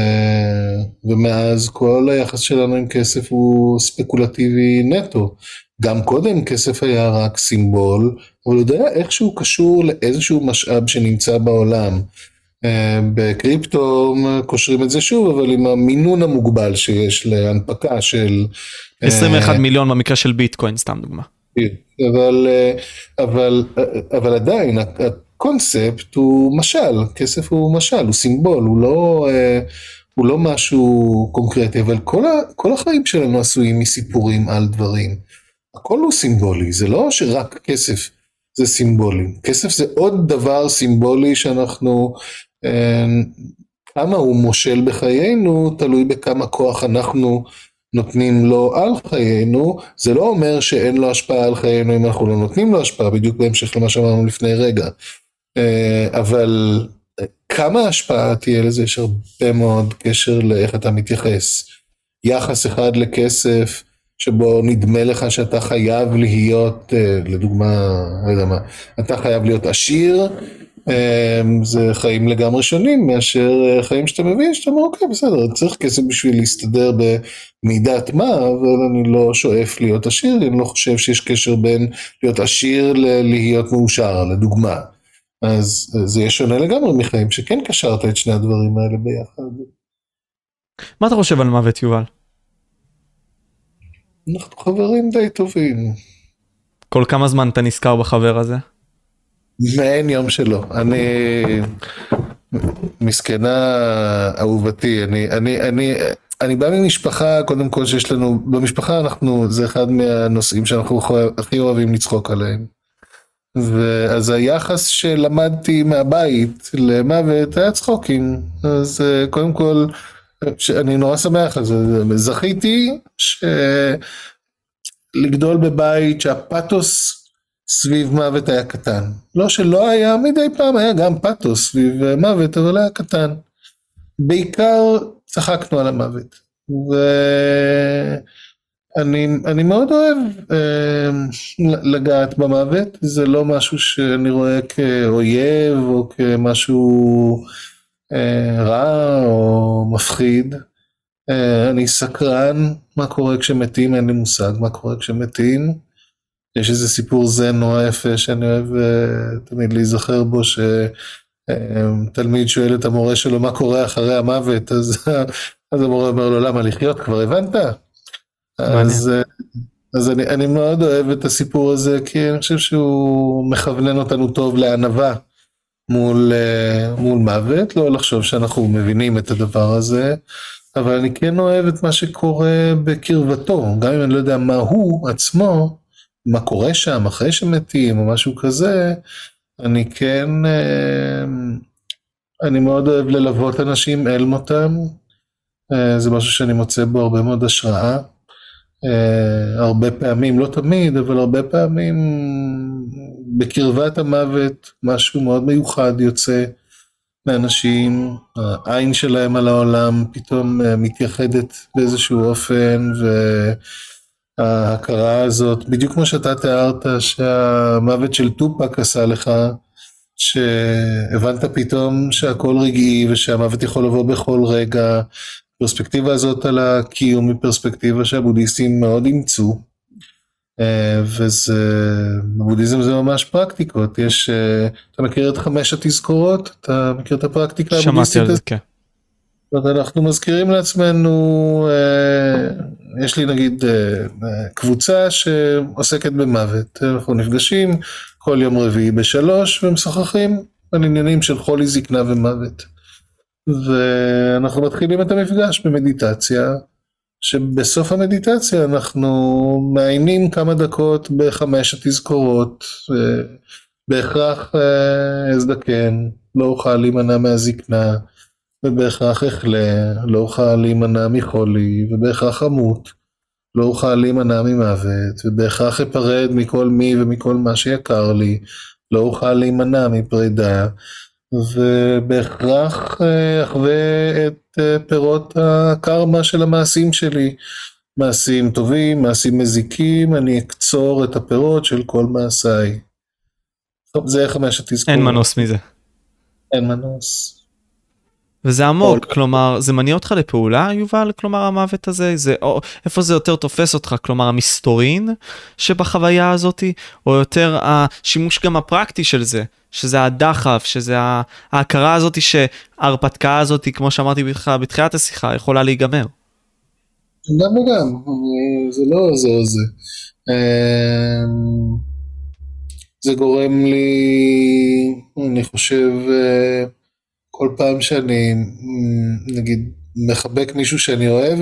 ומאז כל היחס שלנו עם כסף הוא ספקולטיבי נטו. גם קודם כסף היה רק סימבול, אבל הוא יודע איכשהו קשור לאיזשהו משאב שנמצא בעולם. בקריפטו קושרים את זה שוב, אבל עם המינון המוגבל שיש להנפקה של 21 מיליון במקרה של ביטקוין, סתם דוגמה. אבל עדיין, הקונספט הוא משל, כסף הוא משל, הוא סימבול, הוא לא משהו קונקרטי, אבל כל החיים שלנו עשויים מסיפורים על דברים. הכל הוא סימבולי, זה לא שרק כסף זה סימבולי. כסף זה עוד דבר סימבולי שאנחנו, כמה הוא מושל בחיינו, תלוי בכמה כוח אנחנו נותנים לו על חיינו. זה לא אומר שאין לו השפעה על חיינו אם אנחנו לא נותנים לו השפעה, בדיוק בהמשך למה שאמרנו לפני רגע. אבל כמה השפעה תהיה לזה, יש הרבה מאוד קשר לאיך אתה מתייחס. יחס אחד לכסף, שבו נדמה לך שאתה חייב להיות, לדוגמה, לא יודע מה, אתה חייב להיות עשיר, זה חיים לגמרי שונים מאשר חיים שאתה מבין, שאתה אומר, אוקיי, בסדר, צריך כסף בשביל להסתדר במידת מה, אבל אני לא שואף להיות עשיר, אני לא חושב שיש קשר בין להיות עשיר ללהיות מאושר, לדוגמה. אז זה יהיה שונה לגמרי מחיים שכן קשרת את שני הדברים האלה ביחד. מה אתה חושב על מוות, יובל? אנחנו חברים די טובים. כל כמה זמן אתה נזכר בחבר הזה? מעין יום שלו. אני מסכנה אהובתי. אני בא ממשפחה, קודם כל שיש לנו, במשפחה זה אחד מהנושאים שאנחנו הכי אוהבים לצחוק עליהם. ואז היחס שלמדתי מהבית למוות היה צחוקים. אז קודם כל, אני נורא שמח על זה, זכיתי לגדול בבית שהפאתוס סביב מוות היה קטן. לא שלא היה, מדי פעם היה גם פאתוס סביב מוות, אבל היה קטן. בעיקר צחקנו על המוות. ואני מאוד אוהב לגעת במוות, זה לא משהו שאני רואה כאויב או כמשהו רע או מפחיד. אני סקרן מה קורה כשמתים, אין לי מושג מה קורה כשמתים. יש איזה סיפור זן נורא יפה שאני אוהב תמיד להיזכר בו, שתלמיד שואל את המורה שלו מה קורה אחרי המוות, אז המורה אומר לו למה לחיות, כבר הבנת? אז אני מאוד אוהב את הסיפור הזה, כי אני חושב שהוא מכוונן אותנו טוב לענווה מול מוות, לא לחשוב שאנחנו מבינים את הדבר הזה, אבל אני כן אוהב את מה שקורה בקרבתו, גם אם אני לא יודע מה הוא עצמו, מה קורה שם אחרי שמתים או משהו כזה, אני כן, אני מאוד אוהב ללוות אנשים אל מותם, זה משהו שאני מוצא בו הרבה מאוד השראה, הרבה פעמים, לא תמיד, אבל הרבה פעמים בקרבת המוות משהו מאוד מיוחד יוצא לאנשים, העין שלהם על העולם פתאום מתייחדת באיזשהו אופן, וההכרה הזאת, בדיוק כמו שאתה תיארת שהמוות של טופק עשה לך, שהבנת פתאום שהכל רגעי ושהמוות יכול לבוא בכל רגע, הפרספקטיבה הזאת על הקיום היא פרספקטיבה שהבודהיסטים מאוד אימצו, ובבודהיזם זה ממש פרקטיקות, יש, אתה מכיר את 5 התזכורות? אתה מכיר את הפרקטיקה הבודהיסטית? שמעתי על זה, כן. אנחנו מזכירים לעצמנו, יש לי נגיד קבוצה שעוסקת במוות, אנחנו נפגשים כל יום רביעי ב3 ומשוחחים על עניינים של חולי, זקנה ומוות. ואנחנו מתחילים את המפגש במדיטציה, שבסוף המדיטציה אנחנו מעיינים כמה דקות ב5 התזכורות, בהכרח אזדקן, לא אוכל להימנע מהזקנה, ובהכרח אכלה, לא אוכל להימנע מחולי, ובהכרח אמות, לא אוכל להימנע ממוות, ובהכרח אפרד מכל מי ומכל מה שיקר לי, לא אוכל להימנע מפרידה, ובהכרח אחווה את פירות הקרמה של המעשים שלי, מעשים טובים, מעשים מזיקים, אני אקצור את הפירות של כל מעשיי. טוב, זה 5 התזכורות. אין מנוס מזה. אין מנוס. וזה עמוק, כלומר, זה מניע אותך לפעולה, יובל? כלומר, המוות הזה, איפה זה יותר תופס אותך? כלומר, המסתורין שבחוויה הזאת, או יותר השימוש גם הפרקטי של זה, שזה הדחף, שזה ההכרה הזאת, שההרפתקה הזאת, כמו שאמרתי בתחילת השיחה, יכולה להיגמר. גם וגם, זה לא זה או זה. זה גורם לי, אני חושב, כל פעם שאני, נגיד, מחבק מישהו שאני אוהב,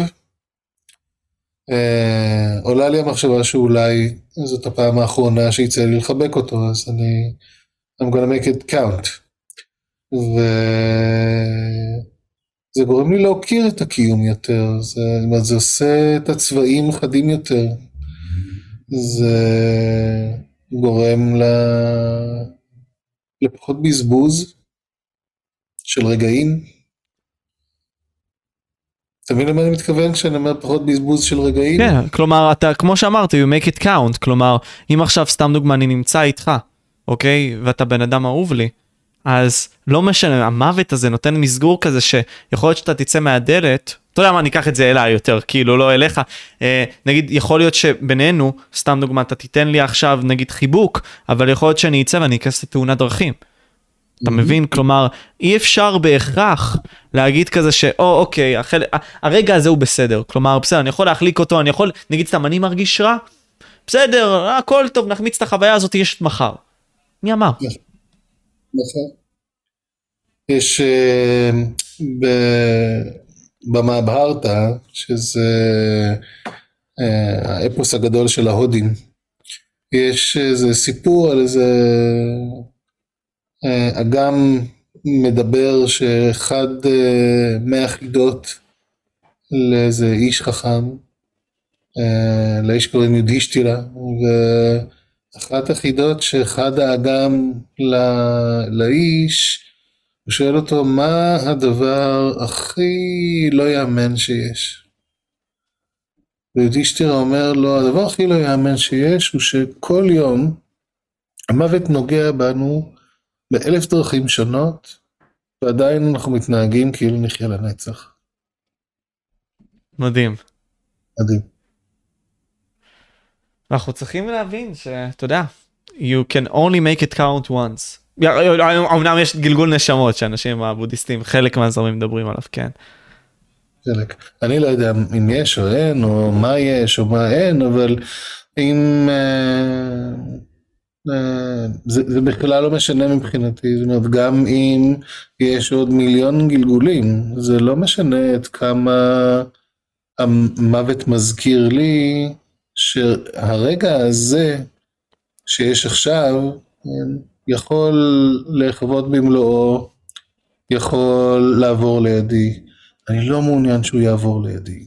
עולה לי המחשבה שאולי זאת הפעם האחרונה שיצא לי לחבק אותו, אז I'm gonna make it count. וזה גורם לי להוקיר את הקיום יותר, זה עושה את הצבעים חדים יותר, זה גורם לפחות בזבוז של רגעים. אתה מבין למה אני מתכוון כשאני אומר פחות בזבוז של רגעים? כן, כלומר, אתה, כמו שאמרת, you make it count, כלומר, אם עכשיו סתם דוגמה אני נמצא איתך, אוקיי? ואתה בן אדם אהוב לי, אז לא משנה, המוות הזה נותן מסגור כזה שיכול להיות שאתה תצא מהדלת, אתה יודע מה, אני אקח את זה אליי יותר, כאילו לא אליך, נגיד, יכול להיות שבינינו, סתם דוגמה, אתה תיתן לי עכשיו, נגיד, חיבוק, אבל יכול להיות שאני אצא ואני אכנס לתאונת דרכים. אתה מבין? כלומר, אי אפשר בהכרח להגיד כזה אוקיי, הרגע הזה הוא בסדר. כלומר, בסדר, אני יכול להחליק אותו, אני יכול, נגיד סתם, אני מרגיש רע, בסדר, הכל טוב, נחמיץ את החוויה הזאת, יש את מחר. מי אמר? נכון. יש במהבהרתה, שזה האפוס הגדול של ההודים, יש איזה סיפור על איזה אגם מדבר שאחד מהחידות לאיזה איש חכם, לאיש קוראים יודישתירה, אחת החידות שאחד האגם לאיש, הוא שואל אותו מה הדבר הכי לא יאמן שיש. וידישטר אומר לו, הדבר הכי לא יאמן שיש הוא שכל יום המוות נוגע בנו באלף דרכים שונות, ועדיין אנחנו מתנהגים כאילו נחיה לנצח. מדהים. מדהים. אנחנו צריכים להבין שאתה יודע, you can only make it count once. אמנם יש גלגול נשמות שאנשים הבודהיסטים, חלק מהזרמים מדברים עליו, כן. חלק. אני לא יודע אם יש או אין, או מה יש או מה אין, אבל אם... זה בכלל לא משנה מבחינתי, זאת אומרת, גם אם יש עוד מיליון גלגולים, זה לא משנה את כמה המוות מזכיר לי, שהרגע הזה שיש עכשיו, יכול לחוות במלואו, יכול לעבור לידי, אני לא מעוניין שהוא יעבור לידי.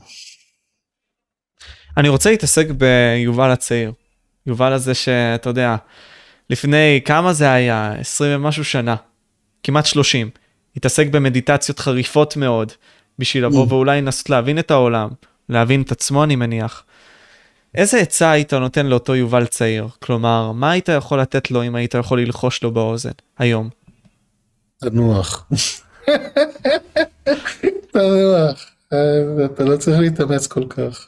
אני רוצה להתעסק ביובל הצעיר. יובל הזה שאתה יודע, לפני כמה זה היה? 20 ומשהו שנה, כמעט 30. התעסק במדיטציות חריפות מאוד, בשביל לבוא ואולי לנסות להבין את העולם, להבין את עצמו אני מניח. איזה עצה היית נותן לאותו יובל צעיר? כלומר, מה היית יכול לתת לו אם היית יכול ללחוש לו באוזן היום? תנוח. תנוח. אתה לא צריך להתאמץ כל כך.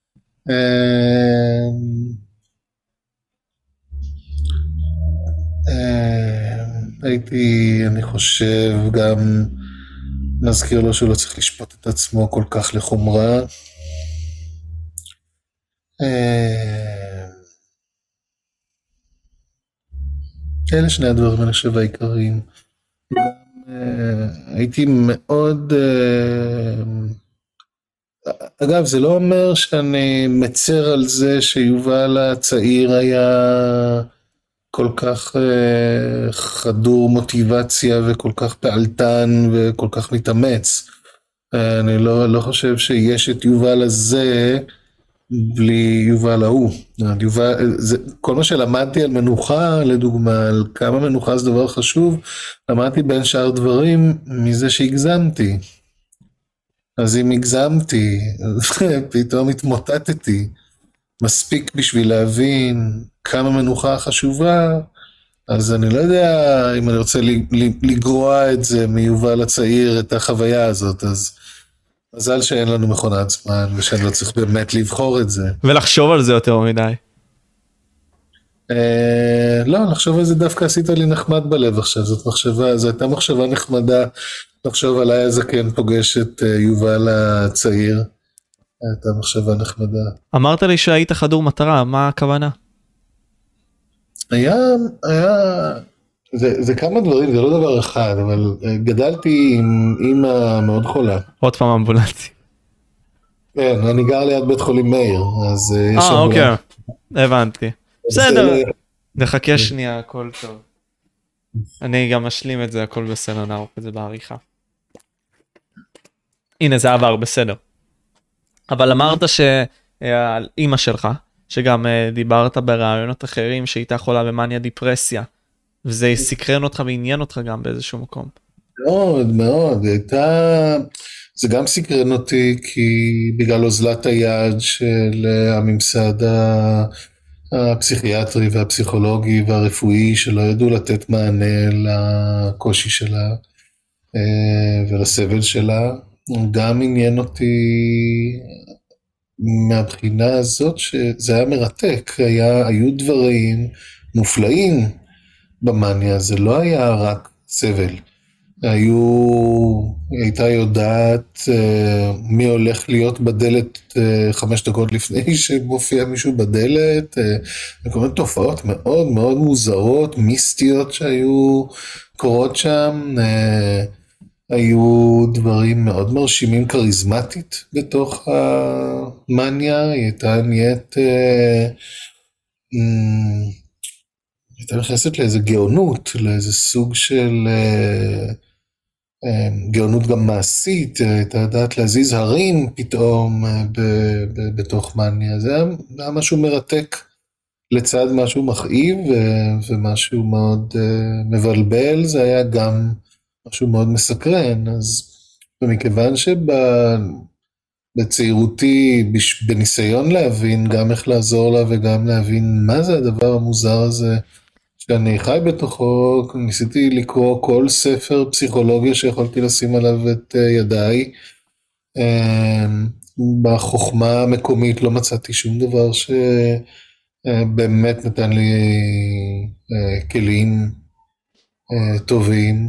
הייתי, אני חושב, גם מזכיר לו שהוא לא צריך לשפוט את עצמו כל כך לחומרה. אלה שני הדברים אני חושב העיקריים. הייתי מאוד, אגב זה לא אומר שאני מצר על זה שיובל הצעיר היה כל כך חדור מוטיבציה וכל כך פעלתן וכל כך מתאמץ. אני לא חושב שיש את יובל הזה בלי יובל ההוא. כל מה שלמדתי על מנוחה, לדוגמה, על כמה מנוחה זה דבר חשוב, למדתי בין שאר דברים מזה שהגזמתי. אז אם הגזמתי, פתאום התמוטטתי, מספיק בשביל להבין כמה מנוחה חשובה, אז אני לא יודע אם אני רוצה לגרוע את זה מיובל הצעיר, את החוויה הזאת, אז מזל שאין לנו מכונת זמן, ושאני לא צריך באמת לבחור את זה. ולחשוב על זה יותר מדי. לא, לחשוב על זה דווקא עשית לי נחמד בלב עכשיו, זו הייתה מחשבה נחמדה, לחשוב עליי הזקן פוגש את יובל הצעיר, הייתה מחשבה נחמדה. אמרת לי שהיית חדור מטרה, מה הכוונה? זה כמה דברים, זה לא דבר אחד, אבל גדלתי עם אמא מאוד חולה. עוד פעם אמבולנסי. כן, אני גר ליד בית חולים מאיר, אז יש אמבולנס. אוקיי, הבנתי. בסדר, נחכה שנייה, הכל טוב. אני גם משלים את זה, הכל בסדר, נערוך את זה בעריכה. הנה, זה עבר, בסדר. אבל אמרת שעל אמא שלך, שגם דיברת ברעיונות אחרים, שהייתה חולה במניה דיפרסיה, וזה סקרן אותך ועניין אותך גם באיזשהו מקום. מאוד, מאוד. זה גם סקרן אותי, כי בגלל אוזלת היד של הממסד הפסיכיאטרי והפסיכולוגי והרפואי, שלא ידעו לתת מענה לקושי שלה ולסבל שלה. גם עניין אותי מהבחינה הזאת שזה היה מרתק, היו דברים מופלאים במאניה, זה לא היה רק סבל. הייתה יודעת מי הולך להיות בדלת 5 דקות לפני שמופיע מישהו בדלת, כל מיני תופעות מאוד מאוד מוזרות, מיסטיות שהיו קורות שם, היו דברים מאוד מרשימים כריזמטית בתוך המאניה, היא הייתה נהיית, הייתה נכנסת לאיזה גאונות, לאיזה סוג של גאונות גם מעשית, הייתה יודעת להזיז הרים פתאום בתוך מאניה, זה היה משהו מרתק לצד משהו מכאיב ומשהו מאוד מבלבל, זה היה גם משהו מאוד מסקרן. אז ומכיוון שבצעירותי, בניסיון להבין גם איך לעזור לה וגם להבין מה זה הדבר המוזר הזה שאני חי בתוכו, ניסיתי לקרוא כל ספר פסיכולוגיה שיכולתי לשים עליו את ידיי. בחוכמה המקומית לא מצאתי שום דבר שבאמת נתן לי כלים טובים,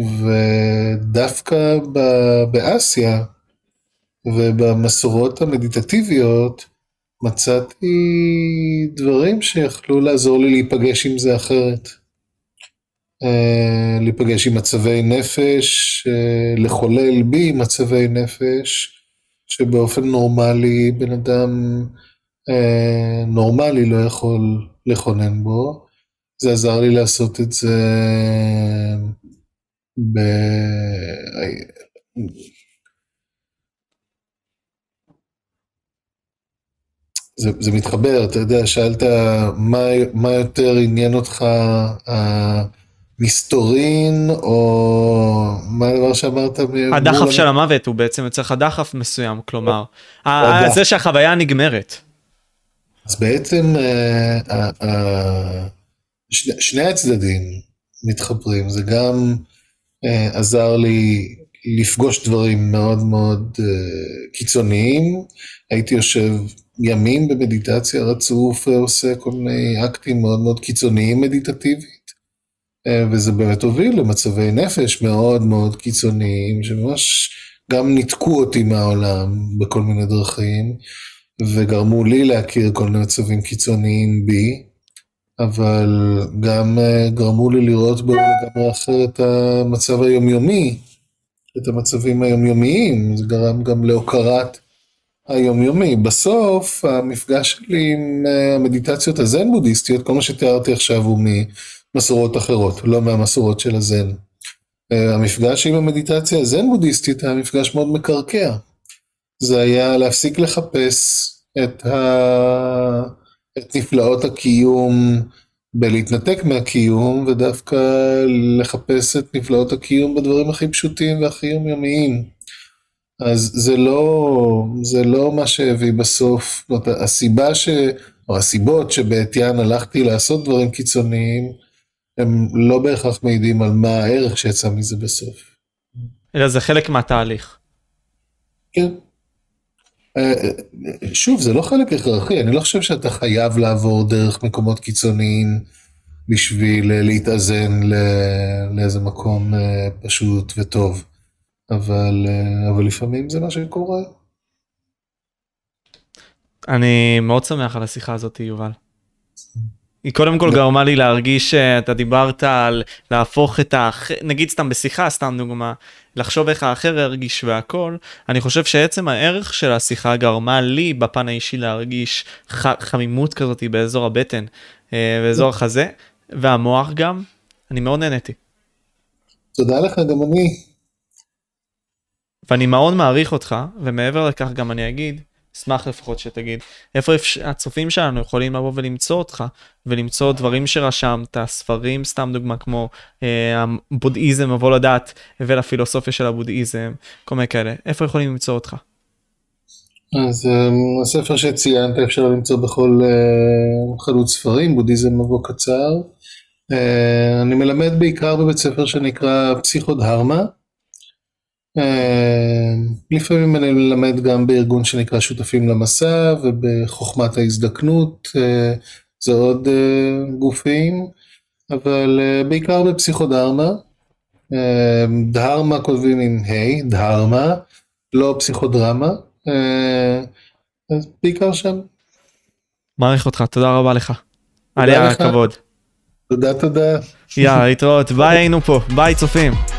ודווקא באסיה ובמסורות המדיטטיביות מצאתי דברים שיכלו לעזור לי להיפגש עם זה אחרת. להיפגש עם מצבי נפש, לחולל בי מצבי נפש, שבאופן נורמלי בן אדם נורמלי לא יכול לכונן בו. זה עזר לי לעשות את זה זה מתחבר, אתה יודע, שאלת מה יותר עניין אותך, המסתורין, או מה הדבר שאמרת? הדחף של המוות הוא בעצם יוצר דחף מסוים, כלומר, זה שהחוויה נגמרת. אז בעצם שני הצדדים מתחברים, זה גם עזר לי לפגוש דברים מאוד מאוד קיצוניים, הייתי יושב ימים במדיטציה רצוף ועושה כל מיני אקטים מאוד מאוד קיצוניים מדיטטיבית, וזה באמת הוביל למצבי נפש מאוד מאוד קיצוניים, שממש גם ניתקו אותי מהעולם בכל מיני דרכים, וגרמו לי להכיר כל מיני מצבים קיצוניים בי, אבל גם גרמו לי לראות בו לגמרי אחר את המצב היומיומי, את המצבים היומיומיים, זה גרם גם להוקרת היומיומי. בסוף המפגש שלי עם המדיטציות הזן בודהיסטיות, כל מה שתיארתי עכשיו הוא ממסורות אחרות, לא מהמסורות של הזן. המפגש עם המדיטציה הזן בודהיסטית היה מפגש מאוד מקרקע. זה היה להפסיק לחפש את נפלאות הקיום בלהתנתק מהקיום, ודווקא לחפש את נפלאות הקיום בדברים הכי פשוטים והכי יומיומיים. אז זה לא מה שהביא בסוף, או הסיבות שבעטיין הלכתי לעשות דברים קיצוניים, הם לא בהכרח מעידים על מה הערך שיצא מזה בסוף. אלא זה חלק מהתהליך. כן. שוב, זה לא חלק הכרחי, אני לא חושב שאתה חייב לעבור דרך מקומות קיצוניים בשביל להתאזן לאיזה מקום פשוט וטוב. אבל לפעמים זה מה שקורה. אני מאוד שמח על השיחה הזאת, יובל. היא קודם כל גרמה לי להרגיש שאתה דיברת על להפוך נגיד סתם בשיחה, סתם דוגמה, לחשוב איך האחר הרגיש והכל. אני חושב שעצם הערך של השיחה גרמה לי בפן האישי להרגיש חמימות כזאת באזור הבטן, באזור החזה, והמוח גם. אני מאוד נהניתי. תודה לך, גם אני. ואני מאוד מעריך אותך, ומעבר לכך גם אני אגיד, אשמח לפחות שתגיד, איפה הצופים שלנו יכולים לבוא ולמצוא אותך, ולמצוא דברים שרשמת, ספרים, סתם דוגמה כמו הבודהיזם, מבוא לדעת, ולפילוסופיה של הבודהיזם, כל מיני כאלה, איפה יכולים למצוא אותך? אז הספר שציינת אפשר למצוא בכל חנות ספרים, בודהיזם מבוא קצר. אני מלמד בעיקר בבית ספר שנקרא פסיכודהרמה, לפעמים אני מלמד גם בארגון שנקרא שותפים למסע, ובחוכמת ההזדקנות, זה עוד גופים, אבל בעיקר בפסיכודהרמה. דהרמה כותבים עם היי, דהרמה, לא פסיכודרמה, אז בעיקר שם. מעריך אותך, תודה רבה לך. עלי הכבוד. תודה. יאללה, להתראות, ביי, היינו פה, ביי צופים.